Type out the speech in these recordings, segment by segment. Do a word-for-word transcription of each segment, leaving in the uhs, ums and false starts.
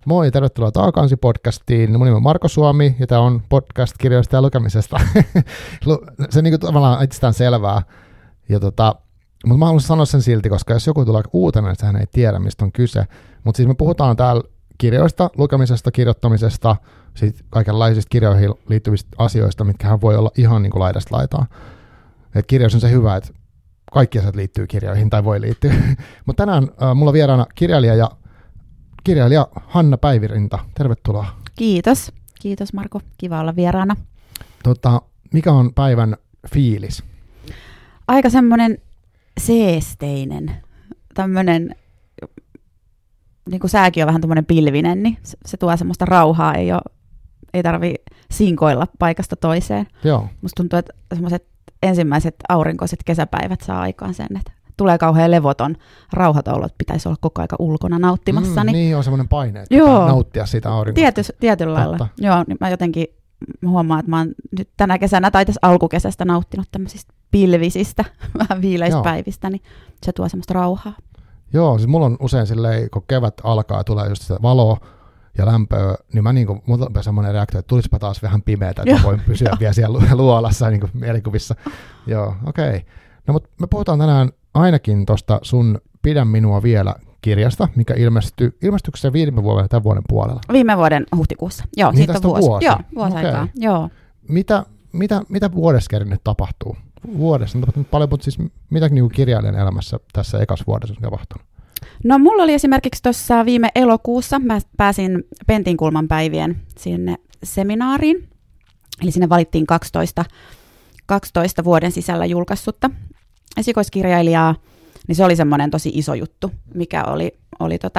Moi, tervetuloa Taakansi-podcastiin. Mun nimi on Marko Suomi ja tämä on podcast kirjoista ja lukemisesta. Se on niin kuin tavallaan itsestään selvää. Ja tota, mutta mä haluaisin sanoa sen silti, koska jos joku tulee uutena, niin sehän ei tiedä, mistä on kyse. Mutta siis me puhutaan täällä kirjoista, lukemisesta, kirjoittamisesta, siitä kaikenlaisista kirjoihin liittyvistä asioista, mitkähän voi olla ihan niin kuin laidasta laitaan. Et kirjoissa on se hyvä, että kaikki asiat liittyy kirjoihin tai voi liittyä. Mutta tänään äh, mulla on vieraana kirjailija ja kirjailija Hanna Päivirinta. Tervetuloa. Kiitos. Kiitos Marko. Kiva olla vieraana. Tota, mikä on päivän fiilis? Aika semmoinen seesteinen. Tämmöinen, niin kuin sääkin on vähän tämmöinen pilvinen, niin se, se tuo semmoista rauhaa. Ei, ole, ei tarvitse sinkoilla paikasta toiseen. Joo. Musta tuntuu, että semmoiset ensimmäiset aurinkoiset kesäpäivät saa aikaan sen, että tulee kauhean levoton, rauhaton olo, että pitäisi olla koko aika ulkona nauttimassa. Mm, niin, niin on semmoinen paine, että joo, nauttia siitä aurinkosta. Tiety, tietyllä lailla. Joo, niin mä jotenkin huomaan, että mä oon nyt tänä kesänä tai tässä alkukesästä nauttinut tämmöisistä pilvisistä, vähän viileispäivistä, niin se tuo semmoista rauhaa. Joo, siis mulla on usein silleen, kun kevät alkaa ja tulee just sitä valoa ja lämpöä, niin mä niinku, mulla on semmoinen reaktio, että tulispa taas vähän pimeätä, että mä voin pysyä vielä siellä luolassa niin kuin mielikuvissa. Joo, okei. Okay. No mutta me puhutaan tänään ainakin tuosta sun Pidä minua vielä -kirjasta, mikä ilmestyi, ilmestyykö se viime vuoden tämän vuoden puolella? Viime vuoden huhtikuussa. Joo, niin siitä on vuosi. vuosi. Joo, vuosi okay. aikaa. Joo. Mitä, mitä, mitä vuodessa nyt tapahtuu? Vuodessa on tapahtunut paljon, mutta siis mitä niin kirjailijan elämässä tässä ekassa vuodessa on tapahtunut? No mulla oli esimerkiksi tuossa viime elokuussa, mä pääsin Pentinkulman päivien sinne seminaariin, eli sinne valittiin kaksitoista, kaksitoista vuoden sisällä julkaissutta esikoiskirjailijaa, niin se oli semmoinen tosi iso juttu, mikä oli, oli, tota,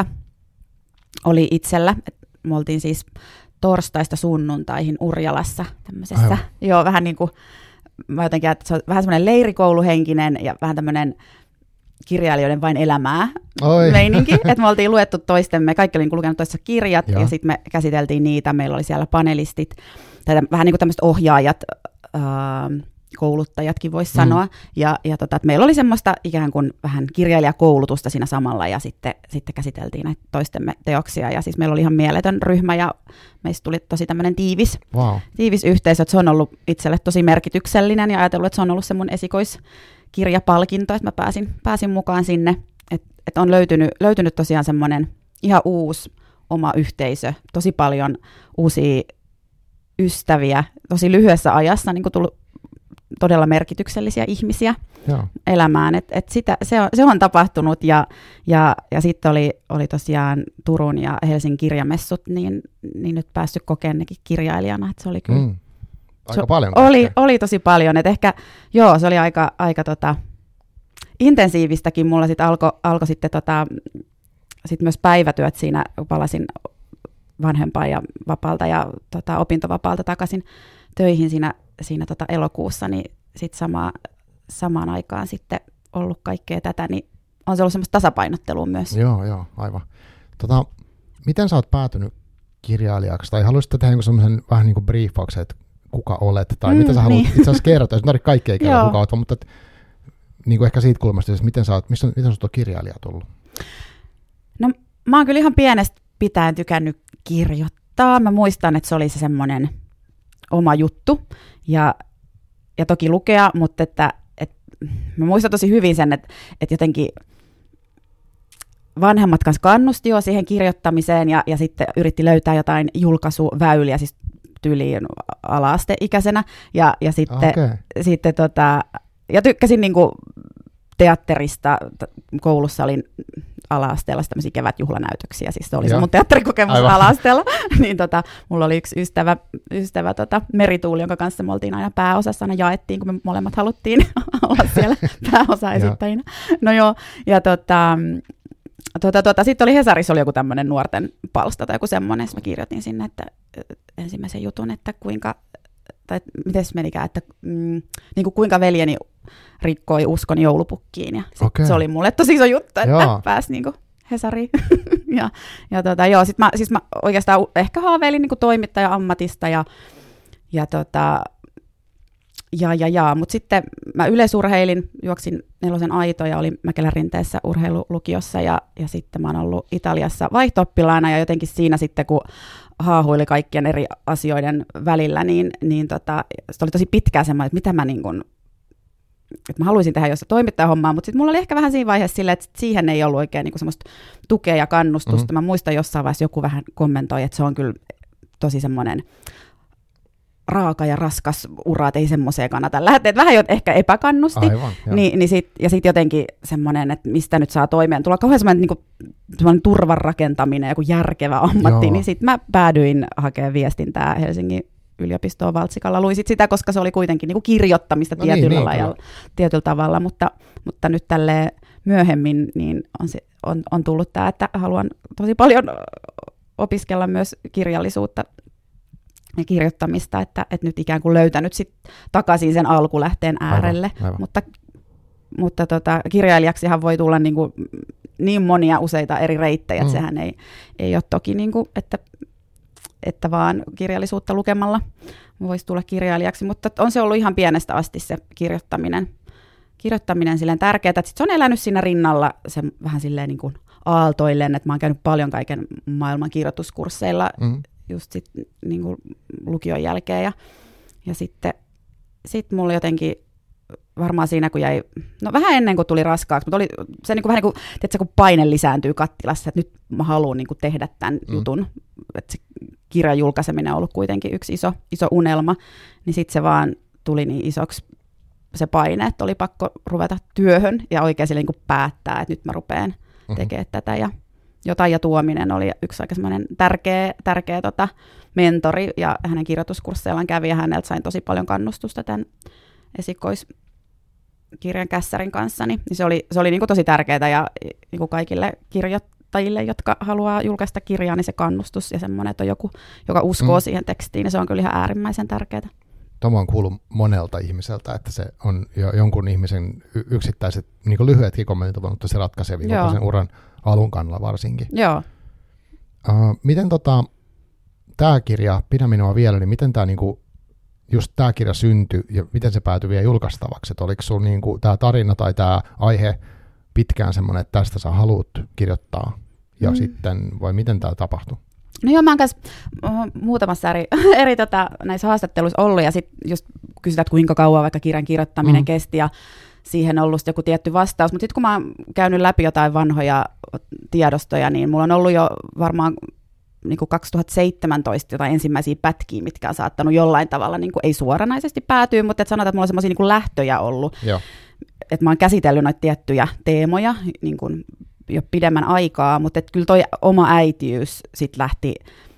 oli itsellä. Et me oltiin siis torstaista sunnuntaihin Urjalassa tämmöisessä, joo, vähän niin kuin, mä jotenkin että se on vähän semmoinen leirikouluhenkinen ja vähän tämmöinen kirjailijoiden vain elämää Oi. meininki, että me oltiin luettu toistemme, kaikki oli lukenut toisessa kirjat ja, ja sitten me käsiteltiin niitä, meillä oli siellä panelistit, tai vähän niin kuin tämmöiset ohjaajat, äh, kouluttajatkin voisi mm. sanoa, ja, ja tota, että meillä oli semmoista ikään kuin vähän kirjailijakoulutusta siinä samalla, ja sitten, sitten käsiteltiin näitä toistemme teoksia, ja siis meillä oli ihan mieletön ryhmä, ja meistä tuli tosi tämmöinen tiivis, wow. tiivis yhteisö, että se on ollut itselle tosi merkityksellinen, ja ajatellut, että se on ollut se mun esikoiskirjapalkinto, että mä pääsin, pääsin mukaan sinne, että, että on löytynyt, löytynyt tosiaan semmoinen ihan uusi oma yhteisö, tosi paljon uusia ystäviä, tosi lyhyessä ajassa niin kuin tullut todella merkityksellisiä ihmisiä Joo. elämään. Et, et sitä, se, on, se on tapahtunut ja, ja, ja sitten oli, oli tosiaan Turun ja Helsingin kirjamessut, niin, niin nyt päässyt kokemaan nekin kirjailijana. Et se oli kyllä, mm. Aika se paljon. Oli, oli tosi paljon. Et ehkä, joo, se oli aika, aika tota, intensiivistäkin. Mulla sitten alkoi alko sitten tota, sit myös päivätyöt siinä, kun palasin vanhempaan ja vapaalta ja tota, opintovapaalta takaisin töihin siinä siinä tota elokuussa, niin sitten sama, samaan aikaan sitten ollut kaikkea tätä, niin on se ollut semmoista tasapainottelua myös. Joo, joo, aivan. Tota, miten sä oot päätynyt kirjailijaksi, tai haluaisitko tehdä semmoisen vähän niin kuin briefauksen, että kuka olet, tai mm, mitä sä haluat niin. itse asiassa kertoa, jos tarvitse kaikkea kertoa, kuka olet, mutta et, niin kuin ehkä siitä kulmasta, että miten sä oot, missä, miten sä oot kirjailija tullut? No mä oon kyllä ihan pienestä pitäen tykännyt kirjoittaa. Mä muistan, että se oli se semmoinen oma juttu, ja, ja toki lukea, mutta että, että mä muistan tosi hyvin sen, että, että jotenkin vanhemmat kanssa kannusti jo siihen kirjoittamiseen, ja, ja sitten yritti löytää jotain julkaisuväyliä, siis tyyliin ala-asteikäisenä, ja, ja sitten, okay. sitten tota, ja tykkäsin niinku teatterista, koulussa olin ala-asteella tämmöisiä kevätjuhlanäytöksiä, siis se oli Joo. se mun teatterikokemus ala-asteella, niin tota, mulla oli yksi ystävä, ystävä tota, Merituuli, jonka kanssa me oltiin aina pääosassa, aina jaettiin, kun me molemmat haluttiin olla siellä pääosaesittäjinä. No joo, ja tota, tota, tota, sitten oli Hesarissa oli joku tämmöinen nuorten palsta tai joku semmoinen, mä kirjoitin sinne, että ensimmäisen jutun, että kuinka, tai miten se menikään, että mm, niin kuin kuinka veljeni rikkoi uskon joulupukkiin, ja okay. se oli mulle tosi iso juttu, että joo. pääsi niinku Hesariin. ja ja tota, joo, sit mä, siis mä oikeastaan ehkä haaveilin niinku toimittaja-ammatista, ja, ja, tota, ja, ja, ja. Mutta sitten mä yleisurheilin, juoksin nelosen aitoja, olin Mäkelän rinteessä urheilulukiossa ja, ja sitten mä oon ollut Italiassa vaihto-oppilaana ja jotenkin siinä sitten, kun haahuili kaikkien eri asioiden välillä, niin, niin tota, se oli tosi pitkään semmoinen, että mitä mä niin kuin, että mä haluaisin tehdä jossain toimittajahommaa, mutta sitten mulla oli ehkä vähän siinä vaiheessa silleen, että siihen ei ollut oikein niin kuin semmoista tukea ja kannustusta. Mm-hmm. Mä muistan jossain vaiheessa joku vähän kommentoi, että se on kyllä tosi semmoinen raaka ja raskas ura, että ei semmoiseen kannata lähteä. Vähän jo ehkä epäkannusti. Aivan, Ni, niin sit, ja sitten jotenkin semmoinen, että mistä nyt saa toimeen. Tulla kauhean semmoinen, niin kuin, semmoinen turvan rakentaminen, joku järkevä ammatti. Joo. Niin sitten mä päädyin hakemaan viestintää Helsingin yliopistoon Valtsikalla. Luin sit sitä, koska se oli kuitenkin niin kuin kirjoittamista no tietyllä, niin, lailla, niin, tietyllä tavalla. Mutta, mutta nyt tälleen myöhemmin niin on, se, on, on tullut tämä, että haluan tosi paljon opiskella myös kirjallisuutta ja kirjoittamista, että, että nyt ikään kuin löytänyt sit takaisin sen alkulähteen äärelle, aivan, aivan. mutta, mutta tota, kirjailijaksihan voi tulla niin, kuin niin monia useita eri reittejä, mm. että sehän ei, ei ole toki, niin kuin, että, että vaan kirjallisuutta lukemalla voisi tulla kirjailijaksi, mutta on se ollut ihan pienestä asti se kirjoittaminen, kirjoittaminen silleen tärkeää, että sit se on elänyt siinä rinnalla se vähän silleen niin kuin aaltoilleen, että mä oon käynyt paljon kaiken maailman kirjoituskursseilla, mm. just sit niin kuin lukion jälkeen ja, ja sitten sit mulla jotenkin varmaan siinä, kun jäi, no vähän ennen kuin tuli raskaaksi, mutta oli se niin kuin vähän niin kuin, tiedätkö, kun paine lisääntyy kattilassa, että nyt mä haluan niin kuin tehdä tämän mm. jutun, että se kirjan julkaiseminen on ollut kuitenkin yksi iso, iso unelma, niin sitten se vaan tuli niin isoksi se paine, että oli pakko ruveta työhön ja oikein sille niin kuin päättää, että nyt mä rupean tekemään mm-hmm. tätä ja Jotain ja Tuominen oli yksi aika semmoinen tärkeä, tärkeä tota, mentori, ja hänen kirjoituskursseillaan kävi, ja häneltä sain tosi paljon kannustusta tämän esikoiskirjan Kässärin kanssa, niin se oli, se oli niin kuin tosi tärkeää, ja niin kuin kaikille kirjoittajille, jotka haluaa julkaista kirjaa, niin se kannustus ja semmoinen, että on joku, joka uskoo mm. siihen tekstiin, niin se on kyllä ihan äärimmäisen tärkeää. Tämä on kuullut monelta ihmiseltä, että se on jo jonkun ihmisen yksittäiset niin kuin lyhyetkin kommentit on tosi ratkaisevia koko sen uran alun kannalla varsinkin. Joo. Uh, miten tota, tämä kirja, Pidä minua vielä, niin miten tämä niinku, just tämä kirja syntyi ja miten se päätyi vielä julkaistavaksi? Et oliko sinulla niinku, tämä tarina tai tämä aihe pitkään semmoinen, että tästä sä haluat kirjoittaa ja mm. sitten, vai miten tämä tapahtui? No joo, mä oon kanssa muutamassa eri, eri tota, näissä haastatteluissa ollut ja sitten just kysytään, että kuinka kauan vaikka kirjan kirjoittaminen mm. kesti ja siihen on ollut joku tietty vastaus, mutta sitten kun mä oon käynyt läpi jotain vanhoja tiedostoja, niin mulla on ollut jo varmaan niin kuin kaksituhattaseitsemäntoista jotain ensimmäisiä pätkiä, mitkä on saattanut jollain tavalla, niin kuin ei suoranaisesti päätyä, mutta et sanotaan, että mulla on semmoisia niin kuin lähtöjä ollut, Joo. että mä oon käsitellyt noita tiettyjä teemoja niin kuin jo pidemmän aikaa, mutta et kyllä toi oma äitiys sit lähti,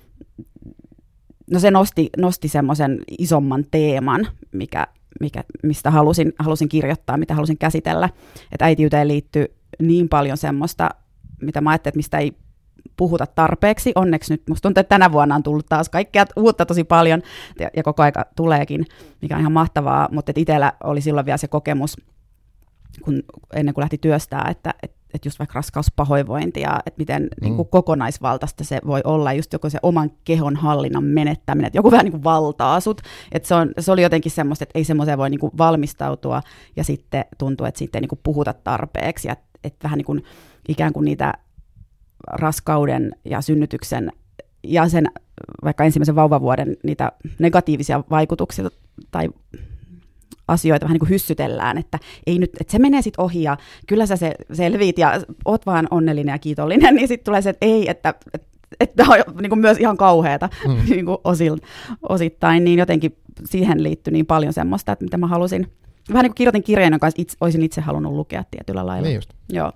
no se nosti, nosti semmoisen isomman teeman, mikä Mikä, mistä halusin, halusin kirjoittaa, mitä halusin käsitellä. Että äitiyteen liittyy niin paljon semmoista, mitä mä ajattelin, että mistä ei puhuta tarpeeksi. Onneksi nyt musta tuntuu, että tänä vuonna on tullut taas kaikkea uutta tosi paljon, ja, ja koko aika tuleekin, mikä on ihan mahtavaa. Mutta itsellä oli silloin vielä se kokemus, kun, ennen kuin lähti työstää, että et, et just vaikka raskauspahoinvointi ja että miten mm. niin kuin kokonaisvaltaista se voi olla, just joku se oman kehon hallinnan menettäminen, että joku vähän niin kuin valtaa sut. Että se, on, se oli jotenkin semmoista, että ei semmoiseen voi niin kuin valmistautua ja sitten tuntuu, että siitä ei niin kuin puhuta tarpeeksi ja että vähän niin kuin ikään kuin niitä raskauden ja synnytyksen ja sen vaikka ensimmäisen vauvavuoden niitä negatiivisia vaikutuksia tai asioita vähän niin kuin hyssytellään, että, ei nyt, että se menee sitten ohi ja kyllä sä se selviit ja oot vaan onnellinen ja kiitollinen, niin sitten tulee se, että ei, että, että, että on niin kuin myös ihan kauheata mm. niin kuin osil, osittain, niin jotenkin siihen liittyy niin paljon semmoista, että mitä mä halusin, vähän niin kuin kirjoitin kirjeen, jonka itse, olisin itse halunnut lukea tietyllä lailla. Niin just. Joo.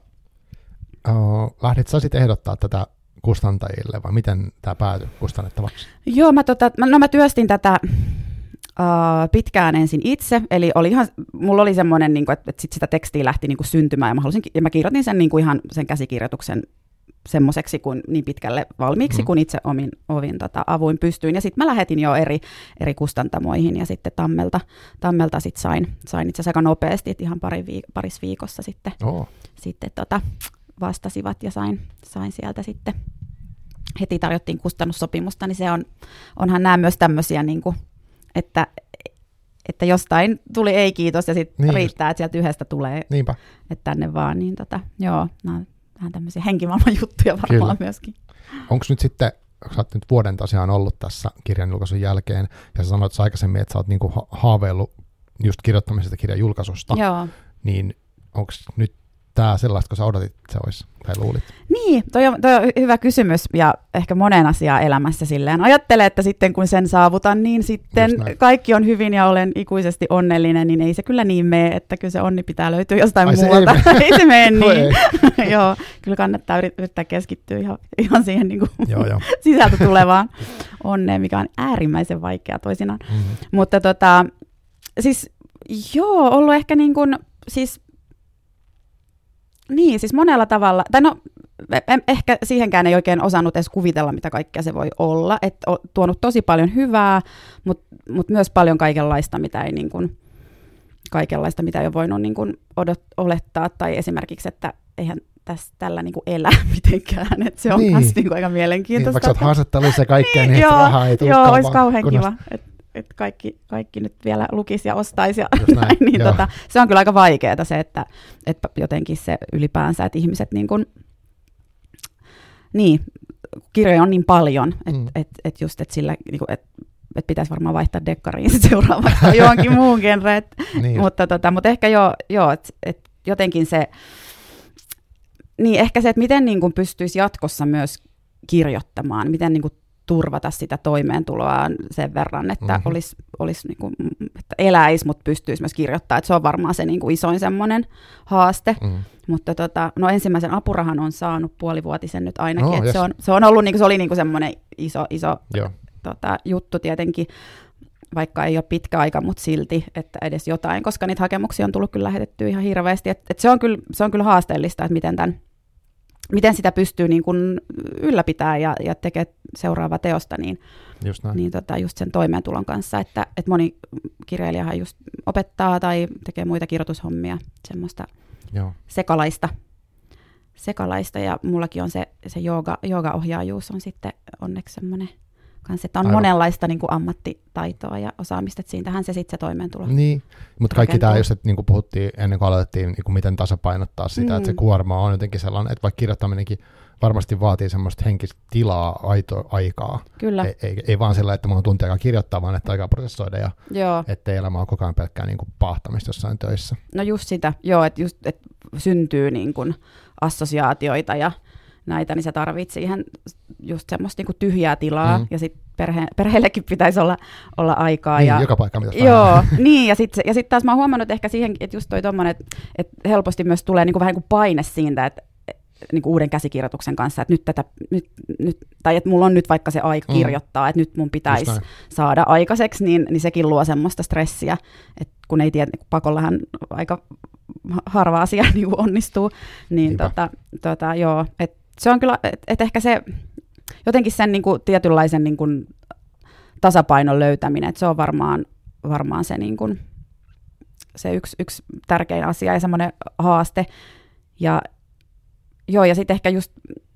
Uh, lähdit sä sitten ehdottaa tätä kustantajille vai miten tämä päätyi kustannettavaksi? Joo, mä, tota, mä, no mä työstin tätä Uh, pitkään ensin itse, eli oli ihan, mulla oli semmoinen, niin kuin, että, että sit sitä tekstiä lähti niin kuin syntymään, ja mä, halusin, ja mä kirjoitin sen niin kuin ihan sen käsikirjoituksen semmoiseksi kuin niin pitkälle valmiiksi, mm. kun itse omin, ovin tota, avuin pystyin, ja sitten mä lähetin jo eri, eri kustantamoihin, ja sitten Tammelta, Tammelta sit sain, sain itse asiassa aika nopeasti, että ihan pari viik- paris viikossa sitten, oh. sitten tota, vastasivat, ja sain, sain sieltä sitten, heti tarjottiin kustannussopimusta, niin se on, onhan nämä myös tämmöisiä niin kuin että että jostain tuli ei kiitos ja sitten niin riittää, että sieltä yhdestä tulee, Niinpä. että tänne vaan, niin tota, joo, nämä on vähän tämmöisiä henkimaailman juttuja varmaan Kyllä. myöskin. Onko nyt sitten, sä oot nyt vuoden tosiaan ollut tässä kirjan julkaisun jälkeen, ja sä sanoit aikaisemmin, että sä oot niinku haaveillut just kirjoittamisesta kirjan julkaisusta, Joo. niin onko nyt tämä sellaista, kun sä odotit, että se olisi, tai luulit? Niin, toi on, toi on hyvä kysymys, ja ehkä monen asiaa elämässä silleen ajattelee, että sitten kun sen saavutan, niin sitten kaikki on hyvin ja olen ikuisesti onnellinen, niin ei se kyllä niin mene, että kyllä se onni pitää löytyä jostain Ai muualta. Se ei, ei se mene niin. Joo, kyllä kannattaa yrittää keskittyä ihan, ihan siihen niin kuin joo, joo. sisältä tulevaan onneen, mikä on äärimmäisen vaikea toisinaan. Mm-hmm. Mutta tota, siis joo, ollut ehkä niin kuin, siis Niin, siis monella tavalla, tai no ehkä siihenkään ei oikein osannut edes kuvitella, mitä kaikkea se voi olla, että on tuonut tosi paljon hyvää, mutta mut myös paljon kaikenlaista, mitä ei niin kuin, kaikenlaista, mitä ei ole voinut niin kuin odot, olettaa, tai esimerkiksi, että eihän tässä tällä niin kuin elä mitenkään, että se on niin. myös niin kuin aika mielenkiintoista. Niin, vaikka olet haastatteluissa ja kaikkea, niin, niin joo, rahaa ei joo, olisi kauhean kiva, että et kaikki, kaikki nyt vielä lukisi ja ostaisi. Ja näin, niin tota, se on kyllä aika vaikeaa se, että, että jotenkin se ylipäänsä, että ihmiset niin kuin, niin, kirjoja on niin paljon, että mm. et, et just, että sillä, niin kuin, et, et pitäisi varmaan vaihtaa dekkariin seuraavaksi tai johonkin muun genre. niin. mutta, tota, mutta ehkä jo, jo että et jotenkin se, niin ehkä se, että miten niin kuin pystyisi jatkossa myös kirjoittamaan, miten niin kuin turvata sitä toimeentuloa sen verran, että mm-hmm. olisi, olisi niin kuin, että eläisi, mutta pystyisi myös kirjoittamaan. Että se on varmaan se niin kuin isoin semmoinen haaste. Mm. Mutta tota, no ensimmäisen apurahan on saanut puolivuotisen nyt ainakin. No, yes. se, on, se on ollut, niin kuin, se oli niin kuin semmoinen iso, iso tota, juttu tietenkin, vaikka ei ole pitkä aika, mutta silti, että edes jotain, koska niitä hakemuksia on tullut kyllä lähetettyä ihan hirveästi. Et, et se, on kyllä, se on kyllä haasteellista, että miten tämän miten sitä pystyy niin kuin ylläpitämään ja, ja tekemään seuraavaa teosta, niin just, niin tota, just sen toimeentulon kanssa, että, että moni kirjailijahan just opettaa tai tekee muita kirjoitushommia, semmoista Joo. sekalaista, sekalaista, ja mullakin on se, se jooga, joogaohjaajuus on sitten onneksi semmoinen kanssa, että on Aivan. monenlaista niin kuin ammattitaitoa ja osaamista, että siitähän se sitten se toimeentulo. Niin, mutta kaikki tämä, jos niin kuin puhuttiin ennen kuin aloitettiin, niin kuin miten tasapainottaa sitä, mm. että se kuorma on jotenkin sellainen, että vaikka kirjoittaminenkin varmasti vaatii semmoista henkistä tilaa, aitoa aikaa. Kyllä. Ei, ei, ei vaan sillä, että mä oon tuntia aikaa kirjoittaa, vaan että aikaa prosessoida ja joo. ettei elämä ole koko ajan pelkkää niin kuin paahtamista jossain töissä. No just sitä, joo, että just, että syntyy niin kuin assosiaatioita ja näitä, niin se tarvitsee siihen just semmoista niinku tyhjää tilaa, mm. ja sitten perhe, perheellekin pitäisi olla, olla aikaa. Niin, ja, joka paikka mitä joo, niin, ja sitten ja sit taas mä oon huomannut ehkä siihen, että just toi tommonen, että et helposti myös tulee niinku vähän niinku paine siitä, että niinku uuden käsikirjoituksen kanssa, että nyt tätä, nyt, nyt, tai että mulla on nyt vaikka se aika kirjoittaa, mm. että nyt mun pitäisi saada aikaiseksi, niin, niin sekin luo semmoista stressiä, että kun ei tiedä, niin pakollahan aika harva asia niin onnistuu, niin tota, tota, joo, että se on kyllä, että et ehkä se jotenkin sen niin kuin, tietynlaisen niin kuin, tasapainon löytäminen, että se on varmaan, varmaan se, niin kuin, se yksi, yksi tärkein asia ja semmoinen haaste. Ja, joo, ja sitten ehkä just,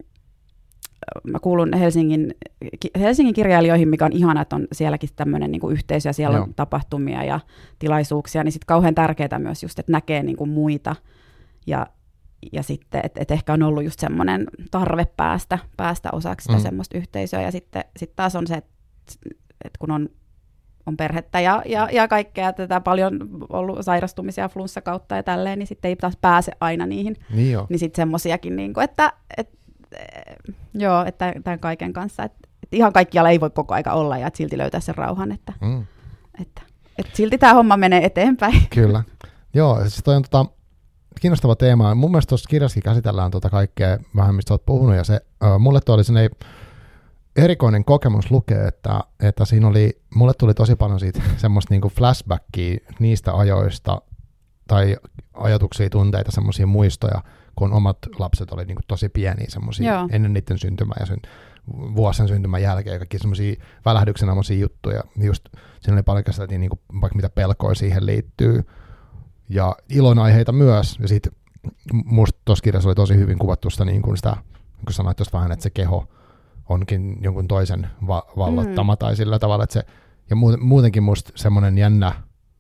mä kuulun Helsingin, Helsingin kirjailijoihin, mikä on ihana, että on sielläkin tämmöinen niin kuin yhteisö ja siellä joo. on tapahtumia ja tilaisuuksia, niin sitten kauhean tärkeää myös just, että näkee niin kuin muita ja Ja sitten, että et ehkä on ollut just semmoinen tarve päästä, päästä osaksi sitä mm. semmoista yhteisöä. Ja sitten sit taas on se, että et kun on, on perhettä ja, ja, ja kaikkea, tätä paljon ollut sairastumisia flunssakautta ja tälleen, niin sitten ei taas pääse aina niihin. Niin, niin sitten semmoisiakin, niin kuin, että, et, joo, että tämän kaiken kanssa, että, että ihan kaikkialla ei voi koko aika olla ja että silti löytää sen rauhan, että, mm. että, että silti tämä homma menee eteenpäin. Kyllä. Joo, siis toi on tota... kiinnostava teema. Mun mielestä tuossa kirjassakin käsitellään tuota kaikkea vähän, mistä olet puhunut, ja se, äh, mulle tuo oli sellainen erikoinen kokemus lukea, että, että siinä oli, mulle tuli tosi paljon siitä semmoista niinku flashbackia niistä ajoista, tai ajatuksia, tunteita, semmoisia muistoja, kun omat lapset oli niinku tosi pieniä, semmoisia ennen niiden syntymää ja sen vuosien syntymän jälkeen, kaikki semmoisia välähdyksenämoisia juttuja, just siinä oli paljon käsiteltiin niinku, vaikka mitä pelkoja siihen liittyy, ja ilonaiheita myös, ja sitten musta tuossa kirjassa oli tosi hyvin kuvattu sitä, niin kuin sitä, kun sanoit tuossa vähän, että se keho onkin jonkun toisen va- vallottama, mm. tai sillä tavalla, että se, ja muutenkin musta semmoinen jännä,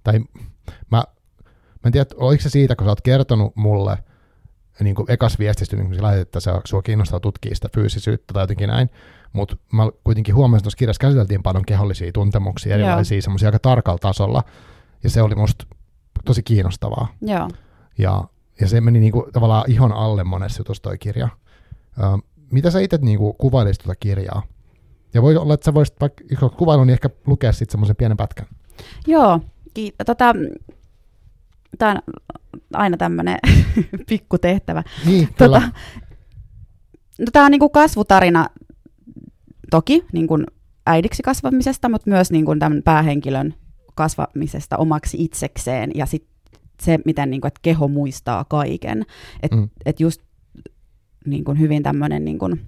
tai mä, mä en tiedä, oliko se siitä, kun sä oot kertonut mulle niin kuin ekas viestistä, niin kuin lähetit, että se, sua kiinnostaa tutkia sitä fyysisyyttä tai jotenkin näin, mutta mä kuitenkin huomasin, että tuossa kirjassa käsiteltiin paljon kehollisia tuntemuksia, erilaisia semmoisia aika tarkalla tasolla, ja se oli musta tosi kiinnostavaa. Joo. Ja, ja se meni niinku tavallaan ihon alle monessa jutussa toi kirja. Ö, mitä sä itse niinku kuvailisit tuota kirjaa? Ja voi olla, että sä voisit vaikka kuvailun, niin ehkä lukea sitten semmoisen pienen pätkän. Joo. Ki- tota, tämä on aina tämmöinen pikku tehtävä. Niin, tota, no, tämä on niinku kasvutarina toki niinku äidiksi kasvamisesta, mutta myös niinku tämän päähenkilön kasvamisesta omaksi itsekseen ja sitten se, miten niin kuin, että keho muistaa kaiken. Että mm. et just niin kuin, hyvin tämmöinen niin kuin,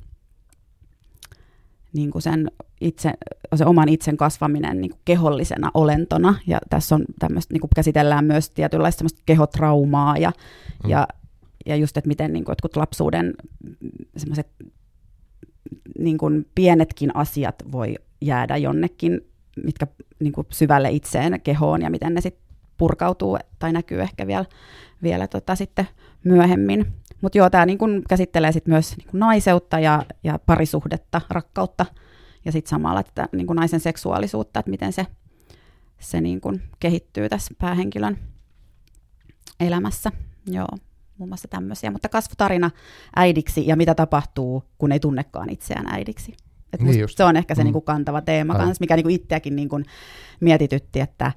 niin kuin sen, itse, se oman itsen kasvaminen niin kuin kehollisena olentona. Ja tässä on tämmöistä, niin kuin käsitellään myös tietynlaista semmoista kehotraumaa ja, mm. ja, ja just, että miten niin kuin, että kun lapsuuden semmoiset niin kuin pienetkin asiat voi jäädä jonnekin, mitkä niin kuin syvälle itseen, kehoon ja miten ne sitten purkautuu tai näkyy ehkä vielä, vielä tota sitten myöhemmin. Mutta joo, tämä niinku käsittelee sit myös niinku naiseutta ja, ja parisuhdetta, rakkautta ja sitten samalla tätä niinku naisen seksuaalisuutta, että miten se, se niinku kehittyy tässä päähenkilön elämässä. Joo, muun muassa tämmöisiä. Mutta kasvutarina äidiksi ja mitä tapahtuu, kun ei tunnekaan itseään äidiksi. Et niin se on ehkä se mm. niinku kantava teema Aivan. kans, mikä niinku itseäkin niinku mietitytti, että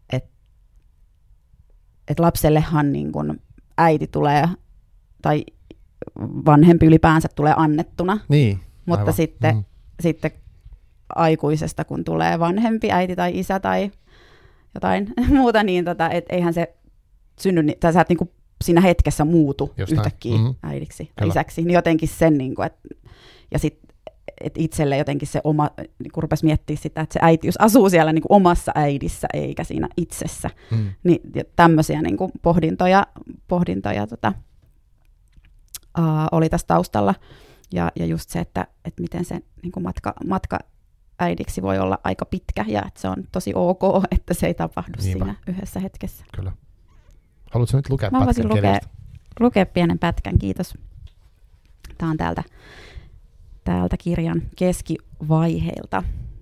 että lapsellehan niin kun äiti tulee, tai vanhempi ylipäänsä tulee annettuna, niin, mutta sitten, mm. sitten aikuisesta, kun tulee vanhempi äiti tai isä tai jotain muuta, niin tota, et eihän se synny, tai sä et niin kuin siinä hetkessä muutu Jostain. yhtäkkiä mm-hmm. äidiksi tai isäksi, niin jotenkin sen, niin kuin, että, ja sitten että itselle jotenkin se oma, niin kun rupesi miettimään sitä, että se äitiys asuu siellä niin kuin omassa äidissä eikä siinä itsessä. Mm. Niin tämmöisiä niin kuin pohdintoja, pohdintoja tota, uh, oli tässä taustalla. Ja, ja just se, että, että miten se niin kuin matka, matka äidiksi voi olla aika pitkä ja että se on tosi ok, että se ei tapahdu Niinpä. siinä yhdessä hetkessä. Kyllä. Haluatko nyt lukea Mä pätkän lukea, kirjasta? lukea pienen pätkän, kiitos. Tämä on täältä. täältä kirjan keskivaiheilta.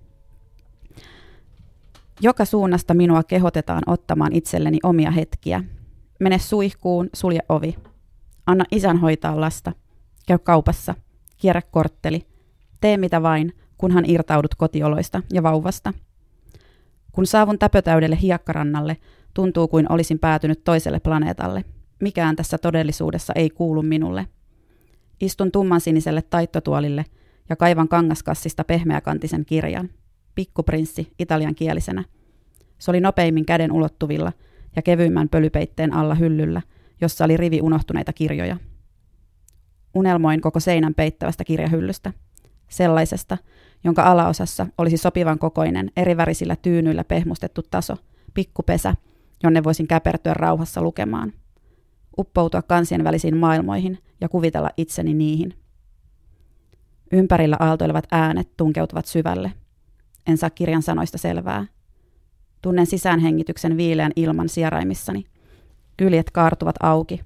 Joka suunnasta minua kehotetaan ottamaan itselleni omia hetkiä. Mene suihkuun, sulje ovi. Anna isän hoitaa lasta. Käy kaupassa. Kierrä kortteli. Tee mitä vain, kunhan irtaudut kotioloista ja vauvasta. Kun saavun täpötäydelle hiekkarannalle, tuntuu kuin olisin päätynyt toiselle planeetalle. Mikään tässä todellisuudessa ei kuulu minulle. Istun tummansiniselle taittotuolille ja kaivan kangaskassista pehmeäkantisen kirjan. Pikkuprinssi italiankielisenä. Se oli nopeimmin käden ulottuvilla ja kevyimmän pölypeitteen alla hyllyllä, jossa oli rivi unohtuneita kirjoja. Unelmoin koko seinän peittävästä kirjahyllystä. Sellaisesta, jonka alaosassa olisi sopivan kokoinen, erivärisillä tyynyillä pehmustettu taso, pikkupesä, jonne voisin käpertyä rauhassa lukemaan. Uppoutua kansien välisiin maailmoihin ja kuvitella itseni niihin. Ympärillä aaltoilevat äänet tunkeutuvat syvälle. En saa kirjan sanoista selvää. Tunnen sisäänhengityksen viileän ilman sieraimissani. Kyljet kaartuvat auki.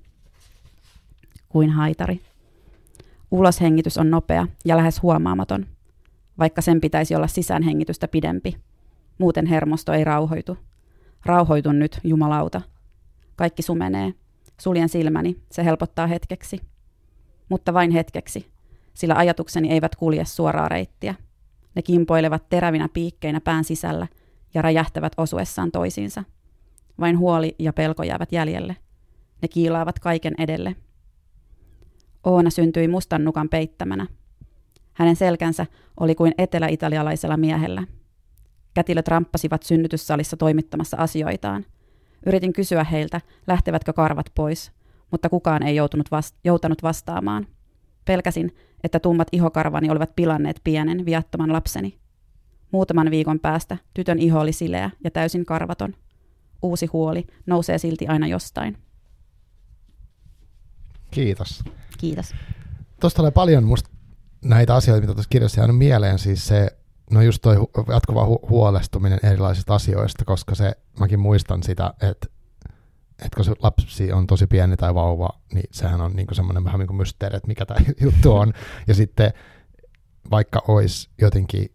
Kuin haitari. Uloshengitys on nopea ja lähes huomaamaton, vaikka sen pitäisi olla sisäänhengitystä pidempi. Muuten hermosto ei rauhoitu. Rauhoitun nyt, jumalauta. Kaikki sumenee. Suljen silmäni, se helpottaa hetkeksi. Mutta vain hetkeksi, sillä ajatukseni eivät kulje suoraa reittiä. Ne kimpoilevat terävinä piikkeinä pään sisällä ja räjähtävät osuessaan toisiinsa. Vain huoli ja pelko jäävät jäljelle. Ne kiilaavat kaiken edelle. Oona syntyi mustan nukan peittämänä. Hänen selkänsä oli kuin etelä-italialaisella miehellä. Kätilöt ramppasivat synnytyssalissa toimittamassa asioitaan. Yritin kysyä heiltä, lähtevätkö karvat pois, mutta kukaan ei joutunut vast- joutanut vastaamaan. Pelkäsin, että tummat ihokarvani olivat pilanneet pienen, viattoman lapseni. Muutaman viikon päästä tytön iho oli sileä ja täysin karvaton. Uusi huoli nousee silti aina jostain. Kiitos. Kiitos. Tuosta tulee paljon musta näitä asioita, mitä tuossa kirjassa jäänyt mieleen. Siis se, no just toi hu- jatkuva hu- huolestuminen erilaisista asioista, koska se, mäkin muistan sitä, että että kun se lapsi on tosi pieni tai vauva, niin sehän on niinku semmoinen vähän niin kuin mysteeri, että mikä tämä juttu on. Ja sitten vaikka olisi jotenkin,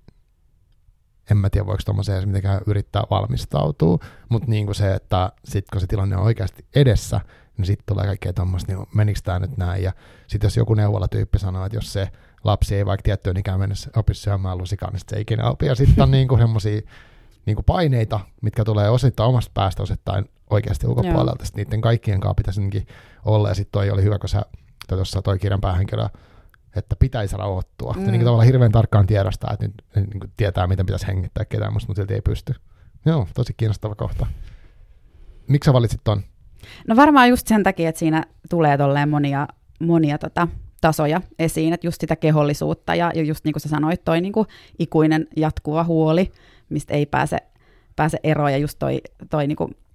en mä tiedä voiko tuommoiseen edes mitenkään yrittää valmistautua, mutta niinku se, että sitten kun se tilanne on oikeasti edessä, niin sitten tulee kaikkea tuommoista, niin menikö tämä nyt näin. Ja sitten jos joku neuvolatyyppi sanoo, että jos se lapsi ei vaikka tiettyyn ikään mennessä opisi syömään lusikaan, niin sitten se ikinä opi. Ja sitten on niinku semmoisia niinku paineita, mitkä tulee osittain omasta päästä, osittain oikeasti ulkopuolelta. Sitten niiden kaikkien kanssa pitäisi olla. Ja sitten toi oli hyvä, kun sä tuossa toi kirjan päähenkilö, että pitäisi rauhoittua. Mm. Ja niin tavallaan hirveän tarkkaan tiedostaa, että nyt niin tietää, miten pitäisi hengittää ketään, mutta silti ei pysty. Joo, tosi kiinnostava kohta. Miksi sä valitsit ton? No varmaan just sen takia, että siinä tulee tolleen monia, monia tota, tasoja esiin, että just sitä kehollisuutta ja, ja just niin kuin sä sanoit, toi niin kuin ikuinen jatkuva huoli, mistä ei pääse, pääse eroon, ja just toi, toi niin kuin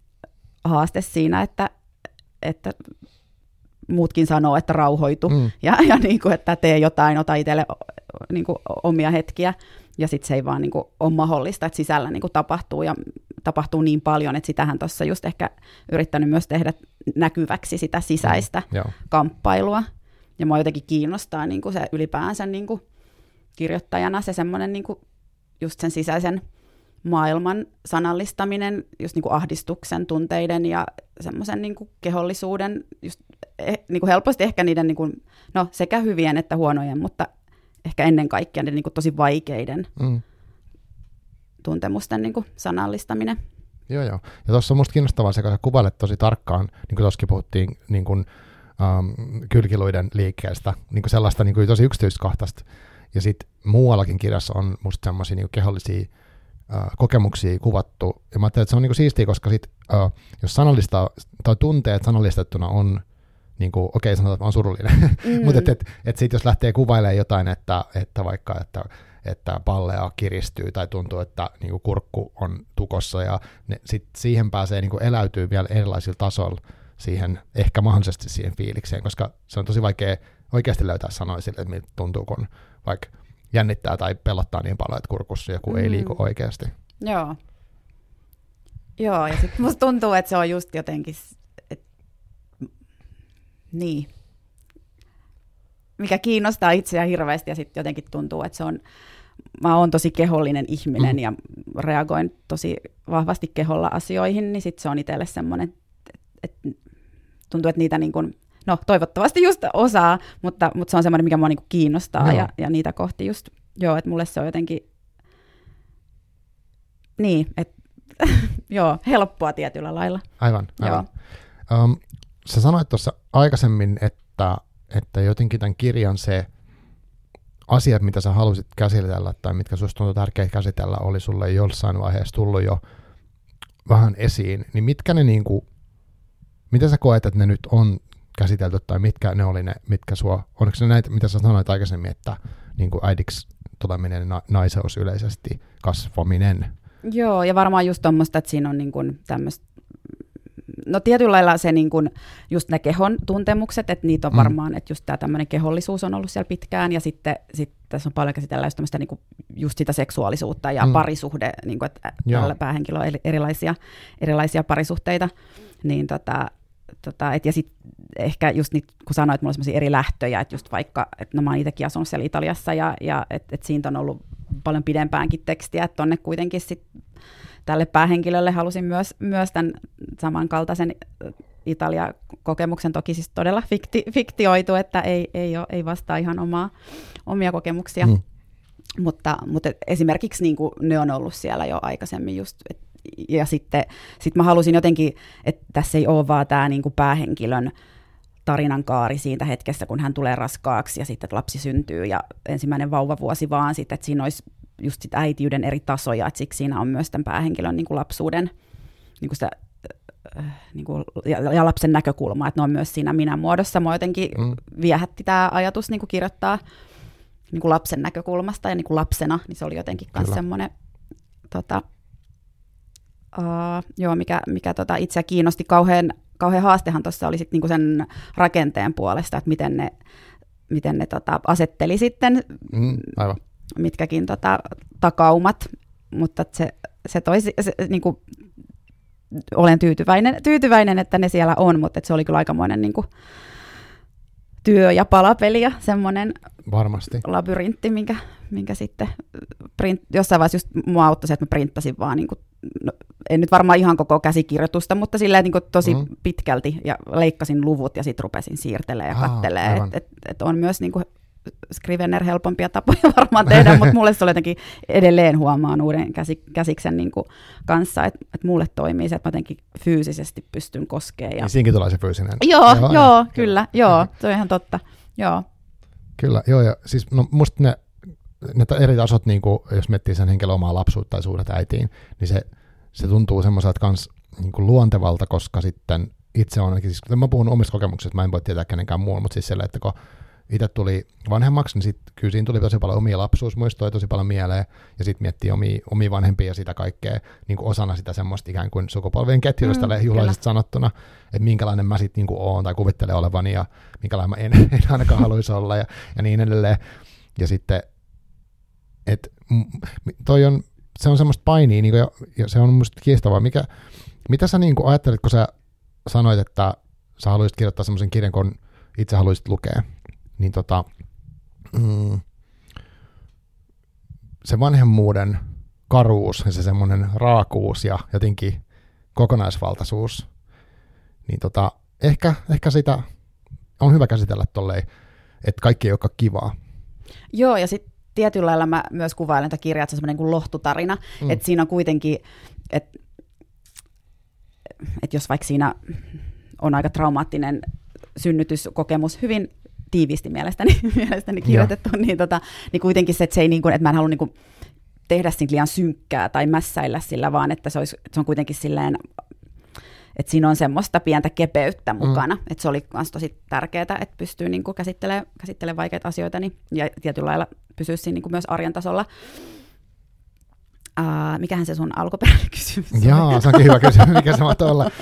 haaste siinä, että, että muutkin sanoo, että rauhoitu mm. ja, ja niin kuin, että tee jotain, ota itselle niin kuin omia hetkiä, ja sitten se ei vaan niin kuin ole mahdollista, että sisällä niin kuin tapahtuu ja tapahtuu niin paljon, että sitähän tuossa just ehkä yrittänyt myös tehdä näkyväksi sitä sisäistä mm. kamppailua, ja mua jotenkin kiinnostaa niin kuin se ylipäänsä niin kuin kirjoittajana se semmoinen niin kuin just sen sisäisen maailman sanallistaminen, just niin kuin ahdistuksen, tunteiden ja semmoisen niin kuin kehollisuuden, just niin kuin helposti ehkä niiden niin kuin, no, sekä hyvien että huonojen, mutta ehkä ennen kaikkea niiden niin kuin tosi vaikeiden mm. tuntemusten niin kuin sanallistaminen. Joo, joo. Ja tuossa on musta kiinnostavaa se, kun sä kuvailet tosi tarkkaan, niin kuin tuossakin puhuttiin niin kuin, um, kylkiluiden liikkeestä, niin kuin sellaista niin kuin tosi yksityiskohtaista. Ja sitten muuallakin kirjassa on musta semmoisia niin kuin kehollisia uh, kokemuksia kuvattu. Ja mä ajattelin, että se on niin kuin siistiä, koska sit, uh, jos sanallistaa, tai tunteet sanallistettuna on, niin kuin, okei, sanotaan, että mä oon surullinen, mm. mutta et, et, et sitten jos lähtee kuvailemaan jotain, että, että vaikka, että että pallea kiristyy tai tuntuu, että niin kuin kurkku on tukossa, ja ne, sit siihen pääsee niin kuin eläytyy vielä erilaisilla tasoilla siihen, ehkä mahdollisesti siihen fiilikseen, koska se on tosi vaikea oikeasti löytää sanoja sille, että miltä tuntuu, kun vaikka jännittää tai pelottaa niin paljon, että kurkussa joku mm. ei liiku oikeasti. Joo. Joo, ja sitten musta tuntuu, että se on just jotenkin, et, niin, mikä kiinnostaa itseä hirveästi, ja sitten jotenkin tuntuu, että se on, mä oon tosi kehollinen ihminen, mm. ja reagoin tosi vahvasti keholla asioihin, niin sitten se on itselle semmoinen, että et, tuntuu, että niitä niin kuin, no toivottavasti just osaa, mutta, mutta se on semmoinen, mikä mua niin kuin kiinnostaa, ja, ja niitä kohti just, joo, että mulle se on jotenkin, niin, että joo, helppoa tietyllä lailla. Aivan, aivan. Um, sä sanoit tuossa aikaisemmin, että että jotenkin tämän kirjan se asiat, mitä sä halusit käsitellä tai mitkä susta tuntui tärkeää käsitellä, oli sulle jossain vaiheessa tullut jo vähän esiin, niin mitkä ne niinku, mitä sä koet, että ne nyt on käsitelty tai mitkä ne oli ne, mitkä sua, onko ne näitä, mitä sä sanoit aikaisemmin, että niinku äidiksi tuleminen, na- naiseus yleisesti, kasvaminen? Joo, ja varmaan just tommoista, että siinä on niinku tämmöistä, no tietyllä lailla se niin kuin, just ne kehon tuntemukset, että niitä on varmaan, mm. että just tämä tämmöinen kehollisuus on ollut siellä pitkään, ja sitten sit tässä on paljon käsitellä just, tämmöistä, niin kuin, just sitä seksuaalisuutta ja mm. parisuhde, niin kuin, että tällä päähenkilöllä on erilaisia, erilaisia parisuhteita, niin tota, tota, et, ja sitten ehkä just niitä, kun sanoit, että mulla on semmoisia eri lähtöjä, että just vaikka, että no mä oon itsekin asunut siellä Italiassa, ja, ja että et siitä on ollut paljon pidempäänkin tekstiä, että tonne kuitenkin sitten tälle päähenkilölle halusin myös, myös tämän samankaltaisen Italia-kokemuksen, toki siis todella fikti, fiktioitu, että ei, ei, ole, ei vastaa ihan omaa, omia kokemuksia, mm. mutta, mutta esimerkiksi niin kuin ne on ollut siellä jo aikaisemmin just, et, ja sitten sit mä halusin jotenkin, että tässä ei ole vaan tämä niin kuin päähenkilön tarinan kaari siitä hetkessä, kun hän tulee raskaaksi ja sitten lapsi syntyy ja ensimmäinen vauvavuosi vaan sitten, että siinä olisi just sit äitiyden eri tasoja, että siksi siinä on myös tämän päähenkilön niin kuin lapsuuden niin kuin sitä, äh, niin kuin, ja, ja lapsen näkökulma, että ne on myös siinä minä-muodossa. Mua jotenkin mm. viehätti tämä ajatus niin kuin kirjoittaa niin kuin lapsen näkökulmasta ja niin kuin lapsena, niin se oli jotenkin myös semmoinen, tota, uh, joo, mikä, mikä tota itseä kiinnosti. Kauhean, kauhean haastehan tuossa oli sit niin kuin sen rakenteen puolesta, että miten ne, miten ne tota, asetteli sitten, mm, aivan. mitkäkin tota, takaumat, mutta se, se toi, se, niin kuin, olen tyytyväinen, tyytyväinen, että ne siellä on, mutta se oli kyllä aikamoinen niin kuin, työ- ja palapeli ja semmoinen varmasti labyrintti, minkä, minkä sitten print, jossain vaiheessa just mua auttoi se, että mä printtasin vaan, niin kuin, no, en nyt varmaan ihan koko käsikirjoitusta, mutta silleen niin kuin tosi mm. pitkälti ja leikkasin luvut ja sitten rupesin siirtelemään ja katselemaan, että et, et on myös niin kuin Scrivener helpompia tapoja varmaan tehdä, mutta mulle se oli jotenkin edelleen huomaan uuden käsi, käsiksen niin kuin kanssa, että et mulle toimii se, että mä jotenkin fyysisesti pystyn koskemaan. Ja... Niin siinäkin tulee se fyysinen. Joo, joo, joo kyllä, kyllä, joo, se on ihan totta, joo. Kyllä, joo, ja siis no, musta ne, ne eri tasot, niin kuin, jos miettii sen henkilön omaa lapsuutta tai suhdet äitiin, niin se, se tuntuu semmoiselta kans niin kuin luontevalta, koska sitten itse on, siis mä puhun omista kokemuksista, mä en voi tietää kenenkään muun, mutta siis sillä, että kun itse tuli vanhemmaksi, niin sitten kyllä siinä tuli tosi paljon omia lapsuusmuistoja tosi paljon mieleen, ja sitten miettii omia, omia vanhempia ja sitä kaikkea niin kuin osana sitä semmoista ikään kuin sukupolvien ketjuista mm, juhlaisesti sanottuna, että minkälainen mä sitten niin oon tai kuvittelen olevani, ja minkälainen mä en, en ainakaan haluaisi olla, ja, ja niin edelleen. Ja sitten, että toi on, se on semmoista painia, niin kuin, ja se on musta kiinnostavaa. Mikä, mitä sä niin kuin ajattelit, kun sä sanoit, että sä haluaisit kirjoittaa semmoisen kirjan, kun itse haluaisit lukea, niin tota, mm, se vanhemmuuden karuus ja se semmoinen raakuus ja jotenkin kokonaisvaltaisuus, niin tota, ehkä, ehkä sitä on hyvä käsitellä tolleen, että kaikki ei olekaan kivaa. Joo, ja sitten tietyllä lailla mä myös kuvailen tätä kirjaa, että se on semmoinen kuin lohtutarina, mm. että siinä on kuitenkin, että et jos vaikka siinä on aika traumaattinen synnytyskokemus, hyvin tiiviisti mielestäni, mielestäni kirjoitettu, niin, tota, niin kuitenkin se, että, se ei niin kuin, että mä en halua niin kuin tehdä siinä liian synkkää tai mässäillä sillä, vaan että se, olisi, että se on kuitenkin silleen, että siinä on semmoista pientä kepeyttä mukana, mm. että se oli myös tosi tärkeää, että pystyy niin kuin käsittelemään, käsittelemään vaikeita asioita niin, ja tietyllä lailla pysyä siinä niin kuin myös arjen tasolla. Uh, mikähän se sun alkuperäinen kysymys on? Jaa, se onkin hyvä kysymys, mikä se mahtoi olla.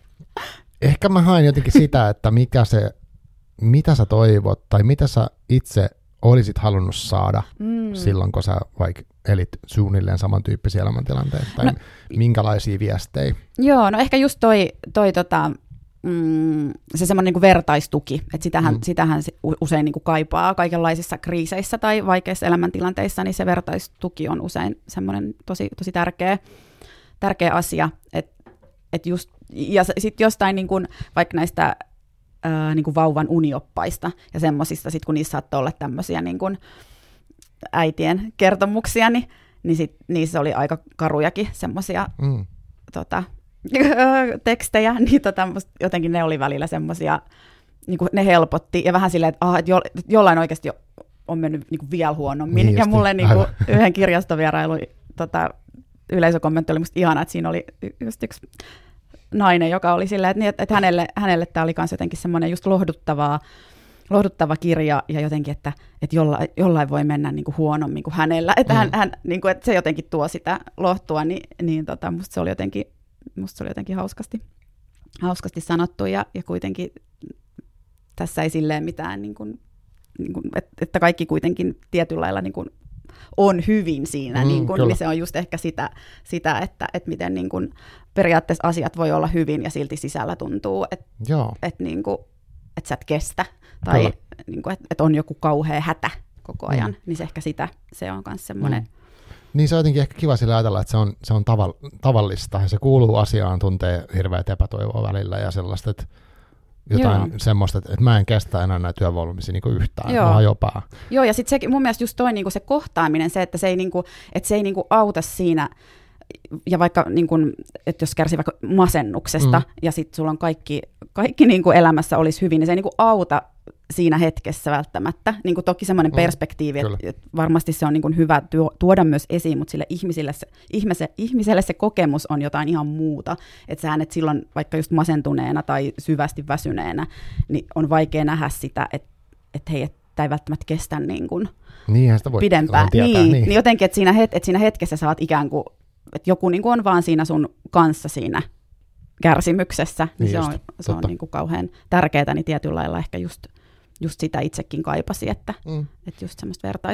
Ehkä mä hain jotenkin sitä, että mikä se, mitä sä toivot tai mitä sä itse olisit halunnut saada mm. silloin, kun sä vaikka elit suunnilleen samantyyppisiä elämäntilanteita, tai no, minkälaisia viestejä? Joo, no ehkä just toi, toi tota, mm, se semmoinen niin kuin vertaistuki, että sitähän, mm. sitähän usein niin kuin kaipaa kaikenlaisissa kriiseissä tai vaikeissa elämäntilanteissa, niin se vertaistuki on usein semmoinen tosi, tosi tärkeä, tärkeä asia, että et just, ja sitten jostain niin kuin, vaikka näistä ää, niin kuin vauvan unioppaista ja semmoisista, sit kun niissä saattoi olla tämmöisiä niin kuin äitien kertomuksia, niin, niin sit, niissä oli aika karujakin semmoisia mm. tota, tekstejä, niin tota, jotenkin ne oli välillä semmoisia, niin kuin ne helpotti, ja vähän silleen, että, ah, että, jo, että jollain oikeasti jo on mennyt niin kuin vielä huonommin, niin ja mulle niin kuin, yhden kirjastovierailun tota, yleisökommentti oli musta ihana, että siinä oli just yksi nainen, joka oli silleen, että, että hänelle, hänelle tämä oli myös jotenkin semmoinen just lohduttavaa, lohduttava kirja, ja jotenkin, että, että jollain, jollain voi mennä niin kuin huonommin kuin hänellä, että, mm. hän, hän, niin kuin, että se jotenkin tuo sitä lohtua, niin, niin tota, musta se oli jotenkin, musta se oli jotenkin hauskasti, hauskasti sanottu, ja, ja kuitenkin tässä ei silleen mitään, niin kuin, niin kuin, että kaikki kuitenkin tietyllä lailla niin kuin on hyvin siinä, mm, niin, kuin, niin se on just ehkä sitä, sitä että, että miten niin kuin periaatteessa asiat voi olla hyvin ja silti sisällä tuntuu, että, että, niin kuin, että sä et kestä tai niin kuin, että, että on joku kauhea hätä koko ajan, mm. niin se ehkä sitä, se on myös semmoinen. Mm. Niin se on jotenkin ehkä kiva sillä ajatella, että se on, se on taval, tavallista ja se kuuluu asiaan, tuntee hirveät epätoivoa välillä ja sellaista, että jotain Joo. semmoista, että mä en kestä enää näitä työvoimisia niin yhtään, Joo. mä jopa. Joo, ja sitten mun mielestä just toi niin se kohtaaminen, se, että se ei, niin kuin, että se ei niin auta siinä, ja vaikka, niin kuin, että jos kärsii vaikka masennuksesta, mm. ja sitten sulla on kaikki, kaikki niin kuin elämässä olisi hyvin, niin se ei niin kuin auta siinä hetkessä välttämättä. Niin kuin toki semmoinen mm. perspektiivi, että, että varmasti se on niin kuin hyvä tuoda myös esiin, mutta sille ihmisille se, ihmiselle, ihmiselle se kokemus on jotain ihan muuta. Että sä et silloin vaikka just masentuneena tai syvästi väsyneenä, niin on vaikea nähdä sitä, että, että hei, että ei välttämättä kestä niin kuin sitä voi pidempään. Tietää, niin, niin. niin jotenkin, että siinä, het, että siinä hetkessä sä oot ikään kuin, että joku niin kuin on vaan siinä sun kanssa siinä kärsimyksessä, niin, niin se on, se on niin kuin kauhean tärkeää, niin tietyllä lailla ehkä just, just sitä itsekin kaipasi, että, mm. että just semmoista vertais,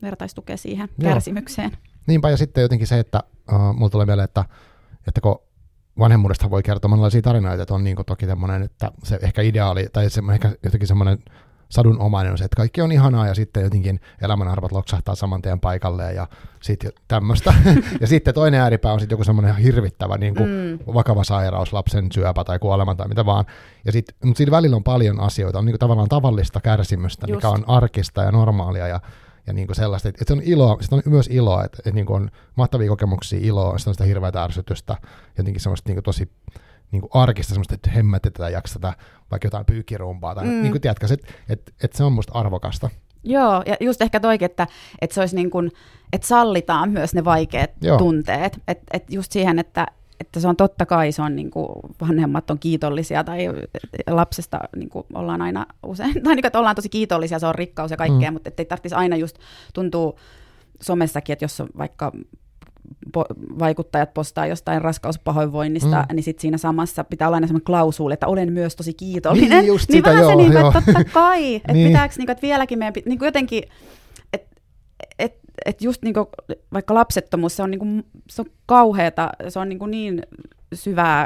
vertaistukea siihen Joo. kärsimykseen. Niinpä, ja sitten jotenkin se, että uh, mulla tulee mieleen, että, että kun vanhemmuudesta voi kertoa monenlaisia tarinoita, että on niin kuin toki semmoinen, että se ehkä ideaali, tai se ehkä jotenkin semmoinen sadunomainen on se, että kaikki on ihanaa, ja sitten jotenkin elämänarvot loksahtaa saman tien paikalleen, ja sitten tämmöistä. Ja sitten toinen ääripää on sitten joku semmoinen hirvittävä niin kuin mm. vakava sairaus, lapsen syöpä tai kuolema tai mitä vaan. Ja sit, mutta siinä välillä on paljon asioita, on niin kuin tavallaan tavallista kärsimystä, Just. mikä on arkista ja normaalia, ja ja niin kuin sellaista, että se on iloa, se on myös iloa, että, että niin kuin on mahtavia kokemuksia, iloa, sitten on sitä hirveätä ärsytystä, jotenkin semmoista niin kuin tosi niin kuin arkista, semmoista, että hemmetetään jaksata vaikka jotain pyykirumpaa, tai mm. niin kuin tiedätkö, että, että, että se on musta arvokasta. Joo, ja just ehkä toikin, että, että se olisi niin kuin, että sallitaan myös ne vaikeat Joo. tunteet, että, että just siihen, että että se on totta kai, se on niin kuin, vanhemmat on kiitollisia tai lapsesta niin kuin ollaan aina usein, tai niin kuin, että ollaan tosi kiitollisia, se on rikkaus ja kaikkea, mm. mutta ei tarvitsisi aina just tuntuu somessakin, että jos on vaikka po- vaikuttajat postaa jostain raskauspahoinvoinnista, mm. niin sitten siinä samassa pitää olla aina sellainen klausuuli, että olen myös tosi kiitollinen. Niin, just niin sitä, vähän joo, se, niin kuin, että totta kai, että niin. pitääkö, niin kuin, että vieläkin meidän, niin kuin jotenkin, että et, et just niinku, vaikka lapsettomuus, se on, niinku, se on kauheata, se on niinku niin syvää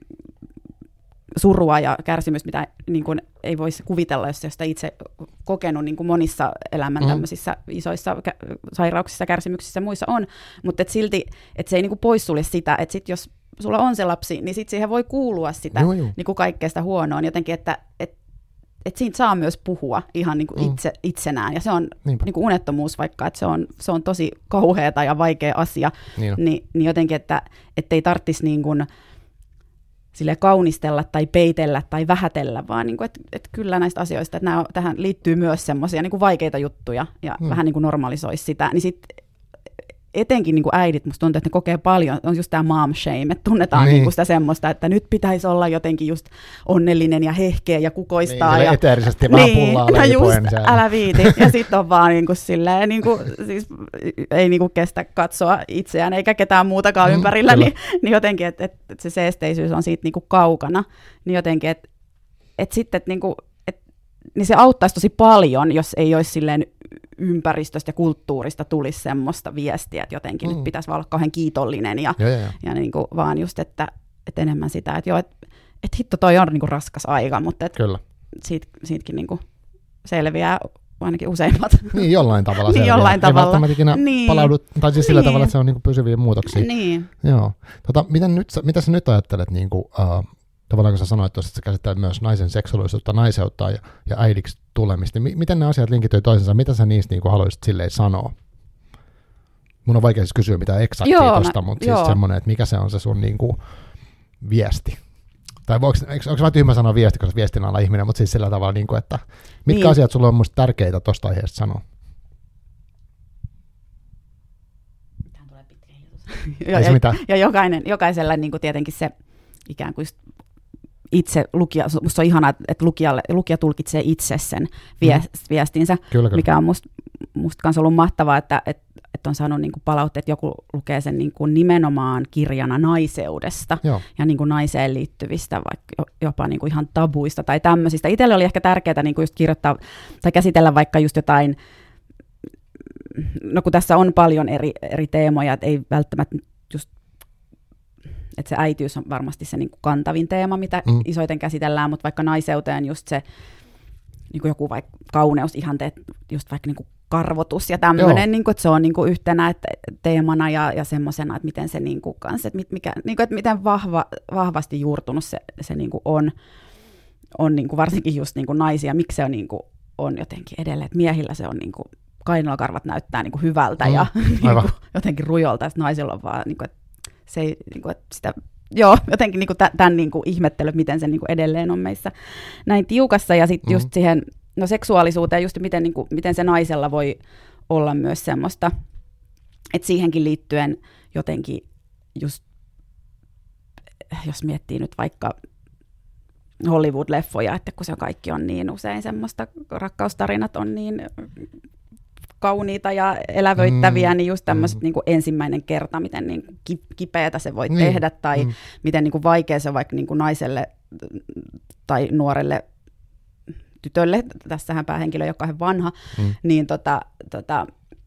surua ja kärsimystä, mitä niinku ei voisi kuvitella, jos sitä itse kokenut niinku monissa elämän mm. tämmöisissä isoissa kä- sairauksissa, kärsimyksissä ja muissa on, mutta et silti, että se ei niinku poissulje sitä, että sit jos sulla on se lapsi, niin sit siihen voi kuulua sitä niinku kaikkea sitä huonoa, jotenkin, että et, että siitä saa myös puhua ihan niin kuin mm. itse, itsenään, ja se on niin kuin unettomuus vaikka, että se on, se on tosi kauheata ja vaikea asia, niin, Ni, niin jotenkin, että ei tarvitsisi niin kuin sille kaunistella tai peitellä tai vähätellä, vaan niin kuin, että, että kyllä näistä asioista, että nämä, tähän liittyy myös semmoisia niin kuin vaikeita juttuja, ja mm. vähän niin kuin normalisoisi sitä, niin sitten etenkin niin kuin äidit, musta tuntuu, että ne kokee paljon, on just tämä mom shame, että tunnetaan niin. Niin kuin sitä semmoista, että nyt pitäisi olla jotenkin just onnellinen ja hehkeä ja kukoistaa. Niin, ja eteerisesti vähän niin, pullaa leipoen. Just, älä viiti. Ja sitten on vaan niin kuin silleen, niin kuin, siis ei niin kuin kestä katsoa itseään eikä ketään muutakaan mm, ympärillä, niin, niin jotenkin, että, että se seesteisyys on siitä niin kuin kaukana. Niin jotenkin, että, että sitten, että, niin kuin, että niin se auttaisi tosi paljon, jos ei olisi silleen ympäristöstä ja kulttuurista tulisi semmoista viestiä, että jotenkin mm. nyt pitäisi olla kauhean kiitollinen ja, ja, ja, ja. ja niin kuin vaan just, että, että enemmän sitä, että joo, että, että hitto toi on niin kuin raskas aika, mutta että siitä, siitäkin niin kuin selviää ainakin useimmat. Niin, jollain tavalla niin, selviää. Jollain ei tavalla. välttämättä ikinä niin. palaudu, tai siis sillä niin. tavalla, että se on niin kuin pysyviä muutoksia. Niin. Joo. Tota, miten nyt, mitä sä nyt ajattelet, niin kuin, uh, tavallaan kun sä sanoit tuossa, että sä käsittelet myös naisen seksuaalisuutta, naiseutta ja, ja äidiksi tulemista, niin miten nämä asiat linkittyy toisensa? Mitä sä niistä niin kuin haluaisit silleen sanoa? Mun on vaikea siis kysyä mitään eksaktia tuosta, mutta siis semmoinen, että mikä se on se sun niin kuin viesti? Tai onko, onko mä tyhmä sanoa viesti, koska viestin alla ihminen, mutta siis sillä tavalla, niin kuin, että mitkä niin. asiat sulla on musta tärkeitä tuosta aiheesta sanoa? Tähän tulee pitkä hiljaisuus. ja, ja, ja jokainen, jokaisella niin kuin tietenkin se ikään kuin itse lukija, musta on ihanaa, että lukijalle, lukija tulkitsee itse sen viestinsä, kyllä, kyllä. mikä on musta, musta kanssa ollut mahtavaa, että, että, että on saanut niin kuin palautteet, että joku lukee sen niin kuin nimenomaan kirjana naiseudesta Joo. ja niin kuin naiseen liittyvistä, vaikka jopa niin kuin ihan tabuista tai tämmöisistä. Itselle oli ehkä tärkeää niin kuin just kirjoittaa tai käsitellä vaikka just jotain, no kun tässä on paljon eri, eri teemoja, että ei välttämättä just että se äitiys on varmasti se niin kuin kantavin teema, mitä mm. isoiten käsitellään, mutta vaikka naiseuteen just se niin kuin joku vaikka kauneusihanteet, just vaikka niin kuin karvotus ja tämmöinen, niin kuin, että se on niin kuin yhtenä että teemana ja, ja semmoisena, että miten se niin kuin kanssa, että, mikä, niin kuin, että miten vahva, vahvasti juurtunut se, se niin kuin on, on niin kuin varsinkin just niin kuin naisia, miksi se on, niin kuin, on jotenkin edelleen, että miehillä se on niin kuin, kainalokarvat näyttää niin kuin hyvältä mm. ja niin kuin, jotenkin rujolta, että naisilla on vaan niin kuin, että se ei, niin kuin, että sitä, joo, jotenkin niin kuin tämän niin kuin ihmettely, miten se niin kuin edelleen on meissä näin tiukassa, ja sitten mm-hmm. just siihen no seksuaalisuuteen, just miten, niin kuin, miten se naisella voi olla myös semmoista, että siihenkin liittyen jotenkin just, jos miettii nyt vaikka Hollywood-leffoja, että kun se kaikki on niin usein semmoista, rakkaustarinat on niin kauniita ja elävöittäviä, mm, niin just tämmöiset mm. niin kuin ensimmäinen kerta, miten niin kuin kipeätä se voi niin, tehdä, tai mm. miten niin kuin vaikea se vaikka niin kuin naiselle tai nuorelle tytölle, tässähän päähenkilö, joka on vanha, mm. niin tota, tota,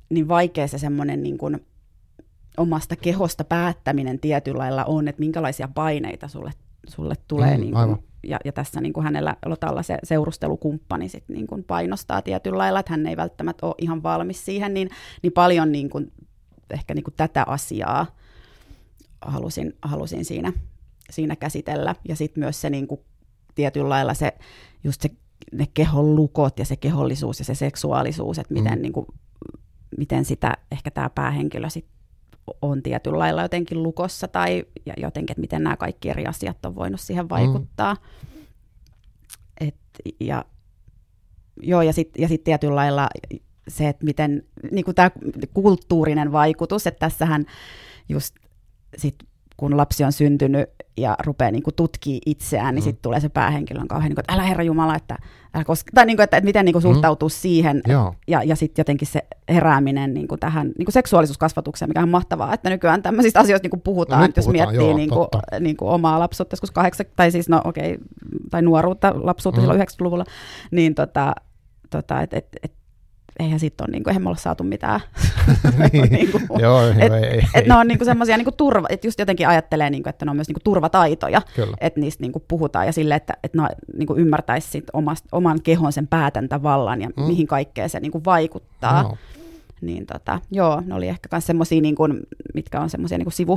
niin vaikea se semmoinen niin kuin omasta kehosta päättäminen tietyllä lailla on, että minkälaisia paineita sulle, sulle tulee. Mm, niin kuin, ja, ja tässä niin kuin hänellä Lotalla se seurustelukumppani sit niin kuin painostaa tietyllä lailla, että hän ei välttämättä ole ihan valmis siihen, niin, niin paljon niin kuin, ehkä niin kuin tätä asiaa halusin, halusin siinä, siinä käsitellä. Ja sitten myös se niin kuin, tietyllä lailla se, just se, ne kehon lukot ja se kehollisuus ja se seksuaalisuus, että miten, mm. niin kuin, miten sitä ehkä tämä päähenkilö sit on tietyllä lailla jotenkin lukossa tai ja jotenkin, että miten nämä kaikki eri asiat on voinut siihen vaikuttaa. Mm. Et, ja, joo, ja sitten ja sit tietyllä lailla se, että miten niin kuin tämä kulttuurinen vaikutus, että tässähän just sit, kun lapsi on syntynyt ja rupeaa niin kuin tutkii itseään, niin mm. sitten tulee se päähenkilön kauhean, niin kuin, että älä Herra Jumala, että, älä koske, tai niin kuin, että, että miten niin kuin suhtautuu mm. siihen, ja, ja sitten jotenkin se herääminen niin kuin tähän niin kuin seksuaalisuuskasvatukseen, mikä on mahtavaa, että nykyään tämmöisistä asioista niin kuin puhutaan, no, jos puhutaan, miettii joo, niin kuin, niin kuin omaa lapsuutta joskus kahdeksan, tai siis no okei, okay, tai nuoruutta, lapsuutta mm. silloin yhdeksänkymmentäluvulla, niin tota, tota että et, et, eihän siitä ole, niin kuin, eihän me olla saatu mitään. niin. niin kuin, Joo, et, ei, ei. Et ne on niin kuin semmoisia, niin kuin turva, että just jotenkin ajattelee, niin kuin, että ne on myös niin kuin turvataitoja, Kyllä. että niistä niin kuin puhutaan, ja sille, että, että ne niin kuin ymmärtäisi sit omast, oman kehon sen päätäntävallan, ja mm. mihin kaikkeen se niin kuin vaikuttaa. No. Niin tota, joo, ne oli ehkä myös semmoisia, niin kuin, mitkä on semmoisia niin kuin sivu,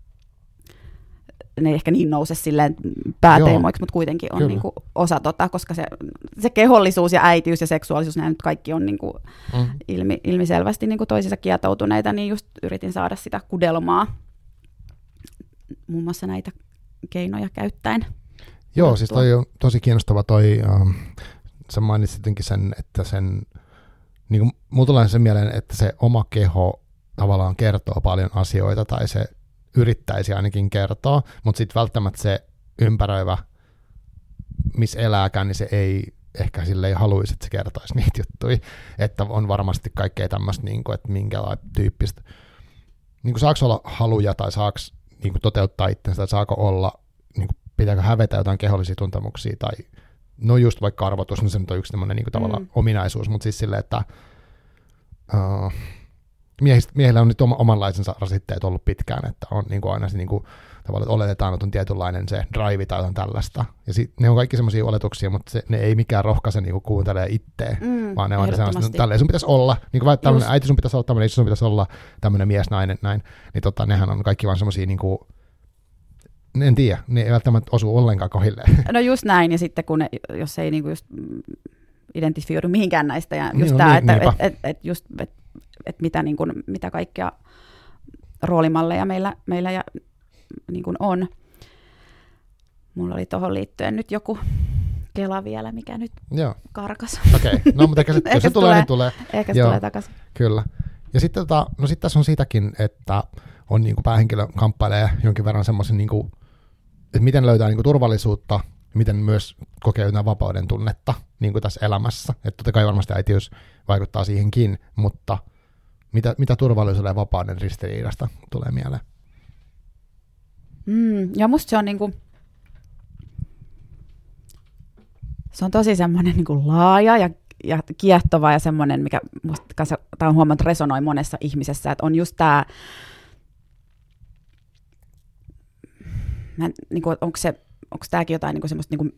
ne ei ehkä niin nouse silleen pääteemoiksi, mutta kuitenkin on niin kuin osa tota, koska se, se kehollisuus ja äitiys ja seksuaalisuus, nämä nyt kaikki on niin kuin mm. ilmi, ilmiselvästi niin kuin toisissa kietoutuneita, niin just yritin saada sitä kudelmaa muun muassa näitä keinoja käyttäen. Joo, Juttua. Siis toi on tosi kiinnostava toi, ähm, sä mainitsit jotenkin sen, että sen, niin kuin mulla tulee sen mieleen, että se oma keho tavallaan kertoo paljon asioita, tai se yrittäisi ainakin kertoa, mutta sitten välttämättä se ympäröivä, missä elääkään, niin se ei ehkä sille ei haluaisi, että se kertoisi niitä juttuja. Että on varmasti kaikkea tämmöistä, niin kuin, että minkälainen tyyppistä, niin kuin saako olla haluja tai saako niin kuin toteuttaa itsensä, tai saako olla, niin kuin, pitääkö hävetä jotain kehollisia tuntemuksia, tai no just vaikka arvotus, niin se nyt on yksi tämmöinen niin kuin tavallaan mm. ominaisuus, mutta siis silleen, että uh, Miehistä, miehillä on nyt oma, omanlaisensa rasitteet ollut pitkään, että on niin kuin aina se niin kuin, tavallaan, että oletetaan, että on tietynlainen se drive tai jotain tällaista. Ja sit, ne on kaikki semmoisia oletuksia, mutta se, ne ei mikään rohkaise niin kuin kuuntelee itteen, mm, vaan ne on sellaista, että tälleen sun pitäisi olla, niin kuin tämmöinen äiti sun pitäisi olla, tämmöinen isä sun pitäisi olla, tämmöinen mies, nainen, näin. Niin tota, nehän on kaikki vaan semmoisia, niin kuin, en tiedä, ne ei välttämättä osu ollenkaan kohilleen. No just näin, ja sitten kun ne, jos ei niin kuin just identifioidu mihinkään näistä, ja just niin, tämä, niin, että et, et, et just, et, että mitä, niin kuin, mitä kaikkia roolimalleja meillä, meillä ja, niin kuin on. Mulla oli tuohon liittyen nyt joku kela vielä, mikä nyt Joo. karkas. Okei, okay. No mutta ehkä sit, jos se tulee, niin tulee. Ehkä se tulee takaisin. Kyllä. Ja sitten tota, no sit tässä on siitäkin, että on niin kuin päähenkilö kamppailee jonkin verran semmoisen, niin kuin, että miten löytää niin kuin turvallisuutta, miten myös kokee jotain vapauden tunnetta niin kuin tässä elämässä. Että totta kai varmasti äitiys vaikuttaa siihenkin, mutta mitä, mitä turvallisuuden ja vapauden ristiriidasta tulee mieleen? Mm, ja musta se on niinku, se on tosi semmoinen niinku laaja ja, ja kiehtova ja semmoinen, mikä musta kanssa, tää on huomannut resonoi monessa ihmisessä, että on just tää, niinku, onko se, onko tääkin jotain niinku semmoista niinku,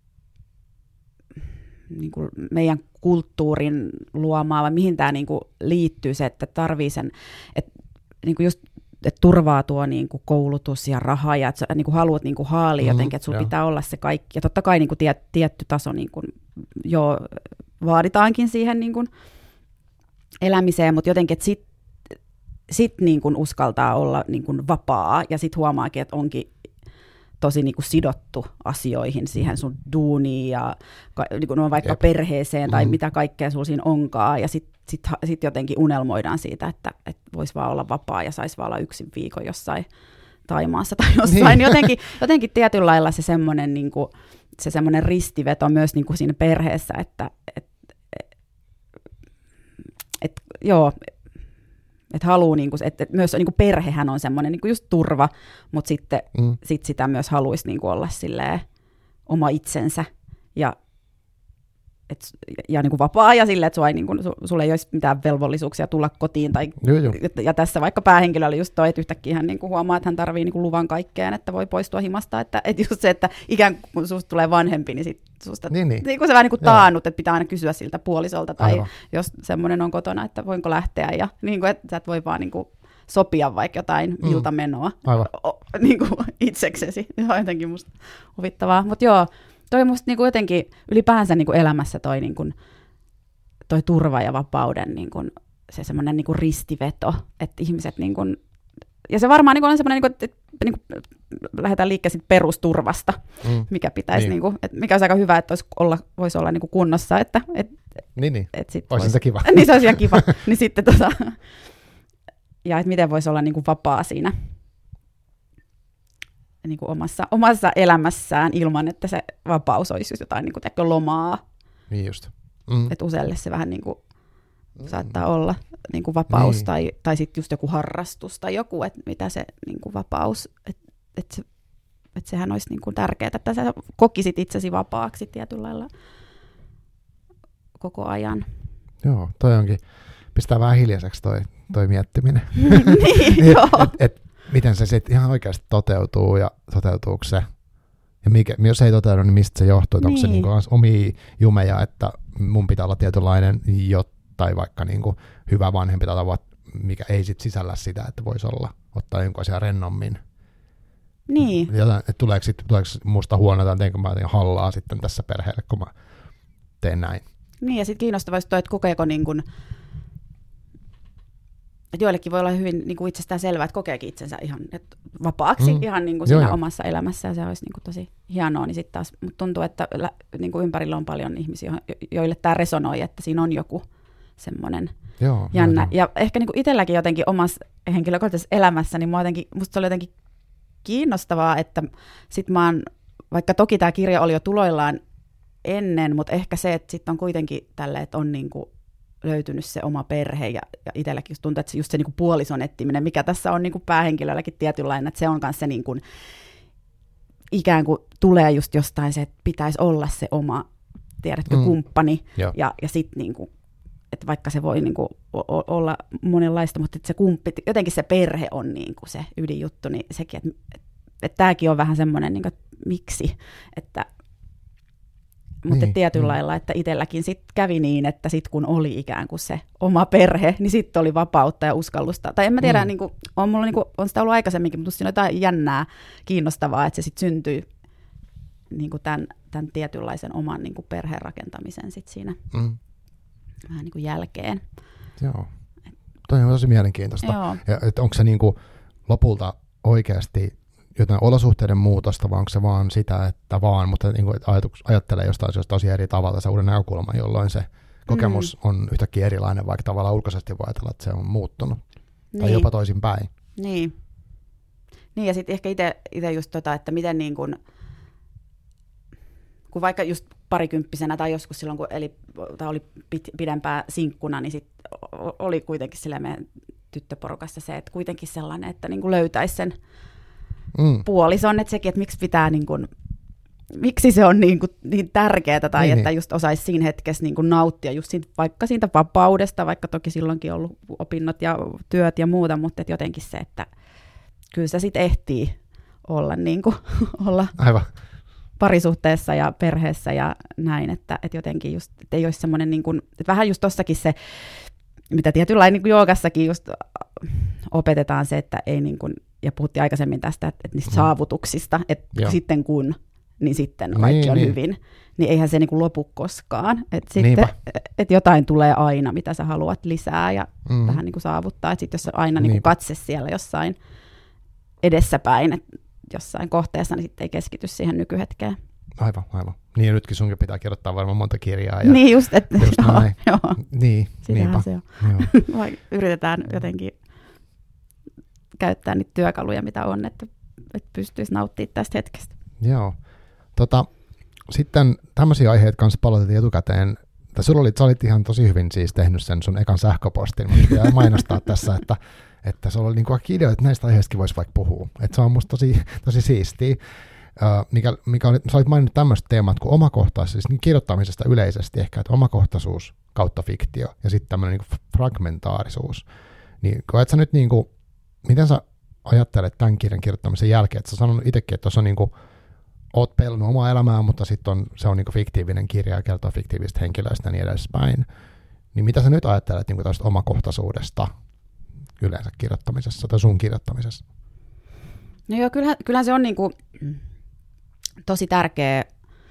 niinku meidän kulttuurin luomaa, vai mihin tämä niinku liittyy se, että tarvii sen, että niinku just että turvaa tuo niinku koulutus ja raha, ja että sä niinku haluat niinku haalia mm, jotenkin, että sulla pitää olla se kaikki. Ja totta kai niinku tie, tietty taso niinku, jo vaaditaankin siihen niinku elämiseen, mutta jotenkin, että sitten sit niinku uskaltaa olla niinku vapaa, ja sitten huomaakin, että onkin tosi niin kuin sidottu asioihin, siihen sun duuniin ja niin kuin vaikka Jep. perheeseen tai mm. mitä kaikkea sulla siinä onkaan. Ja sitten sit, sit jotenkin unelmoidaan siitä, että, että voisi vaan olla vapaa ja saisi vaan olla yksin viikon jossain Taimaassa tai jossain. Niin. Jotenkin, jotenkin tietyllä lailla se semmoinen niin kuin, se semmoinen ristiveto myös niin kuin siinä perheessä, että et, et, et, joo, että haluaa, niin kuin, että myös niin kuin perhehän on semmoinen niin kuin just turva, mutta sitten mm. sit sitä myös haluaisi niin kuin olla silleen oma itsensä. Ja et, ja niin kuin vapaa ja silleen, että sulla ei, niin kuin, sulla ei olisi mitään velvollisuuksia tulla kotiin. Tai, ja tässä vaikka päähenkilö oli just toi, että yhtäkkiä hän niin kuin huomaa, että hän tarvii niin kuin luvan kaikkeen, että voi poistua himasta. Että, että just se, että ikään kuin susta tulee vanhempi, niin sit susta niin, niin. Niin kuin se vähän niin kuin taannut, että pitää aina kysyä siltä puolisolta. Tai aivan. Jos semmoinen on kotona, että voinko lähteä. Ja niin kuin, että sä et voi vaan niin kuin sopia vaikka jotain mm. iltamenoa o, niin kuin itseksesi. Se on jotenkin musta huvittavaa. Mutta joo, toi musta niinku jotenkin ylipäänsä niinku elämässä toi, niinku, toi turva ja vapauden niinku, se semmoinen niinku ristiveto, että ihmiset, niinku, ja se varmaan niinku on semmoinen, niinku, että niinku, lähdetään liikkeelle perusturvasta, mm. mikä pitäisi, niin. niinku, et mikä olisi aika hyvä, että olla, voisi olla niinku kunnossa, että et, niin, niin. Et sit olisi se kiva. Niin se olisi ihan kiva, niin sitten tota, ja että miten voisi olla niinku vapaa siinä niin kuin omassa, omassa elämässään ilman, että se vapaus olisi just jotain niin kuin, teikö, lomaa. Niin just. Mm. Että useille se vähän niin kuin, saattaa olla niin kuin vapaus niin. tai, tai sitten just joku harrastus tai joku, että mitä se niin kuin vapaus, että et se, et sehän olisi niin kuin tärkeää, että sä kokisit itsesi vapaaksi tietyllä lailla koko ajan. Joo, toi onkin, pistää vähän hiljaiseksi toi, toi miettiminen. niin, joo. et, et, miten se sitten ihan oikeasti toteutuu ja toteutuuko se. Ja mikä, jos ei toteudu, niin mistä se johtuu? Niin. Onko se niinku omia jumeja, että mun pitää olla tietynlainen jo, tai vaikka niinku hyvä vanhempi tapa, mikä ei sit sisällä sitä, että voisi olla, ottaa jonkun asian rennommin. Niin. Jotain, että tuleeko, sit, tuleeko musta huono, tai teenkö mä teen hallaa sitten tässä perheelle, kun mä teen näin. Niin, ja sitten kiinnostavaa toi, että kokeeko niin kun, että joillekin voi olla hyvin niin kuin itsestään selvää, että kokeekin itsensä ihan että vapaaksi mm. ihan niin kuin siinä joo, omassa joo. elämässä, ja se olisi niin kuin tosi hienoa. Niin sitten taas mutta tuntuu, että niin kuin ympärillä on paljon ihmisiä, joille tämä resonoi, että siinä on joku semmoinen joo, jännä. Joo. Ja ehkä niin kuin itselläkin jotenkin omassa henkilökohtaisessa elämässä, niin jotenkin, musta se oli jotenkin kiinnostavaa, että sit mä oon, vaikka toki tämä kirja oli jo tuloillaan ennen, mutta ehkä se, että sitten on kuitenkin tälleen, että on niin kuin löytynyt se oma perhe, ja, ja itselläkin just tuntuu, että just se niinku puolison etsiminen, mikä tässä on niinku päähenkilölläkin tietynlainen, että se on myös se niinku, ikään kuin tulee just jostain se, että pitäisi olla se oma, tiedätkö, mm. kumppani, ja, ja sitten niinku, että vaikka se voi niinku olla monenlaista, mutta että se kumppi, jotenkin se perhe on niinku se ydinjuttu, niin sekin, että et tämäkin on vähän semmoinen, niinku, että miksi, että mutta niin, tietyllä mm. lailla, että itselläkin sit kävi niin, että sit kun oli ikään kuin se oma perhe, niin sitten oli vapautta ja uskallusta. Tai en mä tiedä, mm. niin kuin, on, mulla, niin kuin, on sitä ollut aikaisemminkin, mutta siinä on jotain jännää, kiinnostavaa, että se sitten syntyi niin kuin tämän, tämän tietynlaisen oman niin kuin perheen rakentamisen sit siinä mm. vähän niin kuin jälkeen. Joo, toi on tosi mielenkiintoista. Ja, että onko se niin kuin lopulta oikeasti jotain olosuhteiden muutosta, vaan onko se vaan sitä, että vaan, mutta niin kuin ajatuks, ajattelee jostain asioista tosi eri tavalla se uuden näkökulman, jolloin se kokemus mm. on yhtäkkiä erilainen, vaikka tavallaan ulkoisesti voi ajatella, että se on muuttunut. Niin. Tai jopa toisinpäin. Niin. Niin, ja sitten ehkä itse just tota, että miten niin kuin, kun vaikka just parikymppisenä tai joskus silloin, kun eli, tai oli pit, pidempään sinkkuna, niin sit oli kuitenkin sillä meidän tyttöporukassa se, että kuitenkin sellainen, että niin kuin löytäisi sen Mm. puolison, että sekin, että miksi pitää niin kuin, miksi se on niin, kuin, niin tärkeää, tai niin, että just osaisi siinä hetkessä niin kuin nauttia just siitä, vaikka siitä vapaudesta, vaikka toki silloinkin on ollut opinnot ja työt ja muuta, mutta että jotenkin se, että kyllä se sitten ehtii olla, niin kuin, olla Aivan. parisuhteessa ja perheessä ja näin, että, että jotenkin just, että ei olisi semmoinen, niin kuin, että vähän just tossakin se, mitä tietynlainen niin kuin joogassakin just opetetaan se, että ei niin kuin, ja puhuttiin aikaisemmin tästä, että, että niistä mm. saavutuksista, että Joo. sitten kun, niin sitten kaikki niin, on niin. hyvin, niin eihän se niin kuin lopu koskaan. Että sitten, että jotain tulee aina, mitä sä haluat lisää ja mm. vähän niin kuin saavuttaa. Että sitten jos on aina niin kuin katse siellä jossain edessäpäin, että jossain kohteessa, niin sitten ei keskity siihen nykyhetkeen. Aivan, aivan. Niin ja nytkin sunkin pitää kirjoittaa varmaan monta kirjaa. Ja niin just, että just joo, joo. Niin, niinpä. Se on. Joo. Yritetään jotenkin käyttää niitä työkaluja, mitä on, että, että pystyisi nauttimaan tästä hetkestä. Joo. Tota, sitten tämmöisiä aiheita kanssa palautettiin etukäteen. Tai sulla oli, sä olit ihan tosi hyvin siis tehnyt sen sun ekan sähköpostin. Mä pitää mainostaa tässä, että, että sulla oli niinku ideoita, että näistä aiheista voisi vaikka puhua. Että se on musta tosi, tosi siistiä. mikä, mikä oli, sä olit maininnut tämmöiset teemat kuin omakohtaisuus, siis niin kirjoittamisesta yleisesti ehkä, että omakohtaisuus kautta fiktio ja sitten tämmöinen niin fragmentaarisuus. Niin koet sä nyt, niin kuin, miten sä ajattelet tämän kirjan kirjoittamisen jälkeen, että sä sanonut itsekin, että tuossa on niin kuin, oot pelannut omaa elämää, mutta sitten on, se on niin kuin fiktiivinen kirja ja kertoo fiktiivisistä henkilöistä ja niin edespäin. Niin mitä sä nyt ajattelet niin kuin tästä omakohtaisuudesta yleensä kirjoittamisessa tai sun kirjoittamisessa? No joo, kyllähän, kyllähän se on niin kuin tosi tärkeä,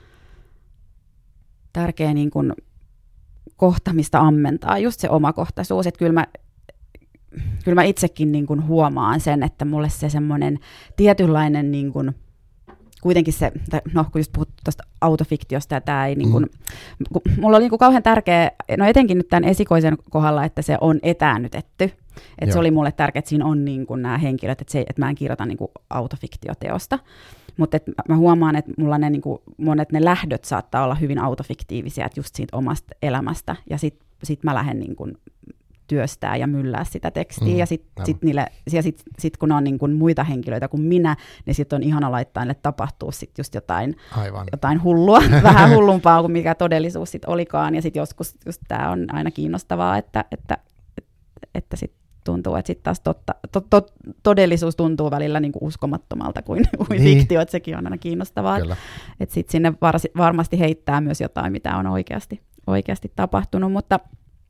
tärkeä niin kuin kohta, mistä ammentaa, just se omakohtaisuus. Että kyllä mä, kyllä mä itsekin niin kuin huomaan sen, että mulle se semmoinen tietynlainen, niin kuin, kuitenkin se, no kun just puhut tuosta autofiktiosta, ja tämä ei niin kuin, mm. mulla oli niin kuin kauhean tärkeä, no etenkin nyt tämän esikoisen kohdalla, että se on etäännytetty. Että se oli mulle tärkeää, että siinä on niin kuin nämä henkilöt, että, se, että mä en kirjoita niin kuin autofiktioteosta. Mutta mä huomaan, että mulla ne, niin kuin, monet ne lähdöt saattaa olla hyvin autofiktiivisia, että just siitä omasta elämästä. Ja sitten sit mä lähden niin kuin työstää ja myllää sitä tekstiä. Mm, ja sitten sit sit, sit, kun ne on niin kuin muita henkilöitä kuin minä, niin sitten on ihana laittaa niille tapahtuu sit just jotain, jotain hullua, vähän hullumpaa kuin mikä todellisuus sitten olikaan. Ja sitten joskus just tämä on aina kiinnostavaa, että, että, että, että sitten tuntuu, että sitten taas totta, to, to, todellisuus tuntuu välillä niin kuin uskomattomalta kuin, kuin niin. Fiktio, että sekin on aina kiinnostavaa. Että sitten sinne var, varmasti heittää myös jotain, mitä on oikeasti, oikeasti tapahtunut, mutta,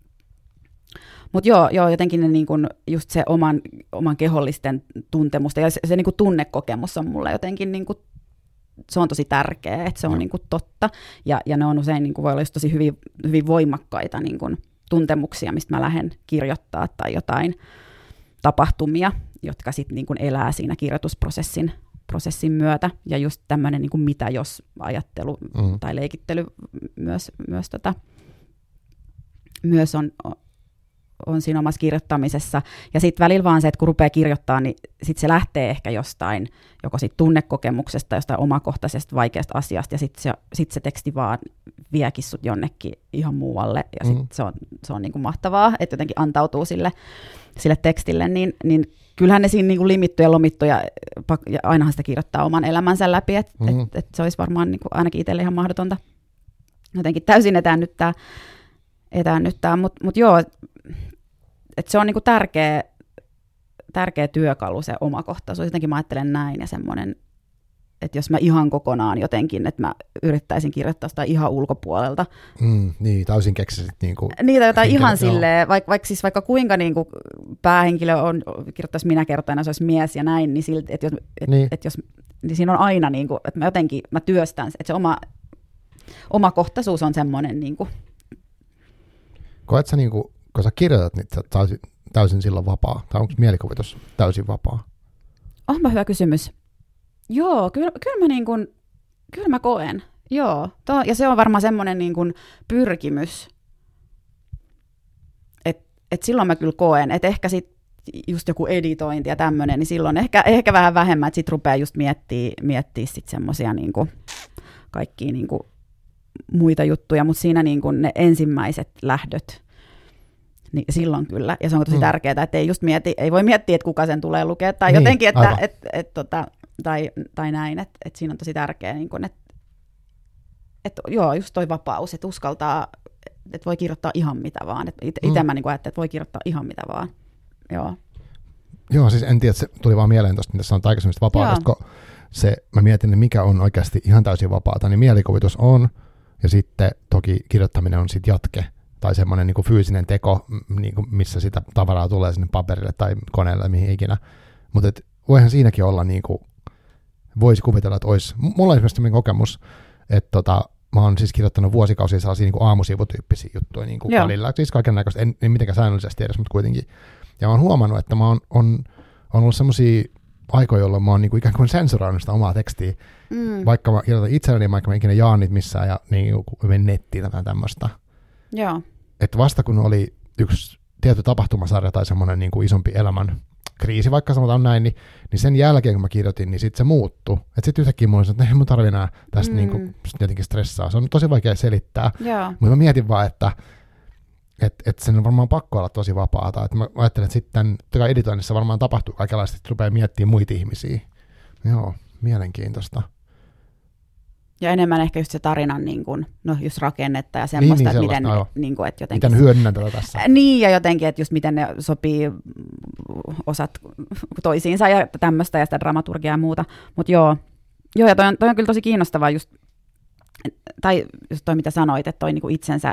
mutta joo, joo, jotenkin ne niin kuin just se oman, oman kehollisten tuntemusta ja se, se niin kuin tunnekokemus on mulle jotenkin niin kuin, se on tosi tärkeä, että se on niin kuin totta ja, ja ne on usein niin kuin voi olla just tosi hyvin, hyvin voimakkaita niin kuin tuntemuksia, mistä mä lähden kirjoittaa tai jotain tapahtumia, jotka sitten niin kuin elää siinä kirjoitusprosessin prosessin myötä. Ja just tämmöinen niin kuin mitä jos ajattelu mm. tai leikittely myös, myös, tota, myös on, on siinä omassa kirjoittamisessa. Ja sitten välillä vaan se, että kun rupeaa kirjoittaa, niin sitten se lähtee ehkä jostain, joko siitä tunnekokemuksesta, jostain omakohtaisesta vaikeasta asiasta, ja sitten se, sit se teksti vaan viekin sut jonnekin ihan muualle, ja sitten mm. se on, se on niinku mahtavaa, että jotenkin antautuu sille, sille tekstille, niin, niin kyllähän ne siinä niinku limittyy ja lomittu, ja, ja ainahan sitä kirjoittaa oman elämänsä läpi, että mm. et, et se olisi varmaan niinku ainakin itselle ihan mahdotonta jotenkin täysin etäännyttää, etäännyttää. mutta mut joo, että se on niinku tärkeä, tärkeä työkalu se omakohtaisuus, jotenkin mä ajattelen näin, ja semmoinen, että jos mä ihan kokonaan jotenkin, että mä yrittäisin kirjoittaa sitä ihan ulkopuolelta. Mm, niin, täysin keksisit niinku niitä jotain henkilö, ihan silleen, vaikka, vaikka, siis vaikka kuinka niinku päähenkilö on, kirjoittaisi minä kertoina, se olisi mies ja näin, niin silti, että jos, et, niin. Et jos, niin siinä on aina, niinku, että mä jotenkin, mä työstän, että se oma, omakohtaisuus on semmoinen. Niinku. Koet sä, niinku, kun sä kirjoitat, niin sä täysin, täysin silloin vapaa, tai onko mielikuvitus täysin vapaa? Onpa hyvä kysymys. Joo, kyllä, kyllä, mä, niin kuin, kyllä mä koen. Joo, to, ja se on varmaan semmoinen niin kuin pyrkimys, että et silloin mä kyllä koen, että ehkä sitten just joku editointi ja tämmöinen, niin silloin ehkä, ehkä vähän vähemmän, että sitten rupeaa just miettimään miettiä sit semmoisia niin kuin kaikkia niin kuin muita juttuja, mutta siinä niin kuin ne ensimmäiset lähdöt, niin silloin kyllä, ja se on tosi mm. tärkeää, että ei just mieti, ei voi miettiä, että kuka sen tulee lukea, tai niin, jotenkin, että et, et, tota, tai, tai näin, että et siinä on tosi tärkeää, niin kun, että et, joo, just toi vapaus, että uskaltaa, että voi kirjoittaa ihan mitä vaan, että itse mm. mä niin ajattelin, että voi kirjoittaa ihan mitä vaan, joo. Joo, siis en tiedä, se tuli vaan mieleen tuosta, mitä sanoit aikaisemmista vapaudesta, kun se, mä mietin, että mikä on oikeasti ihan täysin vapaata, niin mielikuvitus on, ja sitten toki kirjoittaminen on sitten jatke, tai semmoinen niin kuin fyysinen teko, niin kuin missä sitä tavaraa tulee sinne paperille tai koneelle, mihin ikinä. Mutta voihan siinäkin olla, niin kuin, voisi kuvitella, että olisi, mulla on esimerkiksi sellainen kokemus, että tota, mä oon siis kirjoittanut vuosikausia sellaisia niin kuin aamusivutyyppisiä juttuja niin kuin välillä, siis kaikennäköistä, en, en mitenkään säännöllisesti edes, mutta kuitenkin. Ja mä oon huomannut, että mä oon, on, on ollut semmoisia aikoja, jolloin mä oon niin kuin ikään kuin sensuroinut sitä omaa tekstiä, mm. vaikka mä kirjoitan itselleni, vaikka mä ikinä jaan niitä missään ja niin kuin nettiin tai tämmöistä. Joo. Että vasta kun oli yksi tietty tapahtumasarja tai semmoinen niin kuin isompi elämän kriisi, vaikka sanotaan näin, niin, niin sen jälkeen kun mä kirjoitin, niin sitten se muuttui. Että sitten yhtäkkiä mulla oli, että ei mun tarvi enää tästä mm. niin kuin, jotenkin stressaa. Se on tosi vaikea selittää. Mutta mä mietin vaan, että et, et sen on varmaan pakko olla tosi vapaata. Että mä ajattelen, että sitten editoinnissa varmaan tapahtuu kaikenlaista, että rupeaa miettimään muita ihmisiä. Joo, mielenkiintoista. Ja enemmän ehkä just se tarinan, niin kuin, no just rakennetta ja semmoista, niin, niin, että miten, no, niin kuin, että jotenkin... Miten hyödynnän tätä tässä. Niin, ja jotenkin, että just miten ne sopii osat toisiinsa ja tämmöistä, ja sitä dramaturgiaa ja muuta. Mutta joo, joo, ja toi on, toi on kyllä tosi kiinnostavaa just, tai just toi mitä sanoit, että toi niinku itsensä,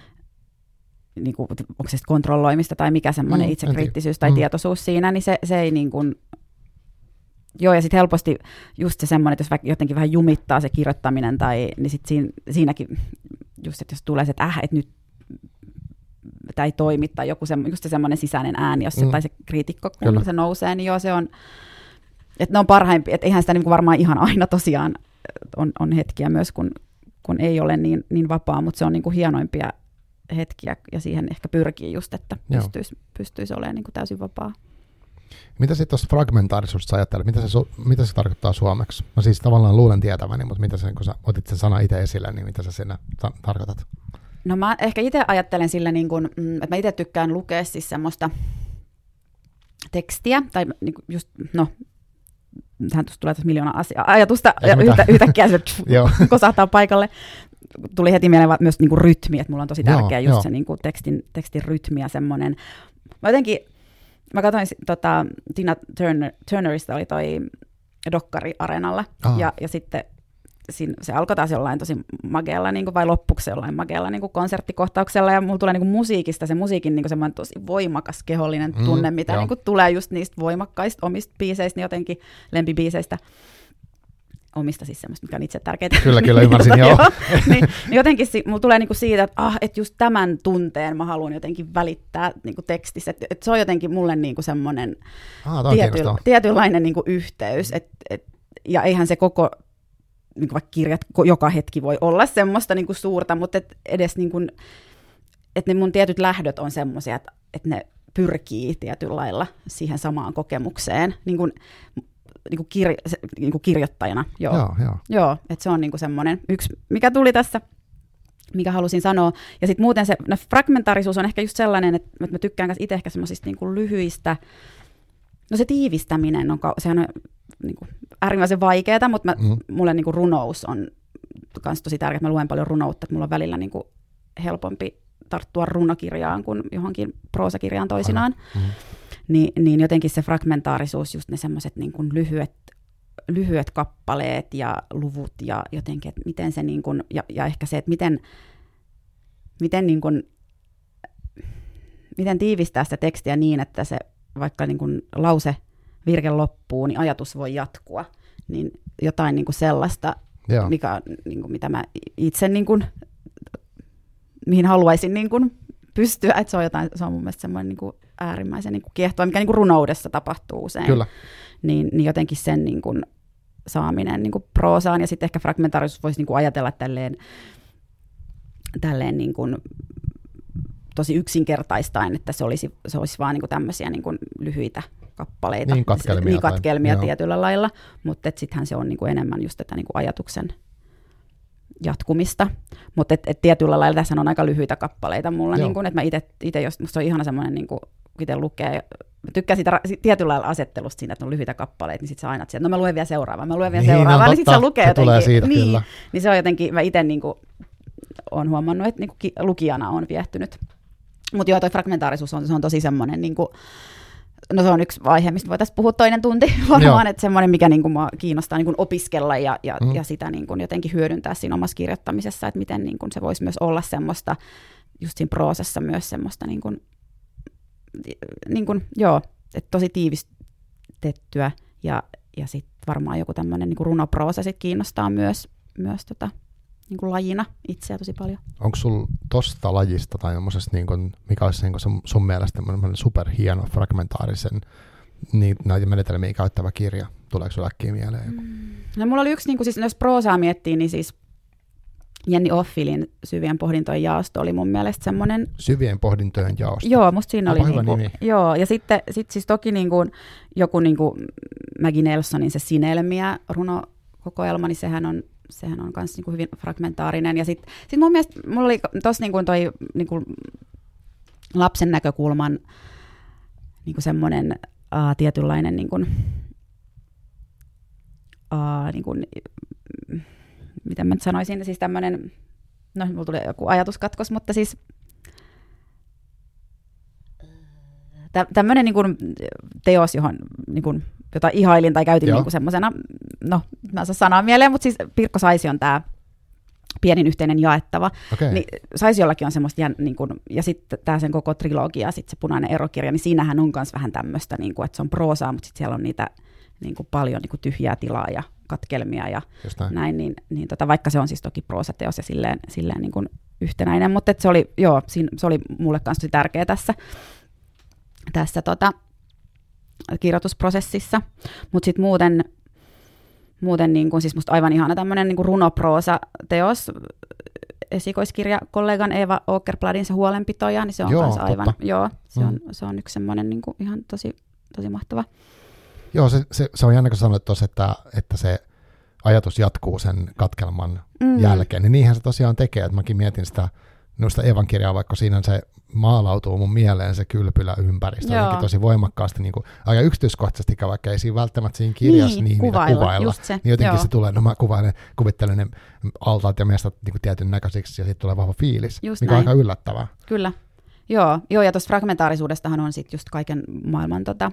niinku, onko se sitten kontrolloimista tai mikä semmoinen mm, itsekriittisyys tai mm. tietoisuus siinä, niin se, se ei niin kuin... Joo, ja sitten helposti just se semmoinen, että jos jotenkin vähän jumittaa se kirjoittaminen, tai, niin sitten siinä, siinäkin just, että jos tulee se, että äh, että nyt tämä ei toimi, tai joku semmo, just se semmoinen sisäinen ääni, jos se, mm. tai se kriitikko, kun Kyllä. se nousee, niin joo, se on, että ne on parhaimpia, että eihän sitä niin kuin varmaan ihan aina tosiaan on, on hetkiä myös, kun, kun ei ole niin, niin vapaa, mutta se on niin kuin hienoimpia hetkiä, ja siihen ehkä pyrkii just, että pystyisi, pystyisi olemaan niin kuin täysin vapaa. Mitä sitten tuosta fragmentaarisuudesta ajattelet? Mitä se, mitä se tarkoittaa suomeksi? Mä siis tavallaan luulen tietäväni, mutta mitä se, kun sä otit sen sana itse esille, niin mitä sä siinä ta- tarkoitat? No mä ehkä itse ajattelen sillä, niin kun, että mä itse tykkään lukea siis semmoista tekstiä, tai niin just, no, tähän tuossa tulee tuossa miljoona asia, ajatusta, ja yhtä, yhtäkkiä se kosahtaa paikalle. Tuli heti mieleen myös niin kuin rytmi, että mulla on tosi tärkeä just joo. se niin kuin tekstin, tekstin rytmi ja semmoinen. Mä jotenkin, mä katsoin tota, Tina Turner, Turnerista oli toi dokkari Areenalla, ja, ja sitten siinä, se alkoi taas jollain tosi magealla, niin kuin, vai loppuksi se jollain magealla niin kuin konserttikohtauksella, ja mulla tulee niin kuin musiikista se musiikin niin kuin semmoinen tosi voimakas kehollinen tunne, mm, mitä niin kuin tulee just niistä voimakkaista omista biiseistä, niin jotenkin lempibiiseistä, omista siis semmoista, mitkä on itse tärkeitä. Kyllä, kyllä, ymmärsin, joo. niin, niin jotenkin si, mulla tulee niinku siitä, että ah, et just tämän tunteen mä haluan jotenkin välittää niinku tekstissä, että et se on jotenkin mulle niinku semmoinen ah, tiety, tietynlainen niinku yhteys, et, et, ja eihän se koko, niinku vaikka kirjat joka hetki voi olla semmoista niinku suurta, mutta et edes niinku, että ne mun tietyt lähdöt on semmoisia, että et ne pyrkii tietyllä lailla siihen samaan kokemukseen, niin kuin Niin kuin kir- niin kuin kirjoittajana, joo. Joo, joo. Joo, että se on niin kuin semmoinen yksi, mikä tuli tässä, mikä halusin sanoa. Ja sitten muuten se no fragmentaarisuus on ehkä just sellainen, että mä tykkään itse ehkä semmoisista niin kuin lyhyistä, no se tiivistäminen, on, sehän on niin kuin äärimmäisen vaikeaa, mutta mä, mm. mulle niin kuin runous on myös tosi tärkeää, mä luen paljon runoutta, että mulla on välillä niin kuin helpompi tarttua runokirjaan kuin johonkin proosakirjaan toisinaan. Mm-hmm. Ni, niin jotenkin se fragmentaarisuus, just ne semmoiset niin kuin lyhyet, lyhyet kappaleet ja luvut ja jotenkin, että miten se niin kuin, ja, ja ehkä se, että miten, miten, niin kuin, miten tiivistää sitä tekstiä niin, että se vaikka niin kuin lause virke loppuu, niin ajatus voi jatkua, niin jotain niin kuin sellaista, Joo. mikä, niin kuin, mitä mä itse, niin kuin, mihin haluaisin niin kuin pystyä, että se on, jotain, se on mun mielestä semmoinen niin kuin äärimmäisen niin kuin kiehtova, mikä niin kuin runoudessa tapahtuu usein. Kyllä. Niin, niin jotenkin sen niin kuin saaminen niin kuin proosaan, ja sitten ehkä fragmentaarisuus voisi niin kuin ajatella tälleen, tälleen niin kuin tosi yksinkertaistain, että se olisi, se olisi vaan niin kuin tämmöisiä niin kuin lyhyitä kappaleita. Niin katkelmia. Niin katkelmia tai, tietyllä joo. lailla, mutta sittenhän se on niin kuin enemmän just tätä niin kuin ajatuksen jatkumista, mutta et, et tietyllä lailla tässä on aika lyhyitä kappaleita mulla, niin kun, että mä itse, jos musta on ihana semmoinen, niin kun itse lukee, mä tykkään siitä tietyllä lailla asettelusta siinä, että on lyhyitä kappaleita, niin sit sä aina sieltä, no mä luen vielä seuraavaa, mä luen vielä niin, seuraavaa, no, niin sit sä lukee se jotenkin, siitä, niin, kyllä. niin se on jotenkin, mä itse niin olen huomannut, että niin kuin lukijana on viehtynyt, mutta joo, toi fragmentaarisuus on, se on tosi semmoinen, niin kuin, no se on yksi vaihe, mistä voitaisiin puhua toinen tunti varmaan, että semmoinen, mikä niin kuin mua kiinnostaa niin kuin opiskella ja, ja, mm. ja sitä niin kuin jotenkin hyödyntää siinä omassa kirjoittamisessa, että miten niin kuin se voisi myös olla semmoista, just siinä proosassa myös semmoista, niin kuin, niin kuin, joo, että tosi tiivistettyä ja, ja sitten varmaan joku tämmöinen niin kuin runoproosa sit kiinnostaa myös, myös tota, niin kuin lajina itseä tosi paljon. Onko sulla tosta lajista tai niin kuin, mikä olisi niin kuin sun, sun mielestä superhieno fragmentaarisen niin, näitä menetelmiä käyttävä kirja? Tuleeko sulla äkkiä mieleen joku? Mm. No mulla oli yksi, niin kuin siis, jos proosaa miettii, niin siis Jenni Offilin Syvien pohdintojen jaosto oli mun mielestä semmoinen. Syvien pohdintojen jaosto? Joo, musta siinä oli. Hyvä niin kuin, nimi. Joo, ja sitten sit siis toki niin kuin, joku niin kuin Maggie Nelsonin se Sinelmiä runokokoelma, niin sehän on sehän on myös niinku hyvin fragmentaarinen. Ja sitten sit mun mielestä mulla oli tuossa niinku toi niinku lapsen näkökulman niinku semmoinen uh, tietynlainen niinku, uh, niinku, miten mä nyt sanoisin, siis tämmöinen, no mulla tuli joku ajatuskatkos, mutta siis tä, tämmöinen niin kuin teos, johon niin kuin, jota ihailin tai käytin niin kuin semmoisena, no mä en saa sanaa mieleen, mutta siis Pirkko Saision tämä Pienin yhteinen jaettava, okay. Niin Saisiollakin on semmoista, ja, niin kuin, ja sitten tämä sen koko trilogia, sitten se Punainen erokirja, niin siinähän on myös vähän tämmöistä, niin kuin, että se on proosaa, mutta sitten siellä on niitä niin kuin paljon niin kuin tyhjää tilaa ja katkelmia ja näin, näin niin, niin tota, vaikka se on siis toki proosateos ja silleen, silleen niin kuin yhtenäinen, mutta se oli, joo, siinä, se oli mulle myös tosi tärkeä tässä, tässä tota, kirjoitusprosessissa, mutta sitten muuten, muuten niin kuin, siis musta aivan ihana tämmöinen niin kuin runoproosa-teos, esikoiskirja kollegan Eeva Åkerbladin se Huolenpitoja, niin se on myös aivan, joo, se, mm. on, se on yksi semmoinen niin kuin ihan tosi, tosi mahtava. Joo, se, se, se on jännä, kun sanoit tuossa, että, että se ajatus jatkuu sen katkelman mm. jälkeen, niin niinhän se tosiaan tekee, että mäkin mietin sitä, noista Eevan kirjaa, vaikka siinä se maalautuu mun mieleen se kylpylä ympäristö jotenkin tosi voimakkaasti, niin kuin, aika yksityiskohtaisesti, vaikka ei siinä välttämättä siinä kirjassa niin, niin kuvailla, kuvailla niin jotenkin joo. Se tulee, no mä kuvailen, kuvittelen ne altaat ja mestat niin kuin tietyn näköisiksi, ja sitten tulee vahva fiilis, just mikä näin. On aika yllättävää. Kyllä, joo, joo ja tuosta fragmentaarisuudestahan on sitten just kaiken maailman tota,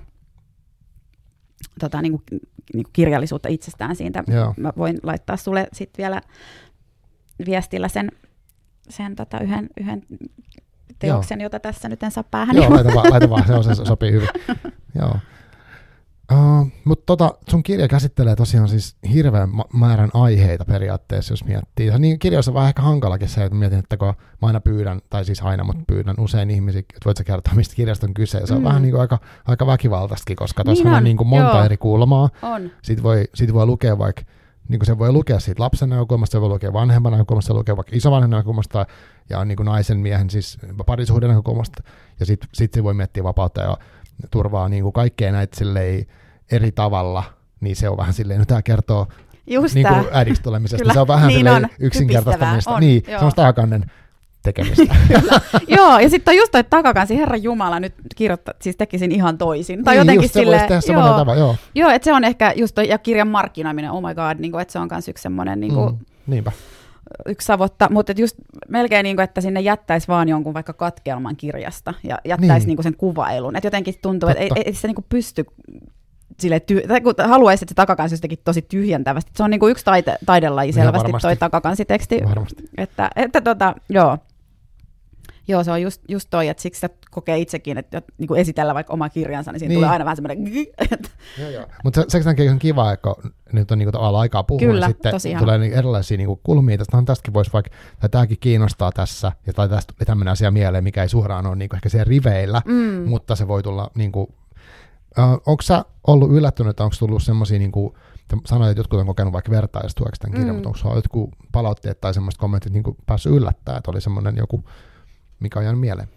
tota, niin kuin, niin kuin kirjallisuutta itsestään siitä. Joo. Mä voin laittaa sulle sitten vielä viestillä sen, sen tota, yhden, yhden teoksen, joo. Jota tässä nyt en saa päähän. Joo, laita vaan, laita vaan. Se, on, se sopii hyvin. Joo. Uh, mutta tota, sun kirja käsittelee tosiaan siis hirveän ma- määrän aiheita periaatteessa, jos miettii. Ja niin kirjoissa on vähän ehkä hankalakin se, että mietin, että kun mä aina pyydän, tai siis aina, mutta pyydän usein ihmisiä, että voit sä kertoa, mistä kirjasta on kyse. Ja se on mm. vähän niin kuin aika, aika väkivaltaistakin, koska tuossa niin on, on niin kuin monta joo. eri kulmaa. On. Sitten voi, sit voi lukea vaikka, niin kuin se voi lukea siitä lapsen näkökulmasta, se voi lukea vanhemman näkökulmasta, se voi lukea vaikka isovanhemman näkökulmasta ja niin kuin naisen miehen, siis parisuhden näkökulmasta. Ja sitten sit se voi miettiä vapautta ja turvaa niin kuin kaikkea näitä silleen eri tavalla, niin se on vähän silleen, no tämä kertoo niin kuin äidiksi tulemisesta. Se on vähän niin silleen yksinkertaistamista. Niin, semmoista takakannen tekemistä. Joo, ja sitten on just toi takakansi, Herran Jumala, nyt kirjoittaa, siis tekisin ihan toisin. Tai niin, jotenkin just se silleen, voisi tehdä semmoinen tapa, joo. Joo, että se on ehkä just toi, ja kirjan markkinoiminen, oh my god, niin kuin, että se on myös yksi semmoinen niin kuin, mm, niinpä. Yksi savotta, mutta just melkein niin kuin, että sinne jättäisi vaan jonkun vaikka katkelman kirjasta ja jättäisi niin. Niin kuin sen kuvailun. Että jotenkin tuntuu, totta. Että ei, ei se niin kuin pysty sille tyh- tai kun haluaisi, että se takakansi olisi jotenkin tosi tyhjentävästi. Se on niin kuin yksi taite- taidelaji selvästi toi takakansiteksti. Varmasti. Että, että tota, joo. Joo, se on just, just toi, että siksi se kokee itsekin, että niin kuin esitellä vaikka oma kirjansa, niin siinä niin. Tulee aina vähän semmoinen... Mutta se, se on kiva, että nyt on niin kuin aikaa puhua, kyllä, sitten tosiaan. Tulee niin erilaisia niin kuin kulmia. Tästähän tästäkin voisi vaikka, tai tämäkin kiinnostaa tässä, ja tai tästä tämmöinen asia mieleen, mikä ei suoraan ole niin kuin ehkä siellä riveillä, mm. mutta se voi tulla... Niin kuin, äh, onko sä ollut yllättynyt, että onko tullut semmoisia... Niin kuin, sanoit, että jotkut on kokenut vaikka vertaistueksi tämän kirjan, mm. mutta onko sulla jotkut palautteet tai semmoiset kommentit niin kuin päässyt yllättämään, että oli semmoinen joku... Mikä on jäänyt mieleen?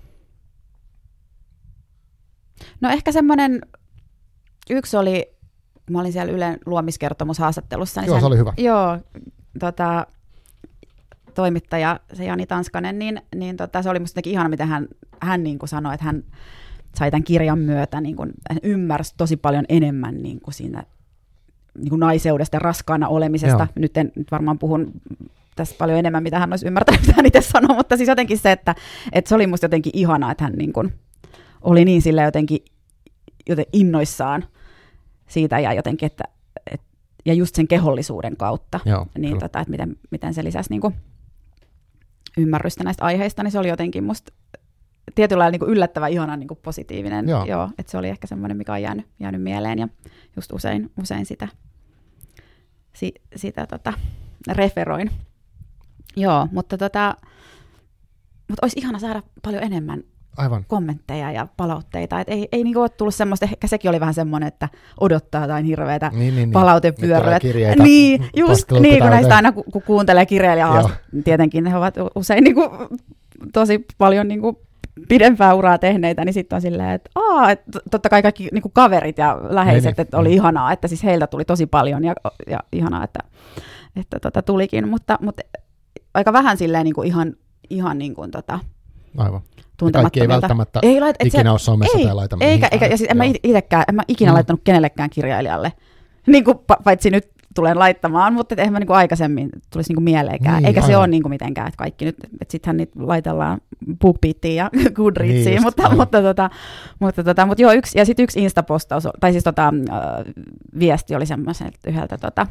No ehkä semmoinen, yksi oli, mä olin siellä Ylen luomiskertomushaastattelussa. Niin joo, sen, se oli hyvä. Joo, tota, toimittaja, se Jani Tanskanen, niin, niin tota, se oli musta jotenkin ihana, miten hän, hän niin kuin sanoi, että hän sai tämän kirjan myötä, niin kuin, hän ymmärsi tosi paljon enemmän niin kuin siinä niin kuin naiseudesta ja raskaana olemisesta. Joo. Nyt en nyt varmaan puhun tässä paljon enemmän, mitä hän olisi ymmärtänyt, mitä hän itse sanoi, mutta siis jotenkin se, että, että se oli musta jotenkin ihanaa, että hän niin kuin oli niin sillä jotenkin joten innoissaan siitä ja jotenkin, että, et, ja just sen kehollisuuden kautta, joo, niin tota, että miten, miten se lisäsi niin kuin ymmärrystä näistä aiheista, niin se oli jotenkin musta tietyllä lailla niin kuin yllättävän ihana niin kuin positiivinen, joo. Joo, että se oli ehkä semmoinen, mikä on jäänyt, jäänyt mieleen ja just usein, usein sitä, si, sitä tota, referoin. Joo, mutta, tota, mutta olisi ihana saada paljon enemmän aivan. Kommentteja ja palautteita. Et ei ei niinku ole tullut semmoista, ehkä sekin oli vähän semmoinen, että odottaa jotain hirveätä niin, niin, palautepyöröä. Niin, just niin, kun näistä aina kun kuuntelee kirjailijaa, tietenkin he ovat usein niinku, tosi paljon niinku, pidempää uraa tehneitä, niin sitten on silleen, että aa, et totta kai kaikki niinku, kaverit ja läheiset, että oli ihanaa, että siis heiltä tuli tosi paljon ja, ja ihanaa, että, että tota, tulikin, mutta, mutta aika vähän silleen niin kuin ihan, ihan niin kuin tota, aivan. Kaikki ei välttämättä ei lait, ikinä se, ole somessa ei, tai laita eikä, eikä, ja siis en mä, itekään, en mä ikinä mm. laittanut kenellekään kirjailijalle, niin kuin, paitsi nyt tulen laittamaan, mutta eihän mä niin kuin aikaisemmin tulisi niin kuin mieleenkään. Niin, eikä aivan. Se ole niin kuin mitenkään, että kaikki nyt, että sittenhän niitä laitellaan BookBeatiin ja Goodreadsiin, niin mutta, mutta, tota, mutta, tota, mutta joo, yksi, ja sitten yksi Insta-postaus, tai siis tota, äh, viesti oli semmoisen yhdeltä, tota,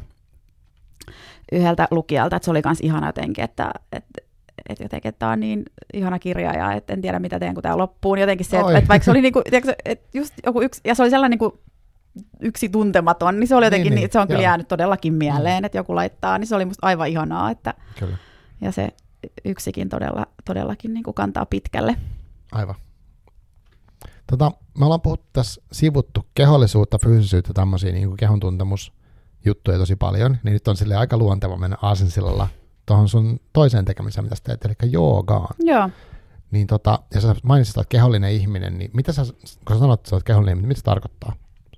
yhdeltä lukijalta, että se oli myös ihana jotenkin, että, että, että jotenkin, että tämä on niin ihana kirja, ja että en tiedä mitä teen, kun tämä loppuu, niin jotenkin se, että, että vaikka se oli niinku, että just joku yksi, ja se oli sellainen niinku, yksi tuntematon, niin se oli jotenkin, niin, niin, se on kyllä joo. jäänyt todellakin mieleen, mm. että joku laittaa, niin se oli musta aivan ihanaa, että, kyllä. ja se yksikin todella, todellakin niin kuin kantaa pitkälle. Aivan. Tota, me ollaan puhuttu tässä, sivuttu kehollisuutta, fyysisyyttä, tämmöisiä niin kuin kehon tuntemusjuttuja tosi paljon, niin nyt on silleen aika luonteva mennä aasinsillalla tuohon sun toiseen tekemiseen, mitä sä teet, eli joogaan. Joo. Niin tota, ja sä mainitsit, että olet kehollinen ihminen, niin mitä sä, kun sä sanot, että sä olet kehollinen, niin mitä se tarkoittaa?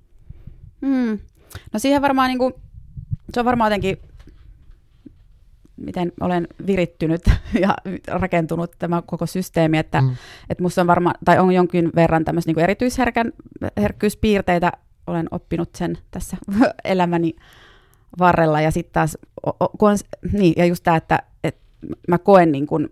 Hmm. No siihen varmaan, niin kuin, se on varmaan jotenkin, miten olen virittynyt ja rakentunut tämä koko systeemi, että mm. et musta on varmaan, tai on jonkin verran tämmöisiä niin erityisherkkyyspiirteitä, olen oppinut sen tässä elämäni varrella, ja sitten taas, kun on, niin, ja just tämä, että, että mä koen niin kuin,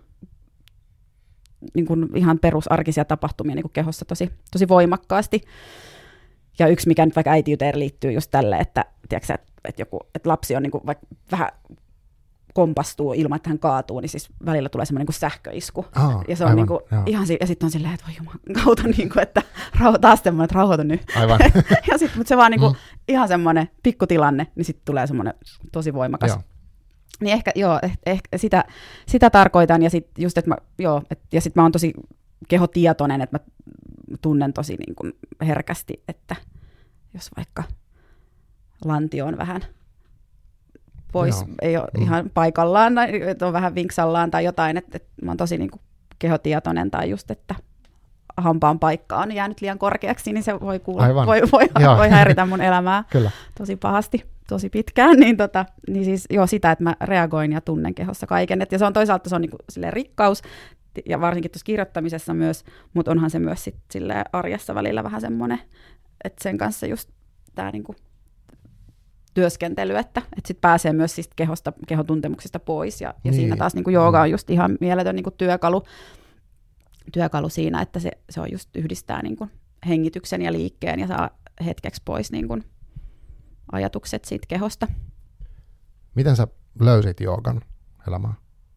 niin kuin ihan perusarkisia tapahtumia niin kuin kehossa tosi, tosi voimakkaasti. Ja yksi, mikä nyt vaikka äitiyteen liittyy just tälle, että, tiedätkö, että, että, joku, että lapsi on niin kuin, vaikka vähän kompastuu ilman, että hän kaatuu, niin siis välillä tulee semmoinen niin kuin sähköisku. Oh, ja se on aivan, niin kuin, ihan, ja sitten on silleen, että voi juman kautta, niin kuin, että rauho, taas semmoinen, että rauhoitu nyt. Aivan. ja sitten, mutta se vaan niin kuin, mm. ihan semmoinen pikkutilanne, niin sitten tulee semmoinen tosi voimakas. Joo. Niin ehkä, joo, ehkä sitä, sitä tarkoitan, ja sitten just, että mä, joo, et, ja sitten mä oon tosi kehotietoinen, että mä tunnen tosi niin kuin herkästi, että jos vaikka lantio on vähän pois, joo. ei ole mm. ihan paikallaan, että on vähän vinksallaan tai jotain, että, että mä oon tosi niin kuin kehotietoinen, tai just, että hampaan paikka on jäänyt liian korkeaksi, niin se voi, kuulla, voi, voi, voi häiritä mun elämää Kyllä. tosi pahasti, tosi pitkään, niin, tota, niin siis joo sitä, että mä reagoin ja tunnen kehossa kaiken, et, ja se on toisaalta se on niinku silleen rikkaus, ja varsinkin tuossa kirjoittamisessa myös, mutta onhan se myös sit silleen arjessa välillä vähän semmoinen, että sen kanssa just tämä niinku työskentely, että, että sitten pääsee myös siis kehosta, kehotuntemuksista pois, ja, ja niin. siinä taas niinku jooga on just ihan mieletön niinku työkalu, työkalu siinä, että se, se on just yhdistää niin kuin hengityksen ja liikkeen ja saa hetkeksi pois niin kuin ajatukset siitä kehosta. Miten sä löysit joogan elämään?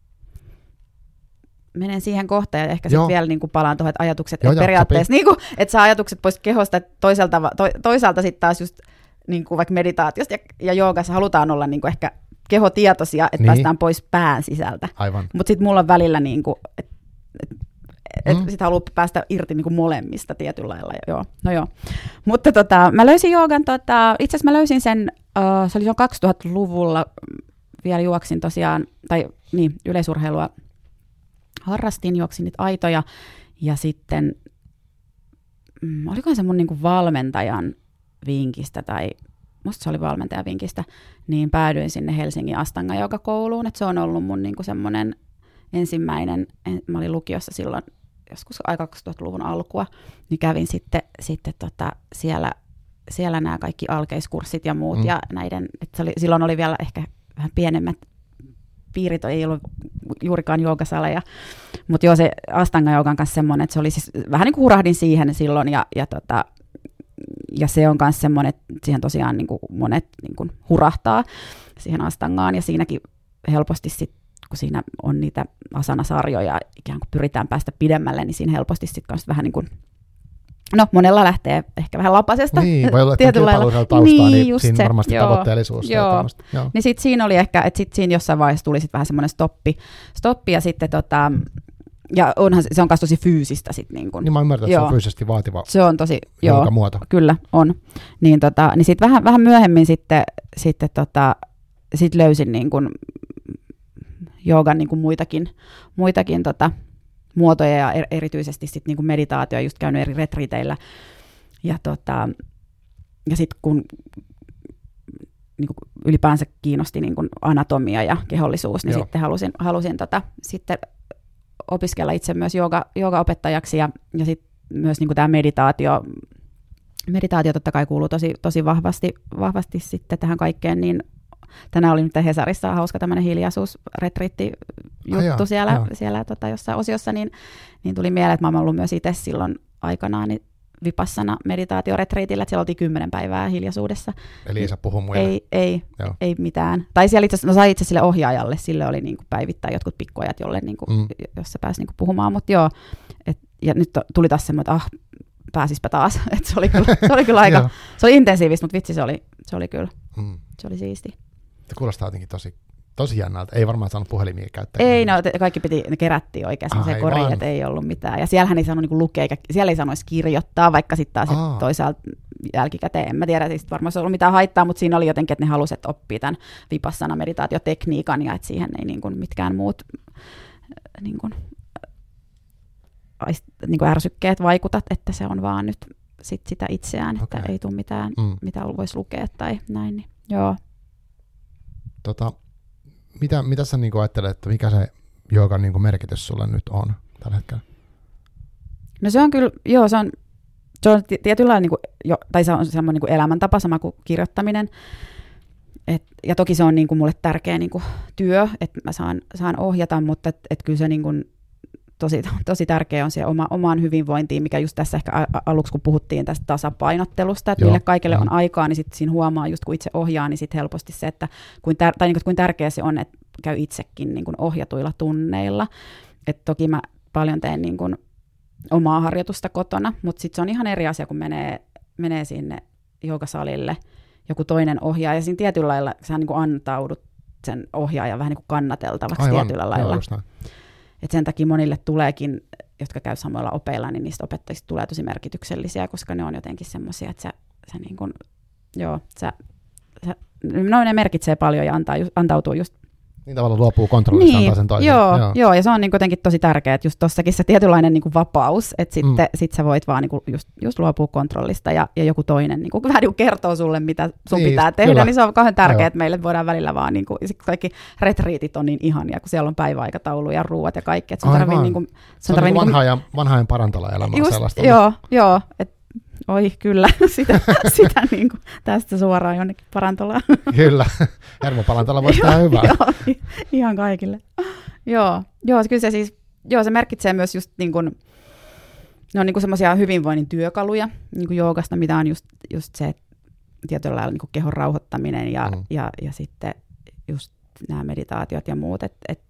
Menen siihen kohtaan ja ehkä sitten vielä niin kuin palaan tuohon, että ajatukset, Joo, että periaatteessa niin kuin, että saa ajatukset pois kehosta, että toisaalta, to, toisaalta sitten taas just niin kuin vaikka meditaatiosta ja, ja joogassa halutaan olla niin kuin ehkä kehotietoisia, että niin. päästään pois pään sisältä. Mutta sitten mulla on välillä niin kuin, että Että mm. sitten haluaa päästä irti niin kuin molemmista tietyllä lailla. Joo. No joo. Mutta tota, mä löysin joogan, tota, itse asiassa mä löysin sen, uh, se oli jo kaksituhattaluvulla, vielä juoksin tosiaan, tai niin, yleisurheilua harrastin, juoksin niitä aitoja, ja sitten, mm, olikohan se mun niin kuin valmentajan vinkistä, tai musta se oli valmentajan vinkistä, niin päädyin sinne Helsingin Astanga-joogakouluun, että se on ollut mun niin kuin semmoinen ensimmäinen, mä olin lukiossa silloin, joskus aika kaksituhattaluvun alkua, niin kävin sitten, sitten tota siellä, siellä nämä kaikki alkeiskurssit ja muut, mm. ja näiden, että se oli, silloin oli vielä ehkä vähän pienemmät piirit, ei ollut juurikaan joogasaleja, mutta joo, se Astanga-joogan kanssa semmoinen, että se oli siis, vähän niin kuin hurahdin siihen silloin, ja, ja, tota, ja se on myös semmoinen, että siihen tosiaan niin kuin monet niin kuin hurahtaa siihen Astangaan, ja siinäkin helposti sitten, kun siinä on niitä asanasarjoja, ikään kuin pyritään päästä pidemmälle, niin siinä helposti sitten vähän niin kuin, no monella lähtee ehkä vähän lapasesta. Niin, voi olla, että kilpailuudella taustaa, niin, niin siinä se, varmasti joo, tavoitteellisuus. Joo, joo. Niin sitten siinä oli ehkä, että sitten siinä jossain vaiheessa tuli sitten vähän semmoinen stoppi, stoppi ja sitten tota, ja onhan se, se on myös tosi fyysistä sitten. Niin, niin mä ymmärrän, että joo. se on fyysisesti vaativa se on tosi, joo, muoto. Kyllä, on. Niin, tota, niin sitten vähän, vähän myöhemmin sitten, sitten tota, sit löysin niin kuin joogan niin kuin muitakin, muitakin tota, muotoja ja er, erityisesti sit niin kuin meditaatio, just käynyt eri retriiteillä. Ja, tota, ja sitten kun niin kuin ylipäänsä kiinnosti niin kuin anatomia ja kehollisuus, niin Joo. sitten halusin, halusin tota, sitten opiskella itse myös jooga, joogaopettajaksi ja, ja sitten myös niin kuin tämä meditaatio, meditaatio totta kai kuuluu tosi, tosi vahvasti, vahvasti sitten tähän kaikkeen, niin tänään oli nyt Hesarissa hauska tämmöinen hiljaisuusretriitti juttu siellä, joo. siellä tota, jossain osiossa, niin, niin tuli mieleen, että mä oon ollut myös itse silloin aikanaan niin Vipassana meditaatioretriitillä, että siellä oltiin kymmenen päivää hiljaisuudessa. Eli ei saa puhua muille? Ei, ei, ei mitään. Tai siellä itse asiassa, no sai itse sille ohjaajalle, sille oli niin kuin päivittäin jotkut pikkuajat, jolle niin kuin, mm. jossa pääsi niin kuin puhumaan, mutta joo, et, ja nyt tuli taas semmoinen, että ah, pääsispä taas, että se oli kyllä, se oli kyllä aika, se oli intensiivistä, mutta vitsi se oli, se oli kyllä, mm. se oli siisti. Se kuulostaa jotenkin tosi, tosi jännältä, ei varmaan saanut puhelimia käyttää. Ei, no kaikki piti, ne kerättiin oikein semmoiseen koriin, että ei ollut mitään, ja siellähän ei saanut niinku lukea, eikä siellä ei saanut edes kirjoittaa, vaikka sitten taas toisaalta jälkikäteen, en mä tiedä, siis varmaan se ei ollut mitään haittaa, mutta siinä oli jotenkin, että ne halusivat, että oppii tämän Vipassana meditaatiotekniikan, ja että siihen ei niinku mitkään muut niinku, niin kuin ärsykkeet vaikutat, että se on vaan nyt sit sitä itseään, okay. Että ei tule mitään, mm. mitä voisi lukea tai näin. Niin, joo. Tota, mitä, mitä sä niin kuin ajattelet, että mikä se joogan niin kuin merkitys sulle nyt on tällä hetkellä? No se on kyllä, joo, se on, se on tietynlainen, niin kuin, jo, tai se on semmoinen niin kuin elämäntapa, sama kuin kirjoittaminen. Et, ja toki se on niin kuin mulle tärkeä niin kuin työ, että mä saan, saan ohjata, mutta et, et kyllä se niin kuin, Tosi, tosi tärkeä on se oma, omaan hyvinvointiin, mikä just tässä ehkä aluksi, kun puhuttiin tästä tasapainottelusta, että mille kaikille on aikaa, niin sitten siinä huomaa, just kun itse ohjaa, niin sitten helposti se, että kuin tär- tai niin kuin, kuin tärkeä se on, että käy itsekin niin kuin ohjatuilla tunneilla. Et toki mä paljon teen niin kuin omaa harjoitusta kotona, mutta sitten se on ihan eri asia, kun menee, menee sinne joogasalille joku toinen ohjaaja, ja siinä tietyllä lailla sä niin kuin antaudut sen ohjaajan vähän niin kuin kannateltavaksi Aivan, tietyllä lailla. Et sen takia monille tuleekin, jotka käy samoilla opeilla, niin niistä opettajista tulee tosi merkityksellisiä, koska ne on jotenkin semmoisia, että sä, sä niin kuin, joo, sä, sä, no ne merkitsee paljon ja antaa, antautuu just. Niin tavallaan luopuu kontrollista, niin, antaa sen toisen. Joo, joo. joo, ja se on niin jotenkin tosi tärkeää, että just tossakin se tietynlainen niin kuin vapaus, että sitten mm. sit sä voit vaan niin kuin just, just luopua kontrollista ja, ja joku toinen niin kuin, vähän niin kuin kertoo sulle, mitä sun niin, pitää tehdä, kyllä. Niin se on kauhean tärkeää, että meille voidaan välillä vaan, niin kuin, kaikki retriitit on niin ihania, kun siellä on päiväaikataulu ja ruuat ja kaikki. Että sun tarvii, niin kuin, se on niin vanha ajan, vanha ajan parantala elämää just, sellaista. Joo, joo, että oi kyllä, sitä, sitä niin kuin, tästä suoraan jonnekin parantolaan. Kyllä, hermoparantala voisi tehdä hyvää. Joo, ihan kaikille. Joo, joo, kyllä se siis, joo, se merkitsee myös just niin kuin, ne on niin kuin semmoisia hyvinvoinnin työkaluja niin kuin joogasta, mitä on just, just se tietyllä lailla niin kuin kehon rauhoittaminen ja, mm. ja, ja sitten just nämä meditaatiot ja muut, että et,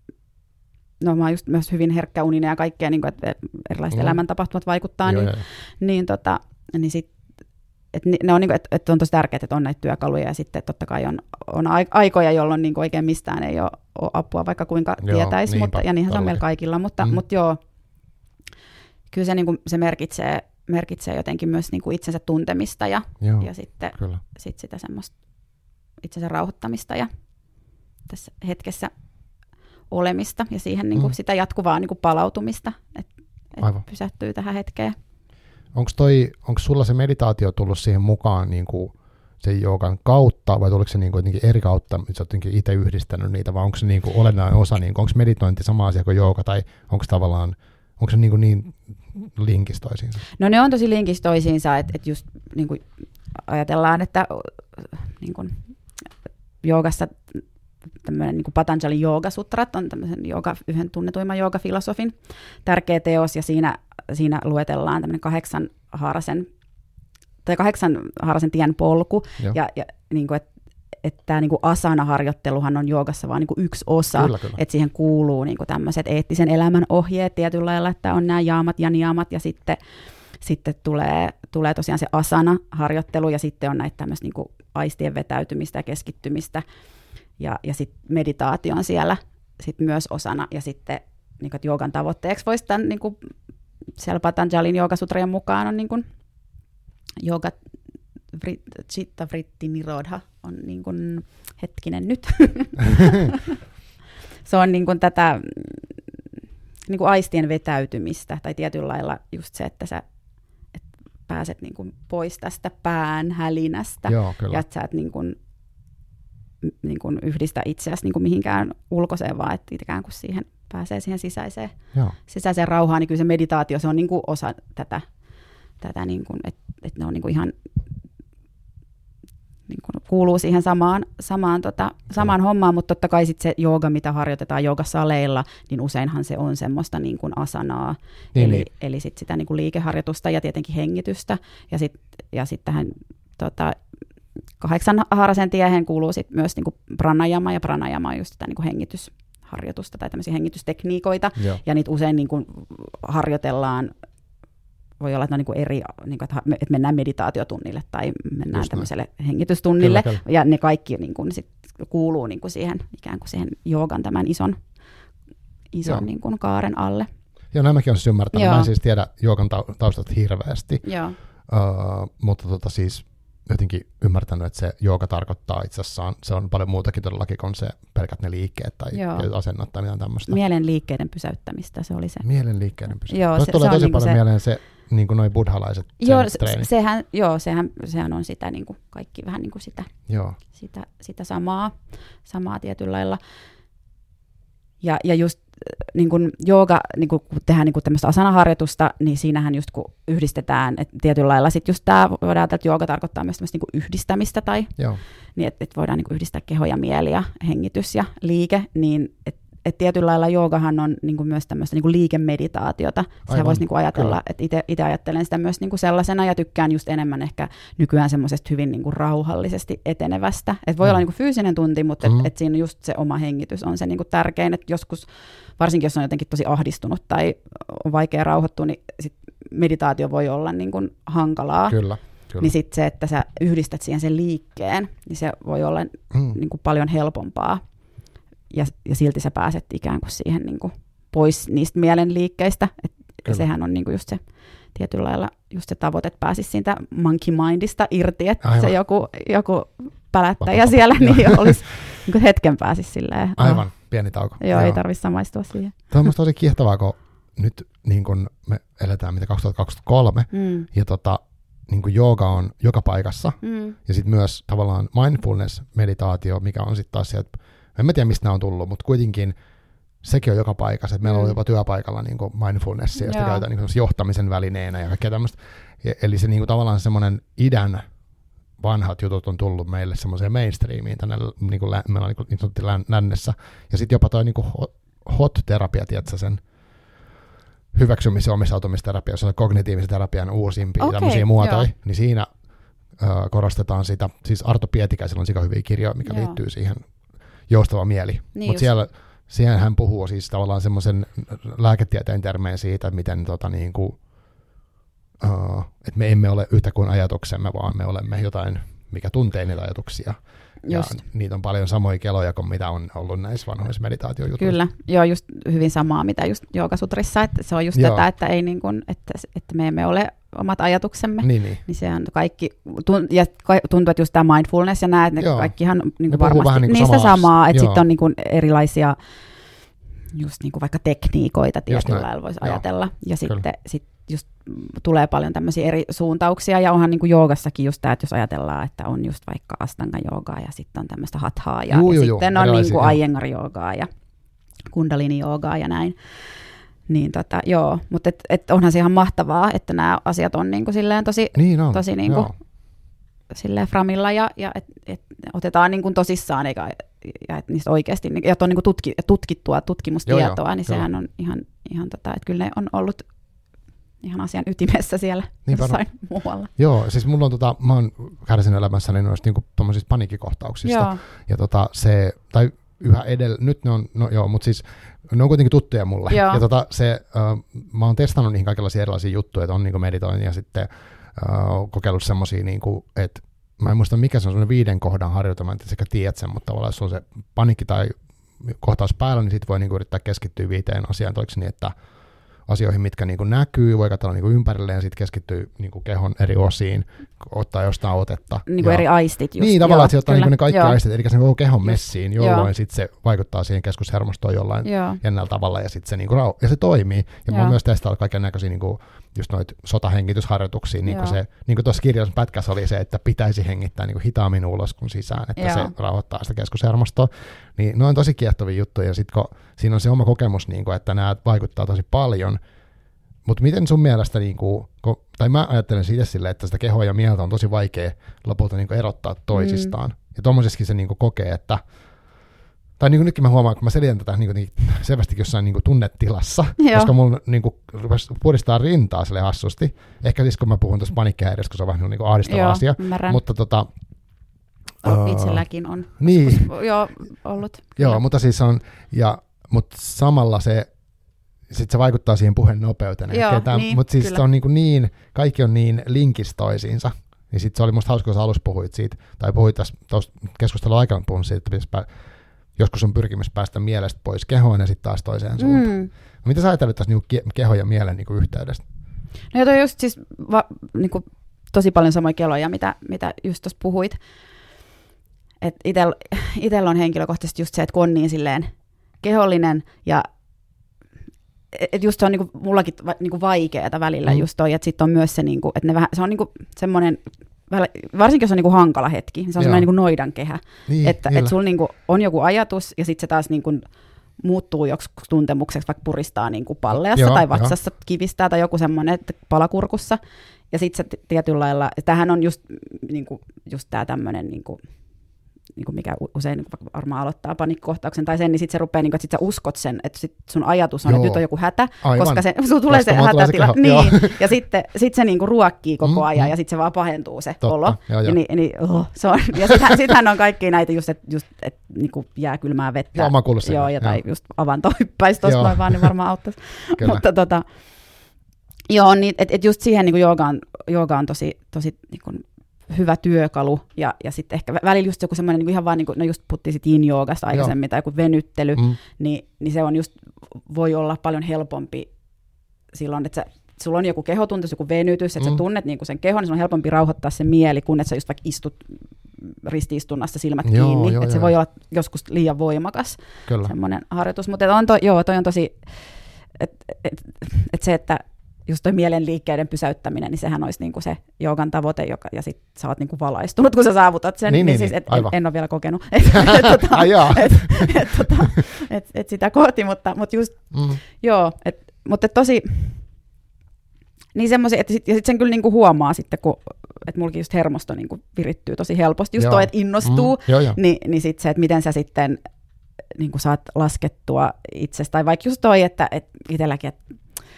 no mä oon just myös hyvin herkkäuninen ja kaikkea, niin kuin, että erilaiset mm. elämäntapahtumat vaikuttaa, joo, niin, niin, tota, niin sit, et ne on, niin kuin, että, että on tosi tärkeää, että on näitä työkaluja ja sitten totta kai on, on aikoja, jolloin niin kuin oikein mistään ei ole, ole apua, vaikka kuinka joo, tietäisi, mutta, ja niinhän se on meillä kaikilla, mutta, mm. mutta joo, kyllä se, niin kuin, se merkitsee, merkitsee jotenkin myös niin kuin itsensä tuntemista ja, joo, ja sitten sit sitä semmoista itsensä rauhoittamista ja tässä hetkessä olemista ja siihen niin kuin, mm. sitä jatkuvaa niin kuin palautumista, että et pysähtyy tähän hetkeen. Onko toi, onko sulla se meditaatio tullut siihen mukaan niin kuin sen joogan kautta, vai tuliko se niin kuin jotenkin eri kautta, että sä oot jotenkin itse yhdistänyt niitä, vai onko se niin kuin olennainen osa, niin kuin, onko meditointi sama asia kuin jooga, tai onko tavallaan, onko se niin, kuin niin linkissä toisiinsa? No ne on tosi linkissä toisiinsa, että et just niin kuin ajatellaan, että niin kuin joogassa tämmöinen niin kuin Patanjalin joogasutrat on tämmöisen jooga, yhden tunnetuimman joogafilosofin tärkeä teos, ja siinä, siinä luetellaan tämmöinen kahdeksan haarasen, tai kahdeksan haarasen tien polku, Joo. ja, ja niin kuin, että että tämä niin kuin asana-harjoitteluhan on joogassa vain niin kuin yksi osa, kyllä, kyllä. Että siihen kuuluu niin kuin tämmöiset eettisen elämän ohjeet tietyllä lailla, että on nämä jaamat ja niamat, ja sitten, sitten tulee, tulee tosiaan se asana-harjoittelu, ja sitten on näitä tämmöistä niin kuin aistien vetäytymistä ja keskittymistä, ja, ja sitten meditaatio on siellä sit myös osana, ja sitten niin kuin, joogan tavoitteeksi voisi tämän, niin kuin, siellä Patanjalin joogasutrien mukaan on niin kuin, jooga chitta vritti nirodha on niin kuin, hetkinen nyt. Se on niin kuin tätä niin kuin aistien vetäytymistä, tai tietyllä lailla just se, että sä et pääset niin kuin pois tästä pään hälinästä, Joo, ja että sä et niin kuin, niin kuin yhdistä itseäsi niin kuin mihinkään ulkoiseen, vaan että ikään kuin siihen pääsee siihen sisäiseen, sisäiseen rauhaan, niin kyllä se meditaatio, se on niin kuin osa tätä, tätä niin kuin, että, että ne on niin kuin ihan niin kuin kuuluu siihen samaan, samaan, tota, samaan hommaan, mutta totta kai sit se jooga, mitä harjoitetaan joogasaleilla, niin useinhan se on semmoista niin kuin asanaa, niin, eli, niin. eli sit sitä niin kuin liikeharjoitusta ja tietenkin hengitystä, ja sitten ja sit tähän tota, kahdeksan haarasen tiehen kuuluu sit myös niin kuin pranajama, ja pranajama on just sitä niin kuin hengitysharjoitusta tai tämmöisiä hengitystekniikoita, Joo. ja niitä usein niin kuin harjoitellaan. Voi olla, että on niin kuin eri, niin kuin, että mennään meditaatiotunnille tai mennään Just tämmöiselle näin. hengitystunnille, kyllä, kyllä. ja ne kaikki niin kuin, sit kuuluu niin kuin siihen, ikään kuin siihen joogan tämän ison, ison niin kuin kaaren alle. Joo, nämäkin on siis ymmärtänyt. Joo. Mä en siis tiedä joogan taustat hirveästi, Joo. Uh, mutta tota siis jotenkin ymmärtänyt, että se jooga tarkoittaa itsessään, se on paljon muutakin todellakin kuin se pelkät ne liikkeet tai Joo. asennot tai mitään tämmöistä. Mielen liikkeiden pysäyttämistä, se oli se. Mielen liikkeiden pysäyttämistä. Joo, se, tulee se tosi paljon se... mieleen se, niin kuin noi buddhalaiset joo, sehän, joo, sehän, sehän on sitä niin kuin kaikki vähän niin kuin sitä, joo. sitä, sitä samaa, samaa tietyllä lailla. Ja, ja just niin kuin jooga, niin kuin, kun tehdään niin kuin tämmöistä asanaharjoitusta, niin siinähän just kun yhdistetään, että tietyllä lailla sitten just tämä, voidaan ajatella, että jooga tarkoittaa myös tämmöistä niin kuin yhdistämistä, tai Joo. niin että et voidaan niin kuin yhdistää keho ja mieli ja hengitys ja liike, niin että et tietyllä lailla joogahan on niin kuin myös tämmöistä niin kuin liikemeditaatiota. Sehän voisi niin kuin ajatella, että itse ajattelen sitä myös niin kuin sellaisena, ja tykkään just enemmän ehkä nykyään semmoisesta hyvin niin kuin rauhallisesti etenevästä. Että voi mm. olla niin kuin fyysinen tunti, mutta mm. että et siinä just se oma hengitys on se niin kuin tärkein, että joskus, varsinkin jos on jotenkin tosi ahdistunut tai on vaikea rauhoittua, niin sit meditaatio voi olla niin kuin hankalaa. Kyllä. Kyllä. Niin sitten se, että sä yhdistät siihen sen liikkeen, niin se voi olla mm. niin kuin paljon helpompaa. Ja, ja silti sä pääset ikään kuin siihen niin kuin pois niistä mielen liikkeistä. Et sehän on niin kuin just se tietyllä lailla just se tavoite, että pääsisi siitä monkey mindista irti, että Aivan. se joku, joku pälättäjä Papa. siellä niin olisi niin kuin hetken pääsisi silleen. Aivan, oh. pieni tauko. Joo, Joo. ei tarvitse samaistua siihen. Tämä on musta tosi kiehtovaa, kun nyt niin kun me eletään mitä kaksituhattakaksikymmentäkolme, mm. ja tota, niin kuin jooga on joka paikassa, mm. ja sitten myös tavallaan mindfulness-meditaatio, mikä on sitten taas sieltä, en mä tiedä mistä nämä on tullut, mutta kuitenkin sekin on joka paikassa, että meillä mm. on jopa työpaikalla niin kuin mindfulnessia, ja sitä käytetään niin kuin johtamisen välineenä ja kaikkea tämmöistä. Eli se niin kuin tavallaan semmoinen idän vanhat jutut on tullut meille semmoiseen mainstreamiin tänne niin kuin lä- meillä on niin sanottu lännessä. Ja sitten jopa toi niin kuin hot-terapia, tiedätkö sen hyväksymisen omistautumisterapia, se on kognitiivisen terapian uusimpia okay, tämmöisiä muotoja, joo. niin siinä ö, korostetaan sitä, siis Arto Pietikäisellä on sika hyviä kirjoja, mikä joo. liittyy siihen joustava mieli, niin mutta siellä, siellä hän puhuu siis tavallaan semmoisen lääketieteen termeen siitä, miten tota niin kuin, uh, että me emme ole yhtä kuin ajatuksemme, vaan me olemme jotain, mikä tuntee niitä ajatuksia. Just. Ja niitä on paljon samoja keloja kuin mitä on ollut näissä vanhoissa meditaatiojutuissa. Kyllä, joo, just hyvin samaa, mitä just Joogasutrissa, että se on just joo. tätä, että, ei niin kuin, että, että me emme ole omat ajatuksemme, niin, niin. niin se on kaikki, ja tuntuu, että just tämä mindfulness ja nämä, että ne joo. kaikkihan niin kuin varmasti niin kuin niistä samaa, samaa, että sitten on niin kuin erilaisia just niin kuin vaikka tekniikoita tietyllä lailla voisi ajatella, ja Kyllä. sitten sit just tulee paljon tämmöisiä eri suuntauksia, ja onhan niin kuin joogassakin just tämä, että jos ajatellaan, että on just vaikka astanga-joogaa, ja sitten on tämmöistä hathaa, ja, juu, ja juu, sitten juu. on niin kuin aiengar-joogaa, ja kundalini-joogaa, ja näin. Niin tota, joo, mutta et, et onhan se ihan mahtavaa, että nämä asiat on niinku silleen tosi, niin on, tosi niinku silleen framilla, ja, ja et, et otetaan niinku tosissaan, eikä, ja et niistä oikeasti, ja että on niinku tutki, tutkittua tutkimustietoa, joo, joo, niin sehän joo. on ihan, ihan tota, että kyllä ne on ollut ihan asian ytimessä siellä niin jossain muualla. Joo, siis mulla on tota, mä oon kärsinyt elämässäni noista niinku tommosista paniikkikohtauksista, joo. ja tota se, tai yhä edellä, nyt ne on, no joo, mutta siis ne on kuitenkin tuttuja mulle. Joo. Ja tota, se, uh, mä oon testannut niihin kaikenlaisia erilaisia juttuja, että on niinku meditointi ja sitten uh, kokeillut semmosia, niinku, että mä en muista mikä se on, semmoinen viiden kohdan harjoitelma, että sekä tiedät sen, mutta tavallaan jos on se panikki tai kohtaus päällä, niin sit voi niinku yrittää keskittyä viiteen asiaan toiksi niin, että asioihin, mitkä niinku näkyy, voi katsella niinku ympärilleen, sitten keskittyy niinku kehon eri osiin, ottaa jostain otetta. Niin kuin eri aistit just. Niin, tavallaan, että se ottaa niinku ne kaikki joo. aistit, eli sen koko kehon messiin, jolloin sitten se vaikuttaa siihen keskushermostoon jollain joo. jännällä tavalla, ja sitten se, niinku rau- ja se toimii. Ja mä oon myös testailla kaiken näköisiä niinku, just noita sotahengitysharjoituksia, niin kuin se, niin kuin tuossa kirjassa pätkässä oli se, että pitäisi hengittää niinku hitaammin ulos kuin sisään, että joo. se rauhoittaa sitä keskushermostoa. Niin ne on tosi kiehtovia juttuja, ja sitten kun siinä on se oma kokemus, niinku, että nämä vaikuttaa tosi paljon, mutta miten sun mielestä, niin kuin, tai mä ajattelen siitä silleen, että sitä kehoa ja mieltä on tosi vaikea lopulta niin kuin erottaa toisistaan. Mm. Ja tuommoisessakin se niin kuin kokee, että, tai niin kuin nytkin mä huomaan, kun mä selitän tätä niin kuin selvästikin jossain niin kuin tunnetilassa, Joo. koska mulla niin kuin rupesi puhdistaa rintaa sille hassusti. Ehkä siis kun mä puhun tuossa paniikkihäiriöstä, kun se on vähän niin kuin ahdistava Joo, asia. Ymmärrän. Mutta tota... Oh, itselläkin on niin. jo ollut. Joo, kyllä. mutta siis on, ja, mutta samalla se, sit se vaikuttaa siihen puheen nopeuteen. Niin, mutta siis se on niin, niin, kaikki on niin linkissä toisiinsa. Niin sit se oli musta hauska, kun sä alussa puhuit siitä, tai puhuit tässä keskustelun aikana puhunut siitä, että pää, joskus on pyrkimys päästä mielestä pois kehoon ja sitten taas toiseen suuntaan. Mm. Mitä sä ajattelet tässä niinku kehon ja mielen niinku yhteydestä? No toi on just siis va, niinku, tosi paljon samoja keloja, mitä, mitä just tuossa puhuit. Itsellä on henkilökohtaisesti just se, että kun on niin silleen kehollinen ja et just se on niinku, mullakin va, niinku vaikeaa välillä mm. just toi, että sitten on myös se, niinku, että ne vähän, se on niinku semmoinen, varsinkin jos on niinku hankala hetki, niin se on semmoinen niinku noidankehä, niin, että et sulla niinku on joku ajatus ja sitten se taas niinku muuttuu joksi tuntemukseksi, vaikka puristaa niinku palleassa joo, tai vatsassa jo. Kivistää tai joku semmoinen palakurkussa ja sitten se tietyllä lailla, tämähän on just, niinku, just tämä tämmöinen niinku, niin mikä usein varmaan aloittaa paniikkikohtauksen tai sen, niin sitten se rupeaa, niin kuin, että sit sä uskot sen, että sit sun ajatus on, Joo. että nyt on joku hätä, Aivan. koska se, sulla tulee koska se hätätila. Se niin, ja sitten sit se niin kuin ruokkii koko ajan, mm, ja sitten se vaan pahentuu se Totta. olo. Jo, jo. Ja, niin, niin, oh, se on, ja sittenhän, sittenhän on kaikki näitä just, että just, et, niin kuin jää kylmää vettä. Joo, mä kuullut sen. Joo, ja tai just avantohyppäisi tuossa noin vaan, niin varmaan auttaisi. Mutta tota, joo, niin, että et just siihen niin kuin jooga, on, jooga on tosi, tosi niin kuin, hyvä työkalu, ja, ja sitten ehkä välillä just joku semmoinen, niin ihan vaan, niin kuin, no just puhuttiin sit yin-joogasta aikaisemmin, tai joku venyttely, mm. niin, niin se on just, voi olla paljon helpompi silloin, että sä, sulla on joku kehotuntus, joku venytys, että mm. sä tunnet niin kuin sen kehon, niin se on helpompi rauhoittaa se mieli, kun että sä just vaikka istut ristiistunnassa silmät joo, kiinni, joo, että se joo. voi olla joskus liian voimakas Kyllä. semmoinen harjoitus, mutta on to, joo, toi on tosi, että et, et se, että just toi mielen liikkeiden pysäyttäminen, niin sehän olisi niinku se joogan tavoite, joka, ja sit sä oot niinku valaistunut, kun sä saavutat sen, niin, niin, niin siis et, en, en ole vielä kokenut, että et, tota, et, et, tota, et, et sitä kohti, mutta, mutta just, mm. joo, et, mutta et tosi, niin semmoisia, että sit, ja sit sen kyllä niinku huomaa sitten, kun, että mullakin just hermosto niinku virittyy tosi helposti, just joo. toi, että innostuu, mm. joo, joo. niin, niin sit se, että miten sä sitten niinku saat laskettua itsestä, tai vaikka just toi, että et itselläkin, että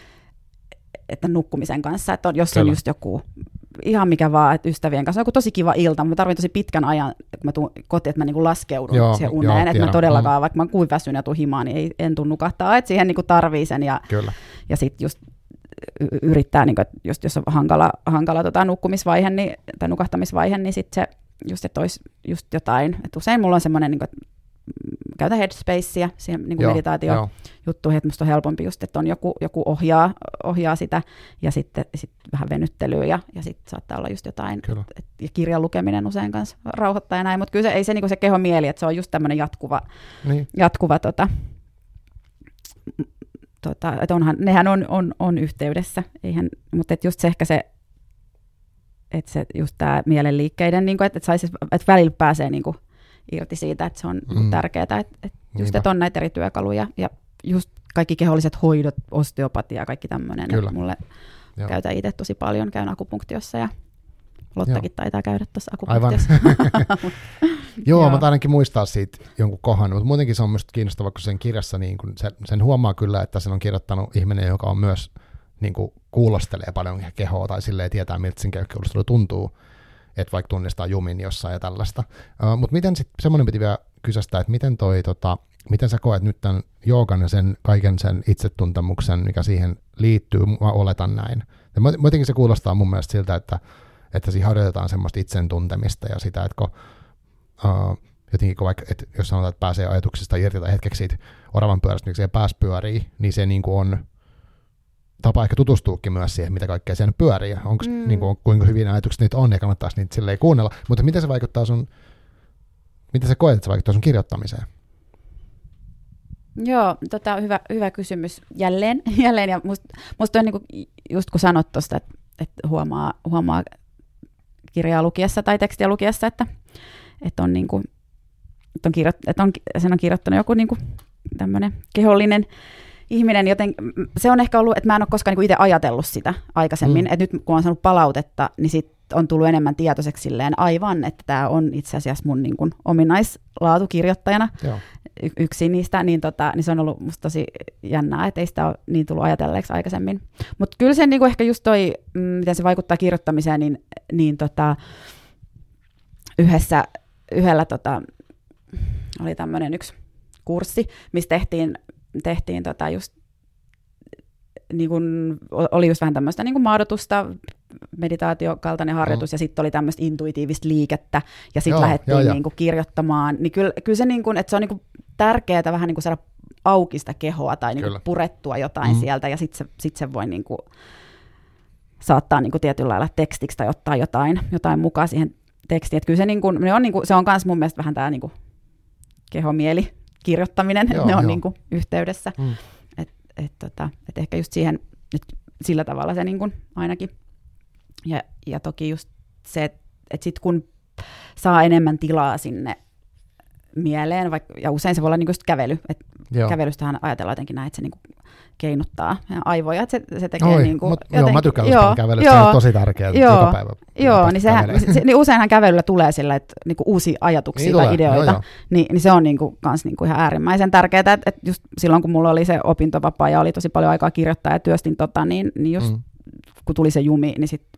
että nukkumisen kanssa, että on, jos Kyllä. on just joku ihan mikä vaan, että ystävien kanssa on joku tosi kiva ilta, mutta mä tarvitsen tosi pitkän ajan, kun mä tuun kotiin, että mä niinku laskeudun joo, siihen uneen, joo, että mä todellakaan, mm. vaikka mä oon kuin väsynyt ja tuun himaan, niin ei, en tuu nukahtaa, että siihen niinku tarvii sen ja, ja sitten just yrittää, niinku, että just jos on hankala, hankala tota, nukkumisvaihe niin, tai nukahtamisvaihe, niin sitten se just, että olisi just jotain, että usein mulla on semmoinen, niinku, että käytä headspacea siihen niin meditaatio-juttuihin, että musta on helpompi just, että on joku, joku ohjaa, ohjaa sitä ja sitten sit vähän venyttelyä ja, ja sitten saattaa olla just jotain, et, et, ja kirjan lukeminen usein kanssa rauhoittaa ja näin, mutta kyllä se ei se, niin se kehon mieli, että se on just tämmöinen jatkuva, niin. jatkuva tota, tota, että onhan, nehän on, on, on yhteydessä, eihän, mutta et just se ehkä se, että se just tämä mielenliikkeiden, niin kuin, että, et saisi, että välillä pääsee niin kuin, irti siitä, että se on mm. tärkeää, että, että just että on näitä eri työkaluja ja just kaikki keholliset hoidot, osteopatia ja kaikki tämmöinen, että mulle Joo. käytän itse tosi paljon, käyn akupunktiossa ja Lottakin Joo. taitaa käydä tuossa akupunktiossa. Joo, Joo, mä ainakin muistaa siitä jonkun kohan, mutta muutenkin se on myös kiinnostavaa, kun sen kirjassa niin kun sen, sen huomaa kyllä, että sen on kirjoittanut ihminen, joka on myös niin kuin kuulostelee paljon kehoa tai silleen tietää, miltä sen kuulostelu tuntuu. Että vaikka tunnistaa jumin jossain ja tällaista. Uh, mutta miten sitten, semmoinen piti vielä kysästä, että miten toi, tota, miten sä koet nyt tämän joogan ja sen kaiken sen itsetuntemuksen, mikä siihen liittyy, mä oletan näin. Ja muutenkin se kuulostaa mun mielestä siltä, että, että siinä harjoitetaan semmoista itsen tuntemista ja sitä, että kun, uh, jotenkin kun vaikka, että jos sanotaan, että pääsee ajatuksista irti tai hetkeksi siitä oravan pyörästä, miksi se pääs pyörii, niin se niin kuin on tapa ehkä tutustuukin myös siihen, mitä kaikkea siellä pyörii. Onko mm. niin kuin, kuinka hyviä ajatuksia niitä on, ja kannattaisi niitä silleen kuunnella. Mutta miten se vaikuttaa sun, miten sä koet, että se vaikuttaa sun kirjoittamiseen? Joo, tota, hyvä, hyvä kysymys jälleen. jälleen ja musta, musta on niin kuin, just kun sanot tuosta, että, että huomaa, huomaa kirjaa lukiessa tai tekstiä lukiessa, että, että, on, niin kuin, että, on kirjo, että on, sen on kirjoittanut joku niin kuin tämmöinen kehollinen ihminen joten, se on ehkä ollut, että mä en ole koskaan niin itse ajatellut sitä aikaisemmin, mm. että nyt kun on saanut palautetta, niin sit on tullut enemmän tietoiseksi silleen aivan, että tämä on itse asiassa mun niin kuin ominaislaatu kirjoittajana. Joo. Y- yksi niistä, niin, tota, niin se on ollut musta tosi jännää, että ei sitä ole niin tullut ajatelleeksi aikaisemmin. Mutta kyllä se niin kuin ehkä just toi, miten se vaikuttaa kirjoittamiseen, niin, niin tota, yhdessä, yhdellä tota, oli tämmöinen yksi kurssi, missä tehtiin, tehtiin tota just, niin kuin, oli just vähän tämmöistä niin kuin maadotusta, meditaatiokaltainen harjoitus, mm. ja sitten oli tämmöistä intuitiivista liikettä, ja sitten lähdettiin joo, niin kuin kirjoittamaan. Niin kyllä, kyllä se, niin kuin, että se on niin kuin tärkeää vähän niin kuin saada auki sitä kehoa, tai niin kuin purettua jotain mm. sieltä, ja sitten se, sit se voi niin kuin saattaa niin kuin tietyllä lailla tekstiksi, tai ottaa jotain, jotain mukaan siihen tekstiin. Että kyllä se, niin kuin, on, niin kuin, se on myös mun mielestä vähän tämä niin kuin kehomieli kirjoittaminen, joo, ne on niin kuin yhteydessä. Mm. Että et, tota, et ehkä just siihen, että sillä tavalla se niin kuin ainakin. Ja, ja toki just se, että et sitten kun saa enemmän tilaa sinne mieleen, vaikka, ja usein se voi olla niin kuin just kävely, että kävelystähän ajatellaan jotenkin näin, että se niin kuin keinuttaa aivoja, että se, se tekee Oi, niin kuin... Mut, joo, mä tykkään joo, kävelystä, se on tosi tärkeää joka päivä. Joo, niin, sehän, se, niin useinhan kävelyllä tulee sillä, että niin kuin uusia ajatuksia niin tai tulee, ideoita, joo, joo. Niin, niin se on niin kuin, kans niin kuin ihan äärimmäisen tärkeää, että, että just silloin kun mulla oli se opintovapaa ja oli tosi paljon aikaa kirjoittaa ja työstin tota, niin, niin just mm. kun tuli se jumi, niin sit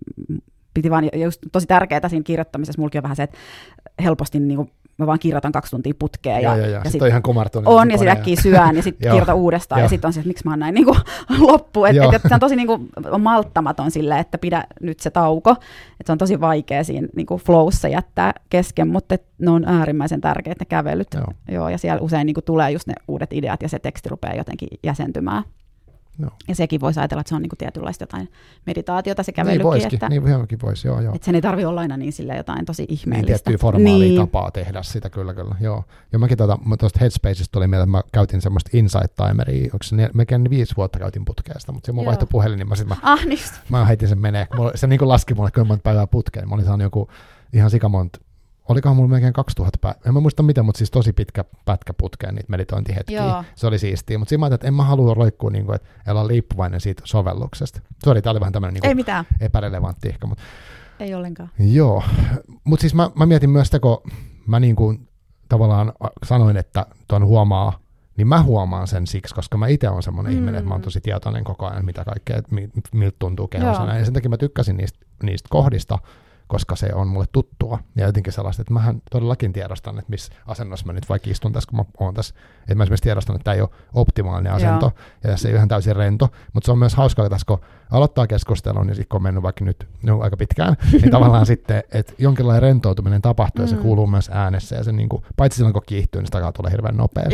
piti vaan, just tosi tärkeää siinä kirjoittamisessa, mullakin on vähän se, että helposti niin kuin mä vaan kirjoitan kaksi tuntia putkeen. Ja, ja, ja, ja. sitten sit on ihan kumartunut. On, ja sitten äkkiä syön, ja sitten kirjoitan uudestaan, ja sitten on se, että miksi mä oon näin niin kuin loppu. Että et, se on tosi niin kuin, malttamaton silleen, että pidä nyt se tauko. Että se on tosi vaikea siinä niin kuin flowssa jättää kesken, mutta ne on äärimmäisen tärkeitä ne kävelyt. Joo. Joo, ja siellä usein niin kuin tulee just ne uudet ideat, ja se teksti rupeaa jotenkin jäsentymään. No. Ja sekin voisi ajatella, että se on niin kuin tietynlaista jotain meditaatiota, se kävelykin. Niin voisikin, että, niin voisikin voisi, joo, joo. Että sen ei tarvitse olla aina niin sille jotain tosi ihmeellistä. Niin tiettyä formaalia niin. tapaa tehdä sitä, kyllä, kyllä, joo. Ja mäkin tuota, tuosta Headspacesta tuli mieleen, että mä käytin semmoista Insight-timeria, onko se ne, melkein viisi vuotta käytin putkeesta, mutta se mun vaihtoi puhelin, niin mä sitten mä, ah, niin mä heitin sen menee. Mulla, se niin kuin laski mulle kuinka monta päivää putkeen, mä olin saanut joku ihan sikamonta. Olikohan mulla melkein kaksituhatta päivää, en mä muista mitä, mutta siis tosi pitkä pätkä putkeen niitä meditointihetkiä. Joo. Se oli siistiä, mutta siinä mä ajattelin, että en mä halua roikkua, niin kuin, että olla liippuvainen siitä sovelluksesta. Sori, tää oli vähän tämmöinen niin epärelevantti ehkä. Mutta... Ei ollenkaan. Joo, mutta siis mä, mä mietin myös sitä, kun mä niin kuin tavallaan sanoin, että tuon huomaa, niin mä huomaan sen siksi, koska mä itse olen semmoinen mm. ihminen, että mä oon tosi tietoinen koko ajan, mitä kaikkea, miltä tuntuu kehossa. Ja sen takia mä tykkäsin niistä, niistä kohdista, koska se on mulle tuttua. Ja jotenkin sellaista, että mähän todellakin tiedostan, että missä asennossa mä nyt vaikka istun tässä, kun mä oon tässä. Että mä esimerkiksi tiedostan, että tämä ei ole optimaalinen asento, Joo. ja se ei ole ihan täysin rento, mutta se on myös hauskaa, että tässä kun aloittaa keskustelun, niin sitten kun on mennyt vaikka nyt no, aika pitkään, niin tavallaan sitten, että jonkinlainen rentoutuminen tapahtuu, mm. ja se kuuluu myös äänessä, ja se niin kuin, paitsi silloin kun kiihtyy, niin sitä takaa tulee hirveän nopeasti.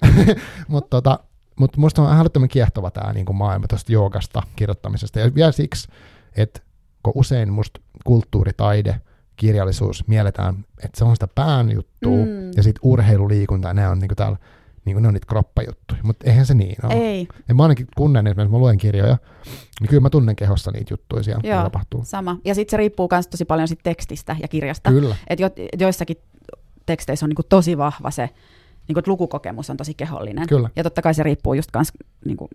mutta tota, mut musta on älyttömän kiehtova tämä niin kuin maailma tuosta joogasta, kirjoittamisesta, ja vielä siksi, että kun usein musta kulttuuri, taide, kirjallisuus mielletään, että se on sitä pään juttua, mm. ja sitten urheiluliikunta, ja ne on, niinku täällä, niinku ne on niitä kroppajuttuja, mutta eihän se niin ole. Ei. Ja mä ainakin tunnen, että mä luen kirjoja, niin kyllä mä tunnen kehossa niitä juttuja siellä, mitä tapahtuu. Sama. Ja sitten se riippuu myös tosi paljon sit tekstistä ja kirjasta. Kyllä. Että jo, joissakin teksteissä on niinku tosi vahva se, niinku, että lukukokemus on tosi kehollinen. Kyllä. Ja totta kai se riippuu just kans niinku,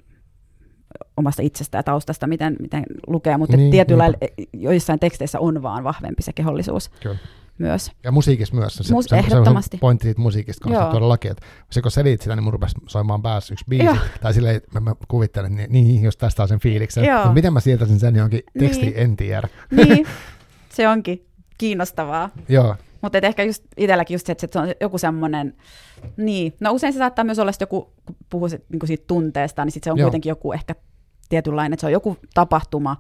omasta itsestä ja taustasta, miten, miten lukee, mutta niin, tietyllä joissain teksteissä on vaan vahvempi se kehollisuus Kyllä. myös. Ja musiikissa myös. Se, Mus- se, ehdottomasti. Se on pointti siitä musiikista kanssa todellakin, että se kun selit sitä, niin mun rupesi soimaan päässä yksi biisi, Joo. tai silleen, mä, mä kuvittelen, että niin, jos tästä on sen fiiliksen, mutta miten mä siirtäisin sen johonkin tekstiin, niin. en tiedä. Niin, se onkin kiinnostavaa. Joo. Mutta ehkä just itselläkin just se, että se on joku semmoinen, niin, no usein se saattaa myös olla joku, kun puhuu sit, niin siitä tunteesta, niin sit se on Joo. kuitenkin joku ehkä tietynlainen, että se on joku tapahtuma,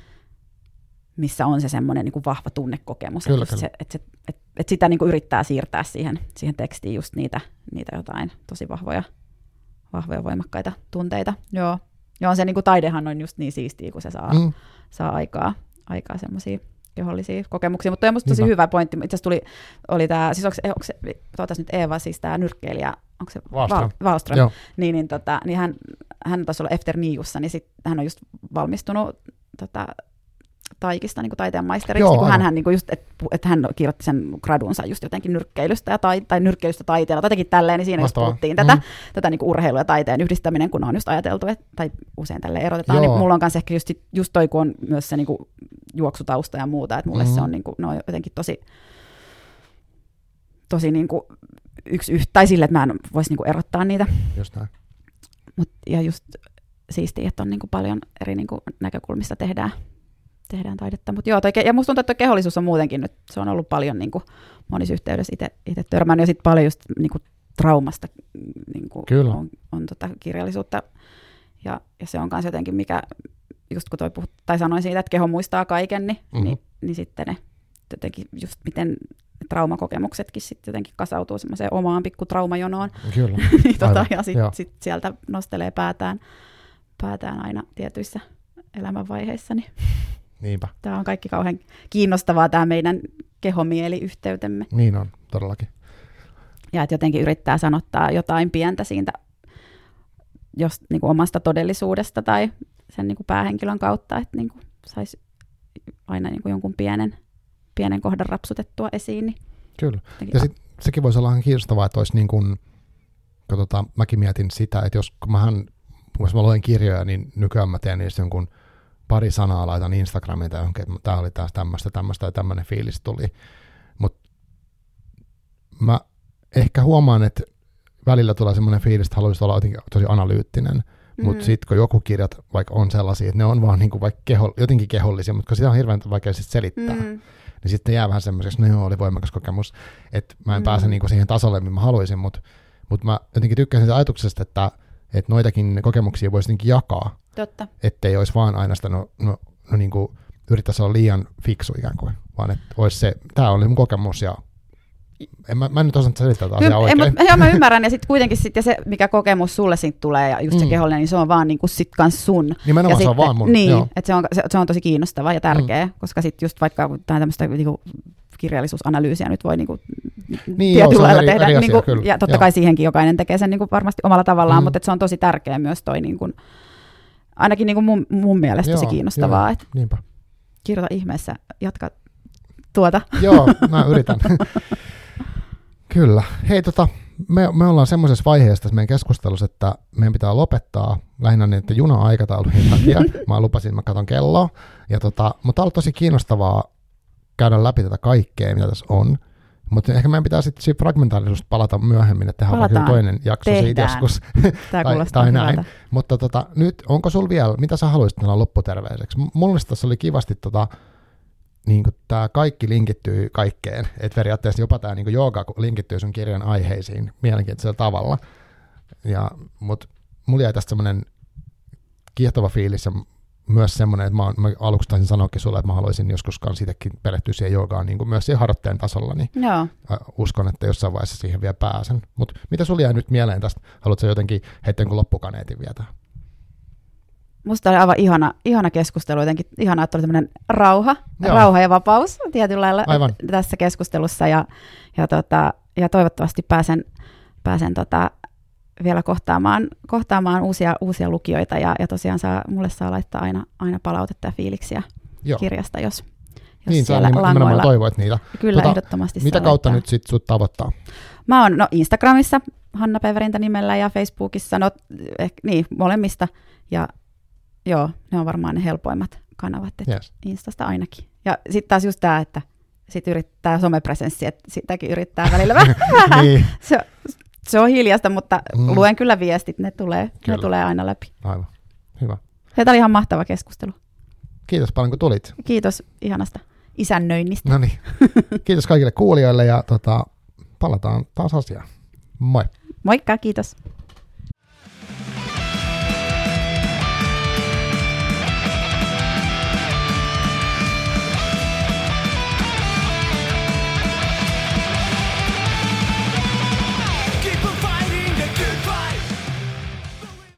missä on se semmoinen niin kuin vahva tunnekokemus, kyllä, että, se, että, se, että, että sitä niin kuin yrittää siirtää siihen, siihen tekstiin just niitä, niitä jotain tosi vahvoja, vahvoja voimakkaita tunteita. Joo, Joo se niin kuin taidehan on just niin siistiä, kun se saa, mm. saa aikaa, aikaa semmoisia kehollisia kokemuksia, mutta toi on musta tosi Niinpä. hyvä pointti. Itse asiassa tuli, oli tämä, siis onko, onko se, tuotas nyt Eeva, siis tämä nyrkkeilijä, onko se Wallström, Wallström. Niin, niin, tota, niin hän, hän taisi olla Efter Niussa, niin sit hän on just valmistunut tota, Taikista niin kuin taiteen maisteriksi, niin kun hänhän niin kuin just, että et hän kirjoitti sen gradunsa just jotenkin nyrkkeilystä ja tai, tai nyrkkeilystä taiteella, tai jotenkin tälleen, niin siinä just puhuttiin tätä, mm. tätä niin kuin urheilu ja taiteen yhdistäminen, kun on just ajateltu, et, tai usein tälleen erotetaan, Joo. niin mulla on kanssa ehkä just, just toi, kun on myös se niin kuin juoksutausta ja muuta, että mulle mm. se on, niin kuin, ne on jotenkin tosi, tosi niin kuin yksi yhtä, tai sille, että mä en voisi niin kuin erottaa niitä. Just näin. Mut, ja just siistiä, että on niin kuin paljon eri niin kuin näkökulmista tehdään. tehdään taidetta. Mut joo, toi, ja musta tuntuu, että kehollisuus on muutenkin nyt, se on ollut paljon niin kuin, monissa yhteydessä itse törmännyt, ja sitten paljon just niin kuin, traumasta niin kuin, on, on tota, kirjallisuutta, ja, ja se on myös jotenkin, mikä, just kun toi puhut, tai sanoin siitä, että keho muistaa kaiken, niin, mm-hmm. niin, niin sitten ne jotenkin just miten traumakokemuksetkin sitten jotenkin kasautuu semmoiseen omaan pikku traumajonoon, Kyllä. niin, tota, ja sitten sit sieltä nostelee päätään, päätään aina tietyissä elämänvaiheissa, niin Niinpä. Tämä on kaikki kauhean kiinnostavaa, tämä meidän kehomieliyhteytemme. Niin on, todellakin. Ja että jotenkin yrittää sanottaa jotain pientä siitä jos, niin kuin omasta todellisuudesta tai sen niin kuin päähenkilön kautta, että niin kuin saisi aina niin kuin jonkun pienen, pienen kohdan rapsutettua esiin. Niin Kyllä. Ja sit, sekin voisi olla ihan kiinnostavaa, että olisi niin kuin, kun tota, mäkin mietin sitä, että jos kun mähän, jos mä luen kirjoja, niin nykyään mä teen niistä jonkun pari sanaa laitan Instagramiin tai johonkin, että tämä oli taas tämmöistä, tämmöistä ja tämmöinen fiilis tuli. Mutta mä ehkä huomaan, että välillä tulee semmoinen fiilis, että haluaisit olla jotenkin tosi analyyttinen, mm. mutta sitten kun joku kirjat vaikka on sellaisia, että ne on vaan niinku vaikka keho, jotenkin kehollisia, mutta kun sitä on hirveän vaikea sit selittää, mm. niin sitten jää vähän semmoiseksi, no joo, oli voimakas kokemus, että mä en mm. pääse niinku siihen tasolle, mitä mä haluaisin, mutta mut mä jotenkin tykkäsin siitä ajatuksesta, että, että noitakin kokemuksia voisi jotenkin jakaa. Totta. Ettei olisi vaan aina sitä, no, no, no niin kuin yrittäisi olla liian fiksu ikään kuin, vaan että olisi se, tämä oli mun kokemus ja en, mä, mä en nyt osannut selittää tätä asiaa oikein. En, joo, mä ymmärrän, ja sitten kuitenkin sit, ja se, mikä kokemus sulle siitä tulee, ja just se mm. kehollinen, niin se on vaan niinku sit kans sun. Nimenomaan ja se on vaan mun. Niin, että se on, se, se on tosi kiinnostava ja tärkeä, mm. koska sitten just vaikka tämä tämmöistä niinku, kirjallisuusanalyysiä nyt voi niinku, niin, tietyllä lailla eri, tehdä, eri niinku, asia, ja totta joo. kai siihenkin jokainen tekee sen niinku varmasti omalla tavallaan, mm. mutta se on tosi tärkeä myös toi, niinku, ainakin niinku mun, mun mielestä joo, tosi kiinnostavaa. Joo, niinpä. Kirjoita ihmeessä, jatka tuota. Joo, mä yritän. Kyllä. Hei, tota, me, me ollaan semmoisessa vaiheessa tässä meidän keskustelussa, että meidän pitää lopettaa lähinnä niin, että juna-aikataulujen takia. Mä lupasin, että mä katson kelloa. Ja tota, mutta on ollut tosi kiinnostavaa käydä läpi tätä kaikkea, mitä tässä on. Mutta ehkä meidän pitää sitten siitä fragmentaarisuudesta palata myöhemmin, että tehdään vaikka toinen jakso Tehdään. siitä joskus. tai, tai näin. Mutta tota, nyt, onko sulla vielä, mitä sä haluaisit olla lopputerveiseksi? Mulle tässä oli kivasti tota, niin tämä kaikki linkittyy kaikkeen, että periaatteessa jopa tämä niin jooga linkittyy sun kirjan aiheisiin mielenkiintoisella tavalla. Ja, mutta mulla jäi tästä semmoinen kiehtova fiilis ja myös semmoinen, että mä, mä aluksi taisin sanoakin sulle, että mä haluaisin joskus siitäkin perehtyä siihen joogaan niin myös siihen harjoitteen tasolla, niin Joo. uskon, että jossain vaiheessa siihen vielä pääsen. Mutta mitä sulla jäi nyt mieleen tästä? Haluatko jotenkin heittää jonkun loppukaneetin vielä? Musta oli aivan ihana, ihana keskustelu, jotenkin ihanaa, että oli tämmöinen rauha, Joo. rauha ja vapaus tietyllä lailla Aivan. tässä keskustelussa, ja, ja, tota, ja toivottavasti pääsen, pääsen tota, vielä kohtaamaan, kohtaamaan uusia, uusia lukijoita, ja, ja tosiaan saa, mulle saa laittaa aina, aina palautetta ja fiiliksiä Joo. kirjasta, jos, jos niin, siellä langoilla. Niin, nimenomaan toivoit niitä. Kyllä, tota, ehdottomasti mitä kautta laittaa. Nyt sit sut tavoittaa? Mä oon no, Instagramissa, Hanna Päivärinta nimellä, ja Facebookissa, no ehkä, niin, molemmista, ja joo, ne on varmaan ne helpoimmat kanavat, että yes. Instasta ainakin. Ja sitten taas just tämä, että sit yrittää somepresenssi, että sitäkin yrittää välillä vähän. niin. se, se on hiljasta, mutta mm. luen kyllä viestit, ne tulee, ne tulee aina läpi. Aivan, hyvä. Tämä oli ihan mahtava keskustelu. Kiitos paljon, kun tulit. Kiitos ihanasta isännöinnistä. No niin, kiitos kaikille kuulijoille ja tota, palataan taas asiaan. Moi. Moikka, kiitos.